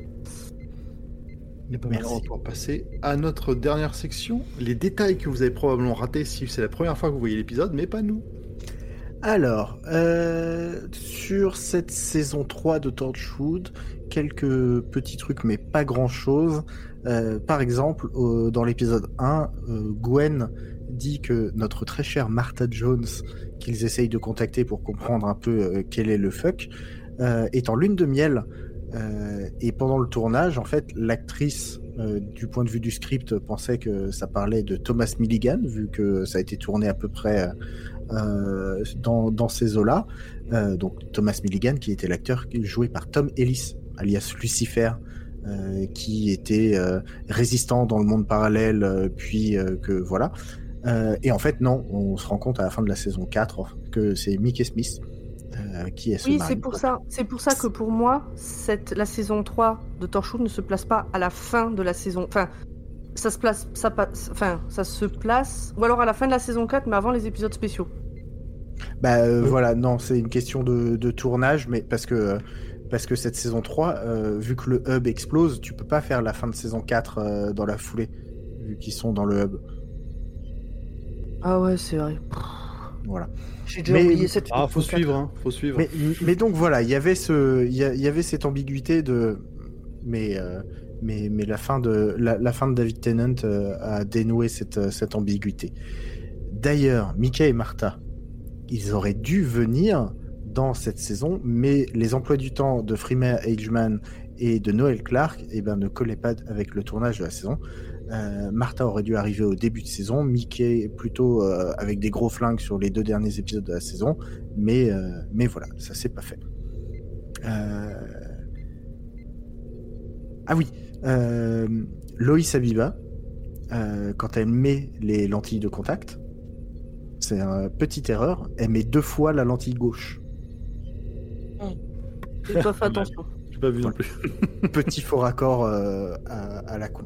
Alors, on va pouvoir passer à notre dernière section, les détails que vous avez probablement ratés si c'est la première fois que vous voyez l'épisode, mais pas nous. Alors, euh, sur cette saison trois de Torchwood, quelques petits trucs, mais pas grand-chose. Euh, par exemple, au- dans l'épisode un, euh, Gwen dit que notre très chère Martha Jones, qu'ils essayent de contacter pour comprendre un peu euh, quel est le fuck, euh, est en lune de miel. Euh, et pendant le tournage, en fait, l'actrice euh, du point de vue du script, pensaient que ça parlait de Thomas Milligan, vu que ça a été tourné à peu près euh, dans, dans ces eaux-là. Euh, donc Thomas Milligan, qui était l'acteur joué par Tom Ellis, alias Lucifer, euh, qui était euh, résistant dans le monde parallèle, euh, puis euh, que voilà. Euh, et en fait, non, on se rend compte à la fin de la saison quatre que c'est Mickey Smith euh, qui est ce Oui, mari. c'est pour ça. C'est pour ça que pour moi, cette, la saison trois de Torchwood ne se place pas à la fin de la saison. Enfin, ça se place, ça passe, enfin, ça se place, ou alors à la fin de la saison quatre, mais avant les épisodes spéciaux. Bah euh, Oui. voilà, non, c'est une question de, de tournage, mais parce que parce que cette saison trois, euh, vu que le hub explose, tu peux pas faire la fin de saison quatre euh, dans la foulée, vu qu'ils sont dans le hub. Ah ouais, c'est vrai. Voilà. J'ai déjà Mais- oublié cette. Ah, faut suivre, hein, faut suivre. Mais, mais donc voilà, il y avait ce, il y, a- il y avait cette ambiguïté de, mais euh, mais mais la fin de la, la fin de David Tennant euh, a dénoué cette cette ambiguïté. D'ailleurs, Mickey et Martha, ils auraient dû venir dans cette saison, mais les emplois du temps de Freema Agyeman et de Noel Clarke, eh ben, ne collaient pas avec le tournage de la saison. Euh, Martha aurait dû arriver au début de saison, Mickey plutôt euh, avec des gros flingues sur les deux derniers épisodes de la saison, mais, euh, mais voilà, ça s'est pas fait. Euh... Ah oui, euh, Loïs Abiba, euh, quand elle met les lentilles de contact, c'est une petite erreur, elle met deux fois la lentille gauche. J'ai pas fait attention. J'ai pas vu non plus. Petit faux raccord euh, à, à la con.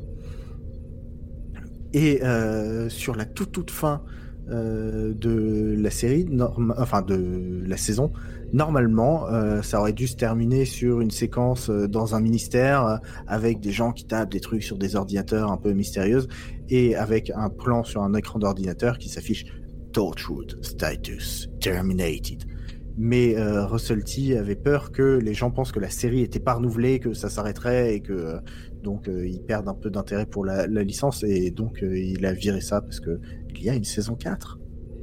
Et euh, sur la toute toute fin euh, de la série, norm- enfin de la saison, normalement, euh, ça aurait dû se terminer sur une séquence euh, dans un ministère euh, avec des gens qui tapent des trucs sur des ordinateurs un peu mystérieuses et avec un plan sur un écran d'ordinateur qui s'affiche Torchwood Status Terminated. Mais euh, Russell T avait peur que les gens pensent que la série était pas renouvelée, que ça s'arrêterait et que euh, donc euh, ils perdent un peu d'intérêt pour la, la licence et donc euh, il a viré ça parce que il y a une saison quatre.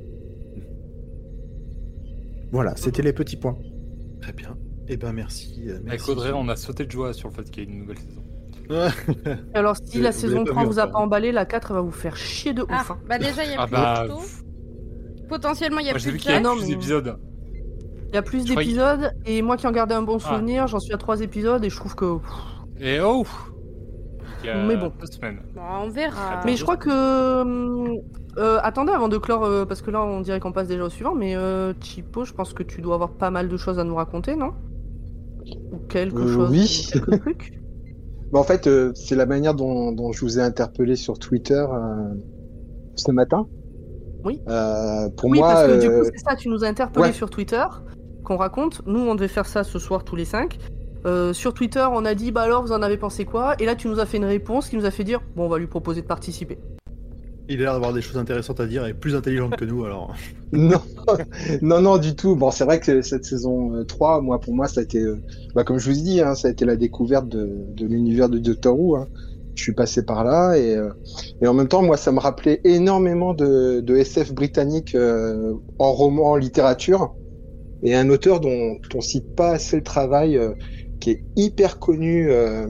Voilà, c'était les petits points. Très bien. Eh ben merci. euh, Avec merci. Audrey, on a sauté de joie sur le fait qu'il y ait une nouvelle saison. Ouais. Alors, si Vous la l'avez saison pas trois vu vous a encore, pas hein. emballé, la quatre elle va vous faire chier de Ah, ouf. hein. bah déjà, il y a Ah plus bah, de photos. Potentiellement, il y a Moi j'ai plus vu de qu'il y avait Ah non, plus mais- d'épisodes. Il y a plus Je crois d'épisodes, et moi qui en gardais un bon Ah. souvenir, j'en suis à trois épisodes, et je trouve que. Et oh Il y a Mais bon. deux semaines. Bon, on verra. Mais je crois que. hum, euh, attendez, avant de clore, euh, parce que là on dirait qu'on passe déjà au suivant, mais euh, Chipo, je pense que tu dois avoir pas mal de choses à nous raconter, non? Ou quelque Euh, chose. oui. ou quelques trucs. Bah, en fait, euh, c'est la manière dont, dont je vous ai interpellé sur Twitter euh, ce matin. Oui. Euh, pour Oui, moi, parce que du euh, coup, c'est ça, tu nous as interpellé ouais. sur Twitter, qu'on raconte. Nous, on devait faire ça ce soir tous les cinq. Euh, sur Twitter, on a dit, bah alors, vous en avez pensé quoi? Et là, tu nous as fait une réponse qui nous a fait dire, bon, on va lui proposer de participer. Il a l'air d'avoir des choses intéressantes à dire et plus intelligente que nous, alors. non, non, non, du tout. Bon, c'est vrai que cette saison euh, trois, moi, pour moi, ça a été, euh, bah, comme je vous dis, hein, ça a été la découverte de, de l'univers de Doctor Who. Hein. Je suis passé par là et, euh, et en même temps, moi, ça me rappelait énormément de, de S F britannique euh, en roman, en littérature, et un auteur dont on cite pas assez le travail, euh, qui est hyper connu euh,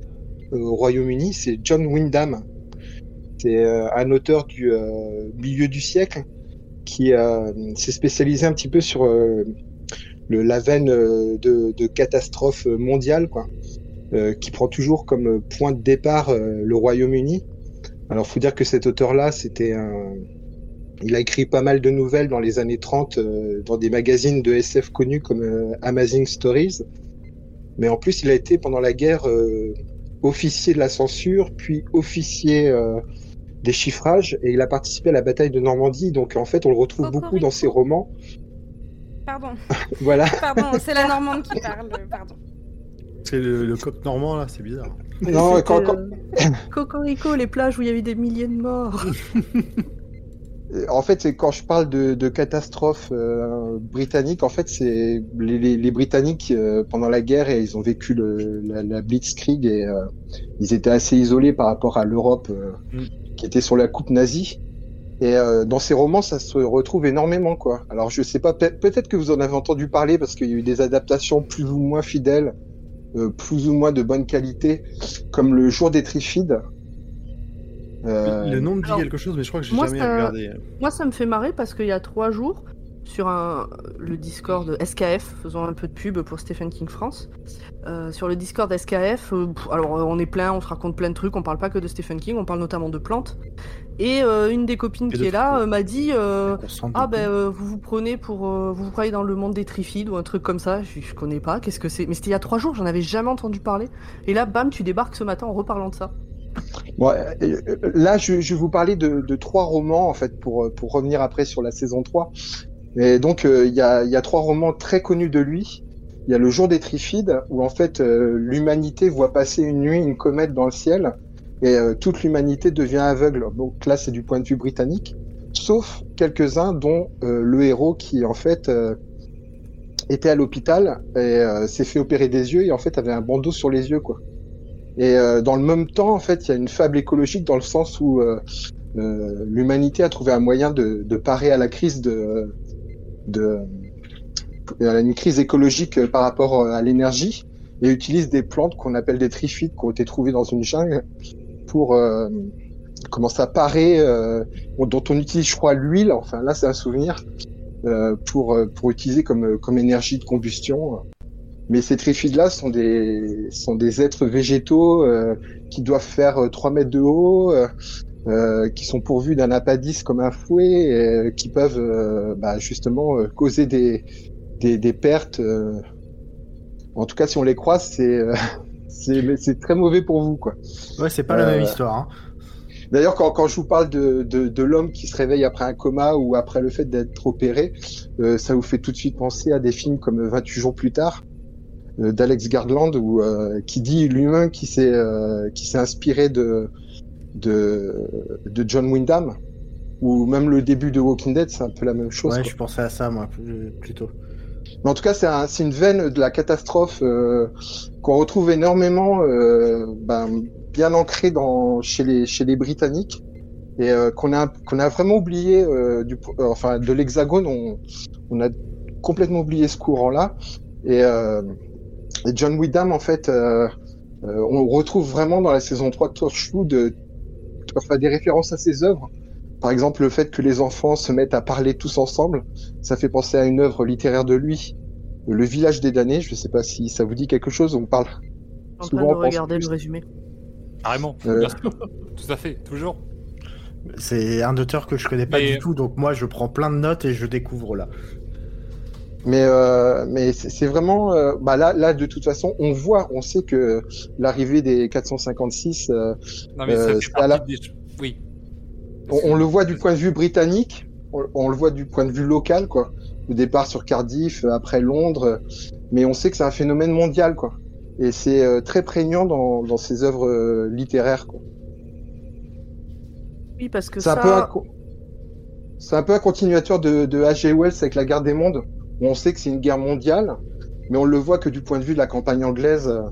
au Royaume-Uni, c'est John Wyndham. C'est euh, un auteur du euh, milieu du siècle qui euh, s'est spécialisé un petit peu sur euh, le, la veine euh, de, de catastrophe mondiale, quoi, euh, qui prend toujours comme point de départ euh, le Royaume-Uni. Alors, faut dire que cet auteur-là, c'était un... il a écrit pas mal de nouvelles dans les années trente euh, dans des magazines de S F connus comme euh, Amazing Stories. Mais en plus, il a été pendant la guerre euh, officier de la censure, puis officier euh, des chiffrages, et il a participé à la bataille de Normandie. Donc en fait, on le retrouve Cocorico. beaucoup dans ses romans. Pardon, Voilà. pardon, c'est la Normande qui parle, pardon. C'est le, le coq normand, là, c'est bizarre. Non, C'était, quand, quand- euh, Cocorico, les plages où il y avait des milliers de morts. en fait, c'est quand je parle de, de catastrophe euh, britannique, en fait, c'est les, les, les Britanniques euh, pendant la guerre, et ils ont vécu le, la, la Blitzkrieg, et euh, ils étaient assez isolés par rapport à l'Europe euh, Mm. qui était sur la coupe nazie. Et euh, dans ces romans, ça se retrouve énormément, quoi. Alors, je sais pas, peut- peut-être que vous en avez entendu parler parce qu'il y a eu des adaptations plus ou moins fidèles, euh, plus ou moins de bonne qualité, comme Le Jour des Trifides, Euh, Le nom me dit alors, quelque chose, mais je crois que j'ai moi, jamais ça- regardé. Moi, ça me fait marrer parce qu'il y a trois jours, sur un, le Discord S K F, faisons un peu de pub pour Stephen King France, euh, sur le Discord S K F, euh, pff, alors euh, on est plein, on se raconte plein de trucs, on parle pas que de Stephen King, on parle notamment de plantes. Et euh, une des copines Et qui de est là fruits. euh, m'a dit euh, Qu'on sente ah beaucoup. ben euh, vous vous prenez pour euh, vous vous croyez dans le monde des trifides ou un truc comme ça. Je, je connais pas, qu'est-ce que c'est? Mais c'était il y a trois jours, j'en avais jamais entendu parler. Et là, bam, tu débarques ce matin en reparlant de ça. Bon, euh, là, je, je vais vous parler de, de trois romans, en fait, pour, pour revenir après sur la saison trois. Et donc, euh, il y, a, il y a trois romans très connus de lui. Il y a Le Jour des Trifides, où en fait, euh, l'humanité voit passer une nuit une comète dans le ciel, et euh, toute l'humanité devient aveugle. Donc là, c'est du point de vue britannique, sauf quelques-uns, dont euh, le héros qui, en fait, euh, était à l'hôpital et euh, s'est fait opérer des yeux, et en fait, avait un bandeau sur les yeux, quoi. Et euh, dans le même temps, en fait, il y a une fable écologique dans le sens où euh, euh, l'humanité a trouvé un moyen de, de parer à la crise de, de à une crise écologique par rapport à l'énergie, et utilise des plantes qu'on appelle des trifides qui ont été trouvées dans une jungle pour euh, commencer à parer, euh, dont on utilise, je crois, l'huile. Enfin, là, c'est un souvenir euh, pour pour utiliser comme comme énergie de combustion. Mais ces trifides-là sont des sont des êtres végétaux euh, qui doivent faire euh, trois mètres de haut, euh, euh, qui sont pourvus d'un appendice comme un fouet, et, euh, qui peuvent euh, bah, justement euh, causer des des, des pertes. Euh... En tout cas, si on les croise, c'est euh, c'est c'est très mauvais pour vous, quoi. Ouais, c'est pas la Euh, même histoire. Hein. D'ailleurs, quand, quand je vous parle de, de, de l'homme qui se réveille après un coma ou après le fait d'être opéré, euh, ça vous fait tout de suite penser à des films comme vingt-huit jours plus tard, euh, d'Alex Garland, où, euh, qui dit lui-même qui s'est euh, qui s'est inspiré de, de de John Wyndham, ou même le début de Walking Dead, c'est un peu la même chose. Ouais, quoi. je pensais à ça, moi, plus- plutôt. Mais en tout cas, c'est un, c'est une veine de la catastrophe euh, qu'on retrouve énormément, euh, ben, bien ancrée dans chez les chez les Britanniques, et euh, qu'on a qu'on a vraiment oublié euh, du euh, enfin de l'Hexagone, on on a complètement oublié ce courant-là, et, euh, et John Wyndham, en fait, euh, euh, on retrouve vraiment dans la saison trois de Torchwood euh, enfin des références à ses œuvres. Par exemple, le fait que les enfants se mettent à parler tous ensemble, ça fait penser à une œuvre littéraire de lui, Le Village des damnés. Je ne sais pas si ça vous dit quelque chose. On parle Je suis en train souvent, de on pense regarder plus- le résumé. Carrément, Euh. bien sûr. Tout à fait, toujours. C'est un auteur que je connais pas Mais- du tout, donc moi, je prends plein de notes et je découvre là. Mais euh, mais c'est c'est vraiment euh, bah là là de toute façon on voit, on sait que l'arrivée des quatre cent cinquante-six, euh, Non, mais Euh, ça c'est fait à la- partie des... Oui. on, on le voit du point de vue britannique, on, on le voit du point de vue local, quoi. Au départ sur Cardiff, après Londres, euh, mais on sait que c'est un phénomène mondial, quoi. Et c'est euh, très prégnant dans dans ses œuvres euh, littéraires, quoi. Oui, parce que C'est un ça. peu un co- c'est un peu un continuateur de de H G Wells avec la guerre des mondes, où on sait que c'est une guerre mondiale, mais on le voit que du point de vue de la campagne anglaise. euh.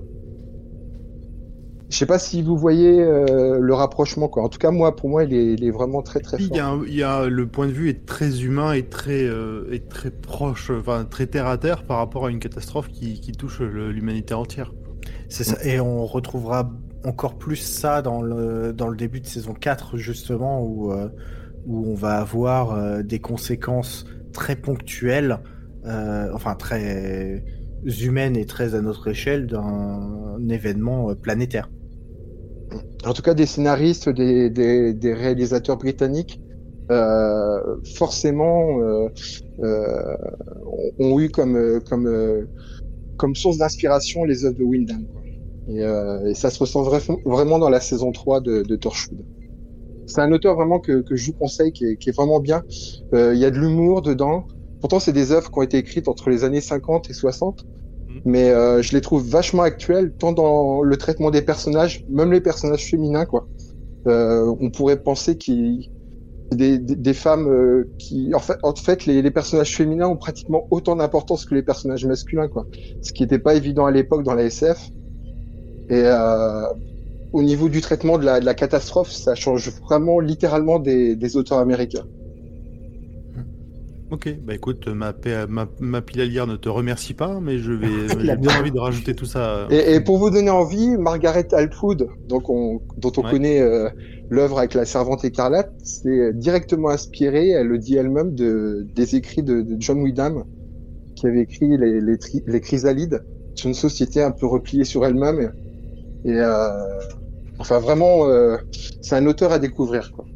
Je sais pas si vous voyez euh, le rapprochement, quoi. En tout cas, moi, pour moi, il est, il est vraiment très très Il fort. y a, un- il y a le point de vue est très humain et très euh, et très proche, enfin très terre à terre par rapport à une catastrophe qui, qui touche le- l'humanité entière. C'est ça. Et on retrouvera encore plus ça dans le, dans le début de saison quatre, justement, où, euh, où on va avoir euh, des conséquences très ponctuelles, euh, enfin très humaines et très à notre échelle d'un événement euh, planétaire. En tout cas, des scénaristes, des, des, des réalisateurs britanniques, euh, forcément, euh, euh, ont ont eu comme euh, comme euh, comme source d'inspiration les œuvres de Wyndham, quoi. Et, euh, et ça se ressent vra- vraiment dans la saison trois de, de Torchwood. C'est un auteur vraiment que, que je vous conseille, qui est, qui est vraiment bien. Euh, Il y a de l'humour dedans. Pourtant, c'est des œuvres qui ont été écrites entre les années cinquante et soixante. Mais euh, je les trouve vachement actuelles, tant dans le traitement des personnages, même les personnages féminins, quoi. Euh, on pourrait penser qu'il des, des, des femmes euh, qui, en fait, en fait, les, les personnages féminins ont pratiquement autant d'importance que les personnages masculins, quoi. Ce qui n'était pas évident à l'époque dans la S F. Et euh, au niveau du traitement de la, de la catastrophe, ça change vraiment littéralement des, des auteurs américains. Ok, bah écoute, ma, pa- ma, ma pilalière ne te remercie pas, mais je vais, Il j'ai a bien bien- envie de rajouter tout ça. Et, et pour vous donner envie, Margaret Atwood, donc on, dont on Ouais. connaît euh, l'œuvre avec la Servante écarlate, c'est directement inspiré, elle le dit elle-même, de, des écrits de, de John Wyndham, qui avait écrit les, les, tri- les Chrysalides, sur une société un peu repliée sur elle-même. Et euh, enfin vraiment, euh, c'est un auteur à découvrir, quoi.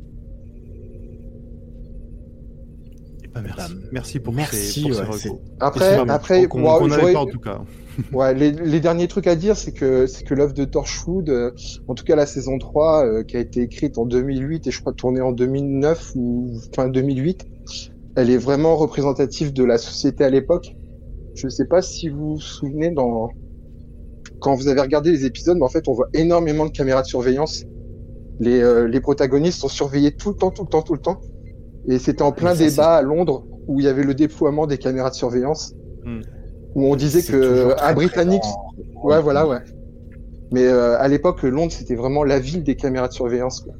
Eh ben, merci. Bah, merci pour merci, ces, pour ces ouais, recos. c'est- Après, Et c'est après, qu'on moi, qu'on n'avait j'aurais- pas en tout cas. Ouais, les, les derniers trucs à dire, c'est que c'est que l'œuvre de Torchwood, euh, en tout cas la saison trois, euh, qui a été écrite en deux mille huit et je crois tournée en deux mille neuf ou fin deux mille huit, elle est vraiment représentative de la société à l'époque. Je ne sais pas si vous vous souvenez dans quand vous avez regardé les épisodes, mais en fait on voit énormément de caméras de surveillance. Les euh, les protagonistes sont surveillés tout le temps, tout le temps, tout le temps. Et c'était en plein Mais ça, débat à Londres où il y avait le déploiement des caméras de surveillance, Hmm. où on disait c'est que toujours très un Britannique présent. Ouais, voilà, ouais. Mais euh, à l'époque, Londres, c'était vraiment la ville des caméras de surveillance, quoi.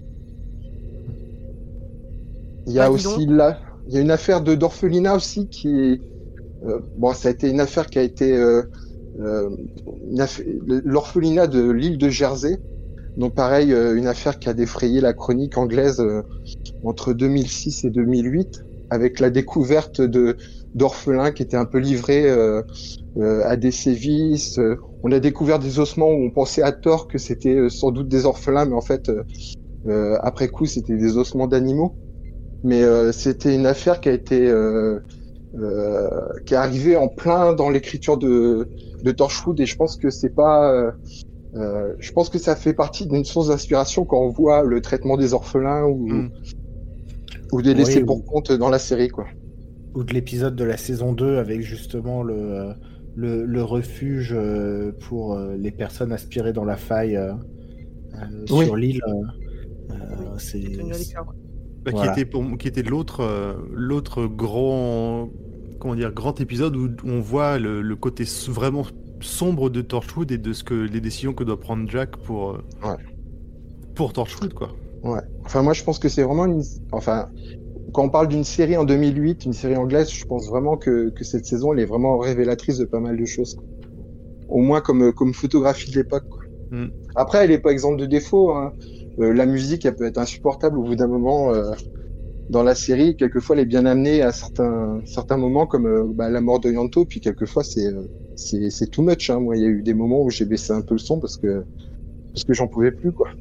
Il y a Bah, dis aussi là, il y a une affaire de d'orphelinat aussi qui est euh, bon, ça a été une affaire qui a été euh, euh, une aff- l'orphelinat de l'île de Jersey. Donc pareil, euh, une affaire qui a défrayé la chronique anglaise euh, entre deux mille six et deux mille huit, avec la découverte de d'orphelins qui étaient un peu livrés euh, euh, à des sévices. Euh, on a découvert des ossements où on pensait à tort que c'était euh, sans doute des orphelins, mais en fait, euh, euh, après coup, c'était des ossements d'animaux. Mais euh, c'était une affaire qui a été euh, euh, qui est arrivée en plein dans l'écriture de de Torchwood, et je pense que c'est pas euh, euh, je pense que ça fait partie d'une source d'inspiration quand on voit le traitement des orphelins ou Mm. ou des laissés Oui, pour ou- compte dans la série, quoi. Ou de l'épisode de la saison deux avec justement le, euh, le, le refuge euh, pour euh, les personnes aspirées dans la faille euh, euh, Oui. sur l'île. euh, euh, c'est Tony Ricard, ouais. Bah, Voilà. qui était pour qui était l'autre euh, l'autre grand comment dire grand épisode où on voit le, le côté s- vraiment sombre de Torchwood et de ce que les décisions que doit prendre Jack pour euh, Ouais. pour Torchwood quoi. Ouais. Enfin, moi, je pense que c'est vraiment une. Enfin, quand on parle d'une série en deux mille huit, une série anglaise, je pense vraiment que, que cette saison, elle est vraiment révélatrice de pas mal de choses, quoi. Au moins comme, comme photographie de l'époque, quoi. Mm. Après, elle est pas exempte de défauts, hein. Euh, la musique, elle peut être insupportable au bout d'un moment. Euh, dans la série, quelquefois, elle est bien amenée à certains, certains moments, comme euh, bah, la mort de Yanto, puis quelquefois, c'est, euh, c'est, c'est too much, hein. Moi, il y a eu des moments où j'ai baissé un peu le son parce que, parce que j'en pouvais plus, quoi.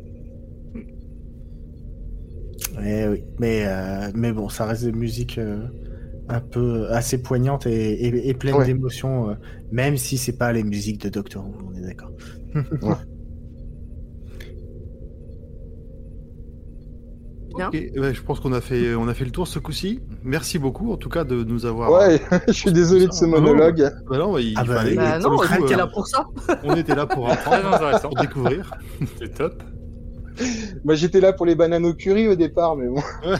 Ouais, oui. Mais, euh, mais bon, ça reste des musiques euh, un peu assez poignantes et, et, et pleines Ouais. d'émotions, euh, même si c'est pas les musiques de Doctor Who, on est d'accord. Bien. Ok, bah, je pense qu'on a fait on a fait le tour ce coup-ci. Merci beaucoup en tout cas de nous avoir. Ouais, je suis désolé de ce Non, monologue. Bah non, il Ah bah, fallait- Bah pour non, le coup, j'étais euh, là pour ça. on était là pour Très apprendre, intéressant. pour découvrir. C'est top. Moi, j'étais là pour les bananes au curry au départ, mais bon.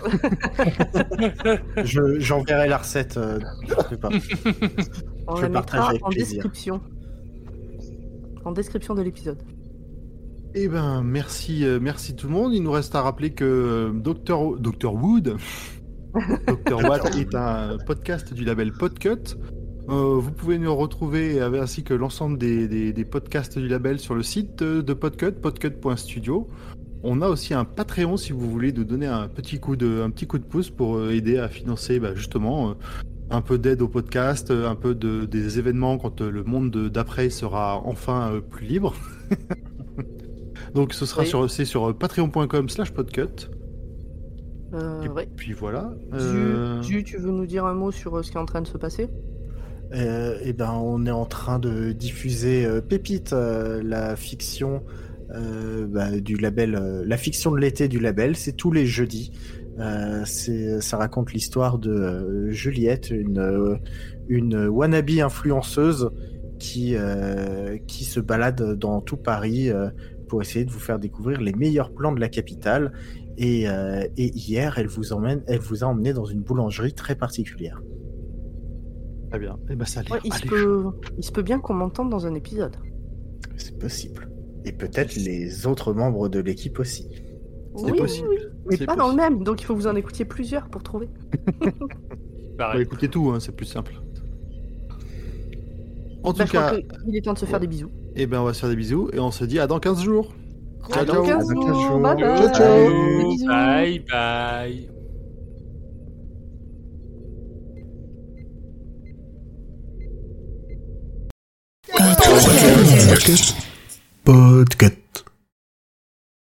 Je, j'enverrai la recette. Euh, je sais pas. On Je la partage mettra avec en plaisir. description. En description de l'épisode. Eh ben merci euh, merci tout le monde. Il nous reste à rappeler que euh, Docteur Docteur Wood Docteur Watt est un podcast du label Podcut. Euh, vous pouvez nous retrouver euh, ainsi que l'ensemble des, des, des podcasts du label sur le site de, de Podcut, podcut point studio. On a aussi un Patreon si vous voulez nous donner un petit coup de, un petit coup de pouce pour euh, aider à financer bah, justement euh, un peu d'aide au podcast, euh, un peu de, des événements quand euh, le monde de- d'après sera enfin euh, plus libre. Donc ce sera Oui. sur, c'est sur patreon point com slash podcut. Euh, Et ouais. puis voilà. Ju, Euh, Ju, tu veux nous dire un mot sur euh, ce qui est en train de se passer? Euh, et ben, on est en train de diffuser euh, Pépite, euh, la fiction euh, bah, du label, euh, la fiction de l'été du label. C'est tous les jeudis. Euh, c'est, ça raconte l'histoire de euh, Juliette, une euh, une wannabe influenceuse qui euh, qui se balade dans tout Paris euh, pour essayer de vous faire découvrir les meilleurs plans de la capitale. Et, euh, et hier, elle vous emmène, elle vous a emmené dans une boulangerie très particulière. Très bien. Eh ben ça a l'air Ouais, il, se alléchant. peut... il se peut bien qu'on m'entende dans un épisode. C'est possible. Et peut-être les autres membres de l'équipe aussi. C'est Oui, possible. oui, oui. Mais C'est pas dans le possible. même, donc il faut que vous en écoutiez plusieurs pour trouver. Bah, Pareil. écoutez tout, hein, c'est plus simple. En Bah, tout je crois cas, qu'il est temps de se faire des bisous. eh ben, on va se faire des bisous et on se dit à dans quinze jours. À Ciao, dans ciao. quinze À dans quinze jours. jours. Bye bye. Ciao, ciao. Des bisous. Bye bye. Podcast.